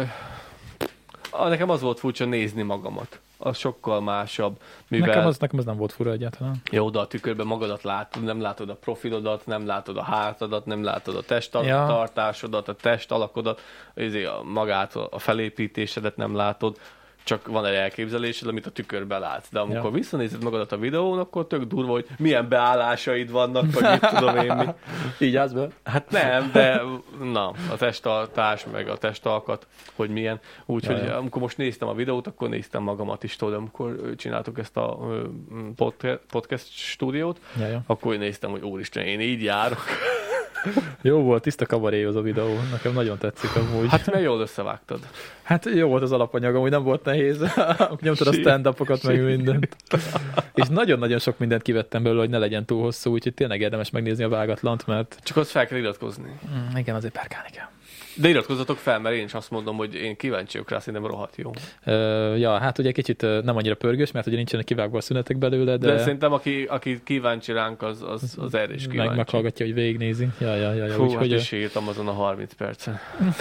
Nekem az volt furcsa nézni magamat. Az sokkal másabb. Nekem az nem volt fura egyáltalán. Jó, de a tükörben magadat látod, nem látod a profilodat, nem látod a hátadat, nem látod a testtartásodat, a testalakodat, magát, a felépítésedet nem látod, csak van egy elképzelésed, amit a tükörben látsz. De amikor visszanézed magadat a videón, akkor tök durva, hogy milyen beállásaid vannak, vagy mit tudom én mi. Így állsz be? Hát nem, de a testtartás, meg a testalkat, hogy milyen. Úgyhogy amikor most néztem a videót, akkor néztem magamat is, tudod, amikor csináltuk ezt a podcast stúdiót, akkor néztem, hogy úristen, én így járok. Jó volt, tiszta kabaré az a videó. Nekem nagyon tetszik amúgy. Hát mert jól összevágtad. Hát jó volt az alapanyag, amúgy nem volt nehéz. Nyomtad a stand-upokat, meg mindent. És nagyon-nagyon sok mindent kivettem belőle, hogy ne legyen túl hosszú, úgyhogy tényleg érdemes megnézni a vágatlant, mert... Csak azt fel kell iratkozni. Igen, azért perkálni kell. De iratkozzatok fel, mert én is azt mondom, hogy én kíváncsi vagyok rá, szerintem rohadt jó. Hát ugye kicsit nem annyira pörgős, mert ugye nincsenek kivágva a szünetek belőle, de szerintem aki kíváncsi ránk, az erre is kíváncsi. Meghallgatja, hogy végignézi. Ja. Fú, hát is írtam azon a 30 percen.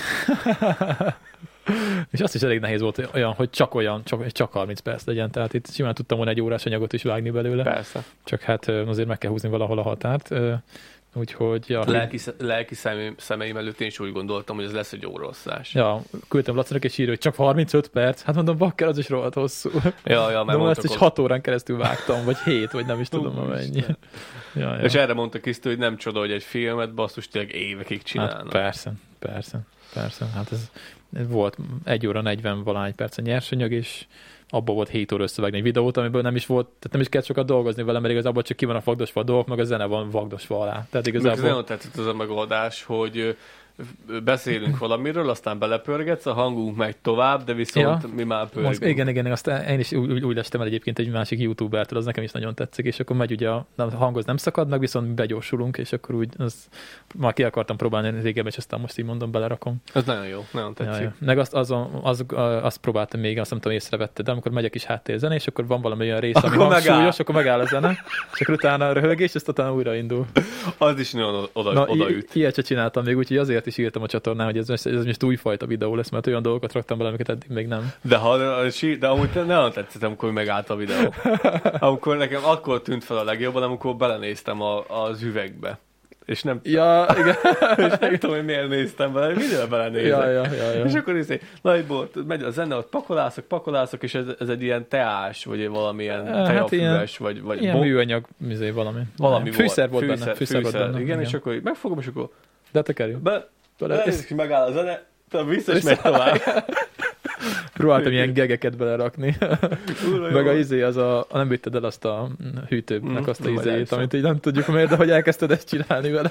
És azt is elég nehéz volt olyan, hogy csak 30 perc legyen, tehát itt simán tudtam volna egy órás anyagot is vágni belőle. Persze. Csak hát azért meg kell húzni valahol a határt. Úgyhogy... Ja, Lelki szemeim előtt én is úgy gondoltam, hogy ez lesz egy óraosztás. Ja, küldtem Lacinak és írja, hogy csak 35 perc. Hát mondom, bakker, az is rohadt hosszú. Ja, mert ezt is 6 órán keresztül vágtam, vagy 7, vagy nem is tudom, amennyi. Ja. És erre mondta Krisztó, hogy nem csoda, hogy egy filmet basszus tényleg évekig csinálnak. Hát persze. Hát ez volt 1 óra 40 valány perc a nyersanyag, és abban volt 7 óra összevágni egy videót, amiből nem is volt, tehát nem is kellett sokat dolgozni vele, mert igazából csak ki van a vagdosva a dolgok, meg a zene van vagdosva alá. Tehát igazából... Ez nagyon tetszett az a megoldás, hogy beszélünk valamiről, aztán belepörgetsz, a hangunk megy tovább, de viszont mi már pörgünk. Igen, aztán én is úgy lestem el egyébként egy másik youtubertől, az nekem is nagyon tetszik, és akkor megy ugye a hanghoz nem szakad meg, viszont begyorsulunk, és akkor úgy már ki akartam próbálni régebben, és aztán most így mondom, belerakom. Ez nagyon jó, nagyon tetszik. Ja. Meg azt próbáltam még, azt nem tudom, észrevetted, de amikor megy a kis háttérzene, és akkor van valami olyan rész, ami hangsúlyos, akkor megáll a zene, és akkor utána röhögés, és utána újraindul. Az is nagyon odaüt. Ilyet se csináltam még, úgyhogy azért is írtam a csatornán, hogy ez most újfajta videó lesz, mert olyan dolgokat raktam bele, amiket eddig még nem. De amúgy nagyon tetszett, amikor megállt a videó. Amikor nekem akkor tűnt fel a legjobban, amikor belenéztem az üvegbe. És nem igen. És nem tudom, hogy miért néztem bele, minél belenézek. Ja. És akkor megy a zene, ott pakolászok, és ez egy ilyen teás, vagy valamilyen tejafüves, vagy ilyen műanyag, valami fűszer volt benne. Igen, és akkor megfogom, és akkor betekerjük. És megáll a zene, vissza és megy tovább. Próbáltam ilyen gegeket belerakni. Meg nem vitted el azt a hűtőnek azt a ízét, amit így nem tudjuk miért, de hogy elkezdted ezt csinálni vele.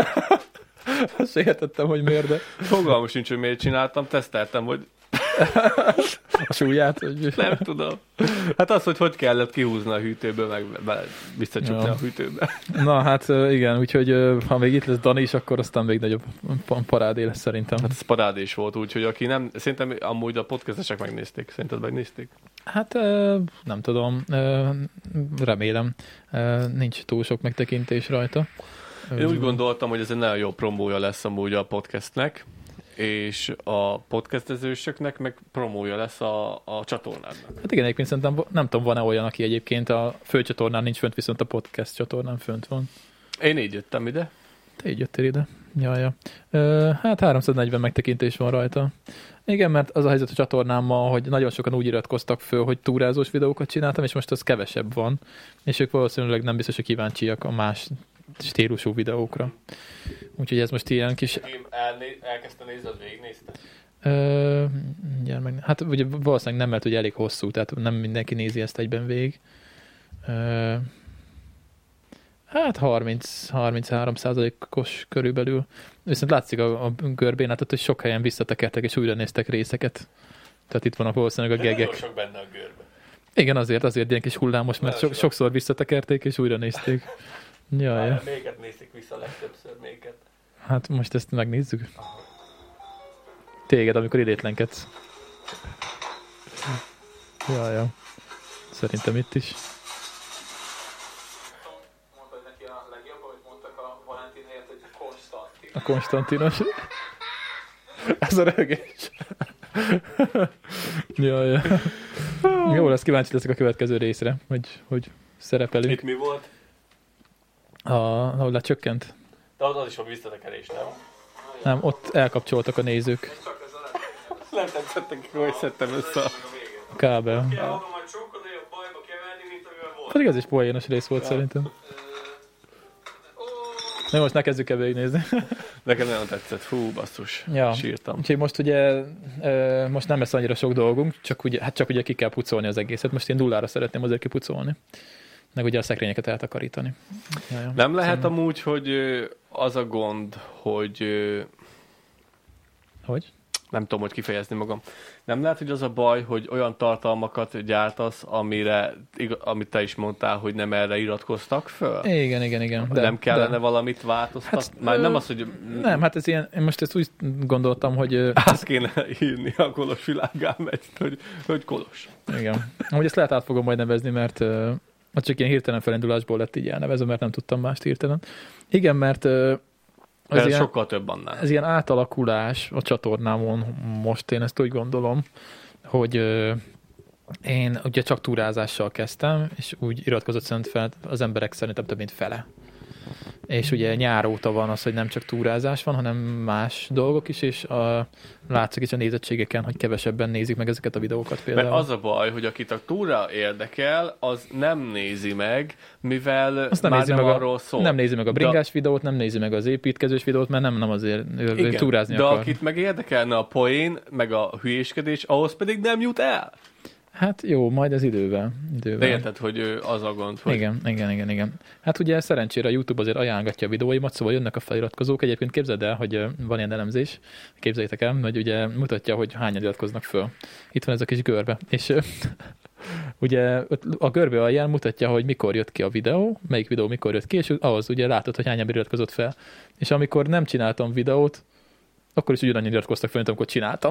Azt se értettem, hogy miért, de... Fogalmam sincs, hogy miért csináltam, teszteltem, hogy... A súlyát? Hogy... Nem tudom. Hát az, hogy kellett kihúzni a hűtőből, meg visszacsukni a hűtőbe. Na hát igen, úgyhogy ha még itt lesz Dani is, akkor aztán még nagyobb parádé lesz szerintem. Hát ez parádés volt, úgyhogy aki nem... Szerintem amúgy a podcastesek megnézték. Szerinted megnézték? Hát nem tudom. Remélem. Nincs túl sok megtekintés rajta. Én úgy gondoltam, hogy ez egy nagyon jó promója lesz amúgy a podcastnek, és a podcastezősöknek meg promója lesz a csatornádnak. Hát igen, egyébként szerintem nem tudom, van-e olyan, aki egyébként a főcsatornán nincs fönt, viszont a podcast csatornán fönt van. Én így jöttem ide. Te így jöttél ide. Ja. Hát 340 megtekintés van rajta. Igen, mert az a helyzet a csatornámmal, hogy nagyon sokan úgy iratkoztak föl, hogy túrázós videókat csináltam, és most az kevesebb van. És ők valószínűleg nem biztos, hogy kíváncsiak a más stílusú videókra. Úgyhogy ez most ilyen kis... Elkezdte nézni, az végignézte? Hát ugye valószínűleg nem, mert ugye elég hosszú, tehát nem mindenki nézi ezt egyben végig. Hát 30-33%-os körülbelül. Viszont látszik a görbén, hát ott, hogy sok helyen visszatekertek és újra néztek részeket. Tehát itt vannak valószínűleg a gegek. Nagyon sok benne a görbe. Igen, azért ilyen kis hullámos, mert sokszor visszatekerték és újra nézték. Ja. Melyiket nézték vissza legtöbbször, melyiket? Hát most ezt megnézzük. Téged, amikor idétlenkedsz. Ja. Szerintem itt is. Mondtad neki a legjobb, amit mondtak a Valentin helyett, hogy Konstantin. A Konstantinos. Ez a rögés. Ja. Jó lesz, kíváncsi leszek a következő részre, hogy szerepelünk. Itt mi volt? Ahol lecsökkent. De az is fog visszatekerés, nem? Nem, ott elkapcsoltak a nézők. Nem tetszettek, hogy szedtem össze a kábel. Pedig az is poénos rész volt szerintem. Na most ne kezdjük el végignézni. Nekem nagyon tetszett, fú, basszus, sírtam. Úgyhogy most ugye, most nem lesz annyira sok dolgunk, csak ugye ki kell pucolni az egészet. Most én nullára szeretném azért kipucolni. Meg ugye a szekrényeket eltakarítani. Ja. Nem lehet amúgy, hogy az a gond, hogy... Hogy? Nem tudom, hogy kifejezni magam. Nem lehet, hogy az a baj, hogy olyan tartalmakat gyártasz, amit te is mondtál, hogy nem erre iratkoztak föl? Igen. Nem kellene valamit változtatni? Hát, már nem az, hogy... Nem, hát ez ilyen, én most ezt úgy gondoltam, hogy... Azt kéne írni a Kolos világámet, hogy Kolos. Igen. Amúgy ezt lehet át fogom majd nevezni, mert... csak ilyen hirtelen felindulásból lett így elnevezve, mert nem tudtam mást hirtelen. Igen, mert ez ilyen, sokkal több annál. Ez ilyen átalakulás a csatornámon most, én ezt úgy gondolom, hogy én ugye csak túrázással kezdtem, és úgy iratkozott szerint fel az emberek szerintem több mint fele. és ugye nyár óta van az, hogy nem csak túrázás van, hanem más dolgok is, és látszik is a nézettségeken, hogy kevesebben nézik meg ezeket a videókat például. Mert az a baj, hogy akit a túra érdekel, az nem nézi meg, mivel azt már nézi nem meg arról szól. Nem nézi meg a bringás videót, nem nézi meg az építkezős videót, mert nem azért igen, túrázni de akar. akit meg érdekelne a poén, meg a hülyéskedés, ahhoz pedig nem jut el. Hát jó, majd ez idővel. De érted, hogy az a gond, hogy... Igen. Hát ugye szerencsére a YouTube azért ajánlgatja a videóimat, szóval jönnek a feliratkozók. Egyébként képzeld el, hogy van ilyen elemzés, képzeljétek el, hogy ugye mutatja, hogy hányan iratkoznak föl. Itt van ez a kis görbe. És ugye a görbe alján mutatja, hogy mikor jött ki a videó, melyik videó mikor jött ki, és ahhoz ugye látod, hogy hányan iratkozott fel. És amikor nem csináltam videót, akkor is ugyanannyi iratkoztak fel, mint amikor csináltam.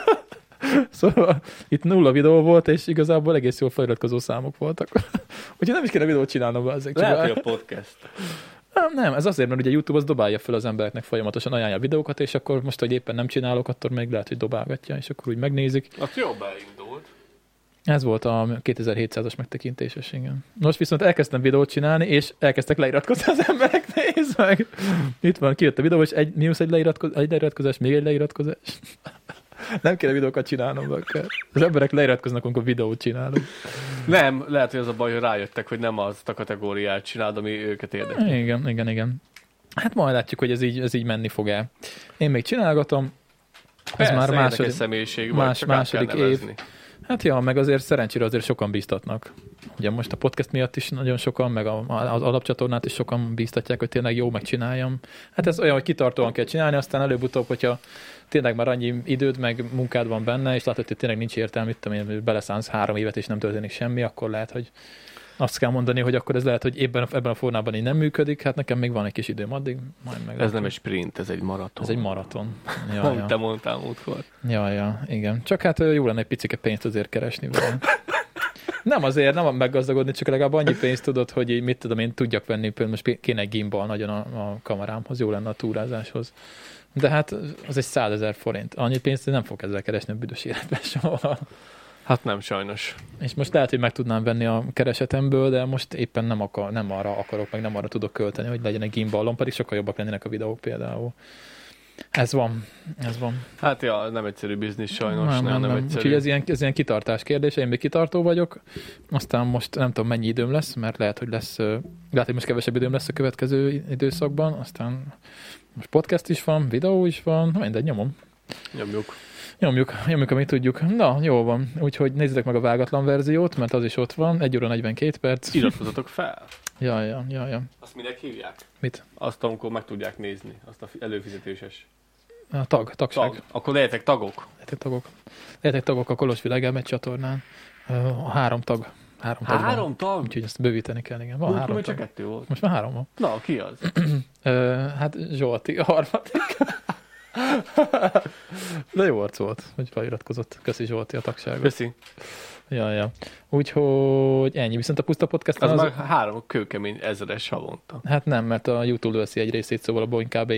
Szóval itt 0 videó volt, és igazából egész jól feliratkozó számok voltak. Úgyhogy nem is kéne videót csinálnom be ezek. Lehet, hogy a podcast. Nem, ez azért, mert ugye YouTube az dobálja fel az embereknek folyamatosan, ajánlja a videókat, és akkor most, hogy éppen nem csinálok, attól még lehet, hogy dobálgatja, és akkor úgy megnézik. Az jó beindult. Ez volt a 2700-as megtekintéses, igen. Most viszont elkezdtem videót csinálni, és elkezdtek leiratkozni az emberek, nézd meg! Itt van, kijött a videó, és egy leiratkozás, még egy leiratkozás. Nem kéne videókat csinálnom, akkor. Az emberek leiratkoznak, amikor videót csinálunk. Nem, lehet, hogy az a baj, hogy rájöttek, hogy nem azt a kategóriát csinálod, ami őket érdekel. Igen. Hát majd látjuk, hogy ez így menni fog el. Én még csinálgatom. Persze, ez már második személyiség vagy, csak második év. Hát ja, meg azért szerencsére azért sokan bíztatnak. Ugye most a podcast miatt is nagyon sokan, meg az alapcsatornát is sokan bíztatják, hogy tényleg jó megcsináljam. Hát ez olyan, hogy kitartóan kell csinálni, aztán előbb-utóbb, hogyha tényleg már annyi időd, meg munkád van benne, és látod, hogy tényleg nincs értelme, hogy beleszánsz 3 évet, és nem történik semmi, akkor lehet, hogy azt kell mondani, hogy akkor ez lehet, hogy ebben a formában így nem működik, hát nekem még van egy kis időm addig, majd meg. Ez nem egy sprint, ez egy maraton. Ez egy maraton. Ja. Te mondtál múltkor. Ja, igen. Csak hát jó lenne egy picike pénzt azért keresni vele. Nem azért, nem meggazdagodni, csak legalább annyi pénzt tudod, hogy így, mit tudom én, tudjak venni, például most kéne egy gimbal nagyon a kamerámhoz, jó lenne a túrázáshoz. De hát az egy 100 000 forint. Annyi pénzt nem fog ezzel keresni a büdös életben soha. Hát nem, sajnos. És most lehet, hogy meg tudnám venni a keresetemből, de most éppen nem arra akarok, meg nem arra tudok költeni, hogy legyen egy gimbalom, pedig sokkal jobbak lennének a videók például. Ez van. Hát ja, nem egyszerű biznisz sajnos. Nem egyszerű. Úgyhogy ez ilyen kitartás kérdése, én még kitartó vagyok, aztán most nem tudom mennyi időm lesz, mert lehet, hogy most kevesebb időm lesz a következő időszakban, aztán most podcast is van, videó is van, mindegy, nyomom. Nyomjuk, amit tudjuk. Na, jó van. Úgyhogy nézzétek meg a vágatlan verziót, mert az is ott van. 1 óra 42 perc. Iratkozzatok fel. Ja. Azt minek hívják? Mit? Azt, amikor meg tudják nézni. Azt a előfizetéses. A tagság. Akkor lehetek tagok. Lehetek tagok a Kolozsvilág Elmegy csatornán. 3 tag. 3 tag? Úgyhogy ezt bővíteni kell, igen. Van 3 tag. Csak 2 volt. Most már 3 van. Na, ki az? Hát Zsolti, a 3. De jó arc volt, hogy feliratkozott. Köszi Zsolti a tagságot. Köszi. Ja. Úgyhogy ennyi. Viszont a Puszta Podcast az már 3 kőkemény 1000-es havonta. Hát nem, mert a YouTube lőszi egy részét, szóval abból kb.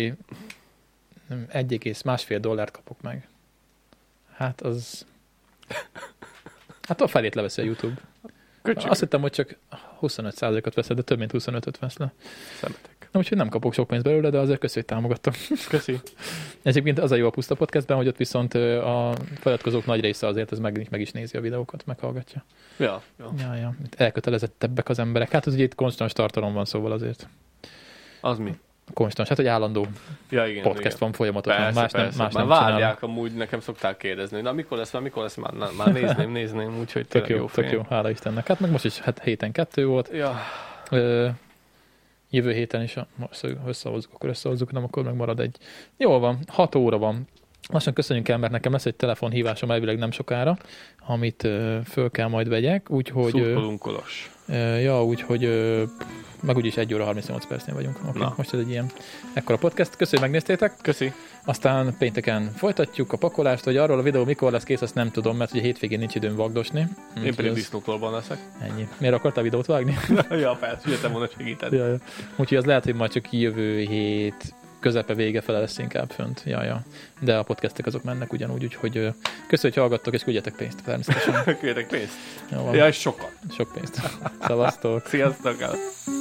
$1,5 kapok meg. Hát az... Hát a felét leveszi a YouTube. Köcsög. Azt hittem, hogy csak 25%-ot veszed, de több mint 25-öt vesz le. Szemetek. Úgyhogy nem kapok sok pénzt belőle, de azért köszi, hogy támogattam. Köszi. Egyébként az a jó a Puszta Podcastben, hogy ott viszont a feliratkozók nagy része azért ez meg is nézi a videókat, meghallgatja. Ja. Itt elkötelezettebbek az emberek. Hát az ugye itt konstans tartalom van, szóval azért. Az mi? Konstans, hát hogy állandó igen. van folyamatosan. Persze. Más már nem várják, csinálom. Amúgy nekem szokták kérdezni, hogy na mikor lesz, már nézném, úgyhogy tök jó, hála Istennek. Hát meg most is héten 2 volt. Ja. Jövő héten is összehozzuk, nem akkor meg marad egy. Jól van, 6 óra van. Lassan köszönjünk el, mert nekem lesz egy telefonhívásom elvileg nem sokára, amit föl kell majd vegyek, úgyhogy... Szurkolunkolos. Úgyhogy meg úgyis 1 óra 38 percnél vagyunk. Okay, most ez egy ilyen ekkora podcast. Köszönjük, hogy megnéztétek. Köszi. Aztán pénteken folytatjuk a pakolást, hogy arról a videó mikor lesz kész, azt nem tudom, mert ugye hétvégén nincs időm vagdosni. Én pedig disznótolban leszek. Ennyi. Miért akartál videót vágni? Ja, persze, jöttem volna segíteni. Ja. Úgyhogy az lehet, hogy majd csak jövő hét közepe vége fele lesz inkább fönt. Ja. De a podcastek azok mennek ugyanúgy, úgyhogy köszönjük, hogy hallgattok, és küldjetek pénzt természetesen. Küldjetek pénzt? Jó van. Ja, és sokat. Sok pénzt. Szevasztok. Sziasztok.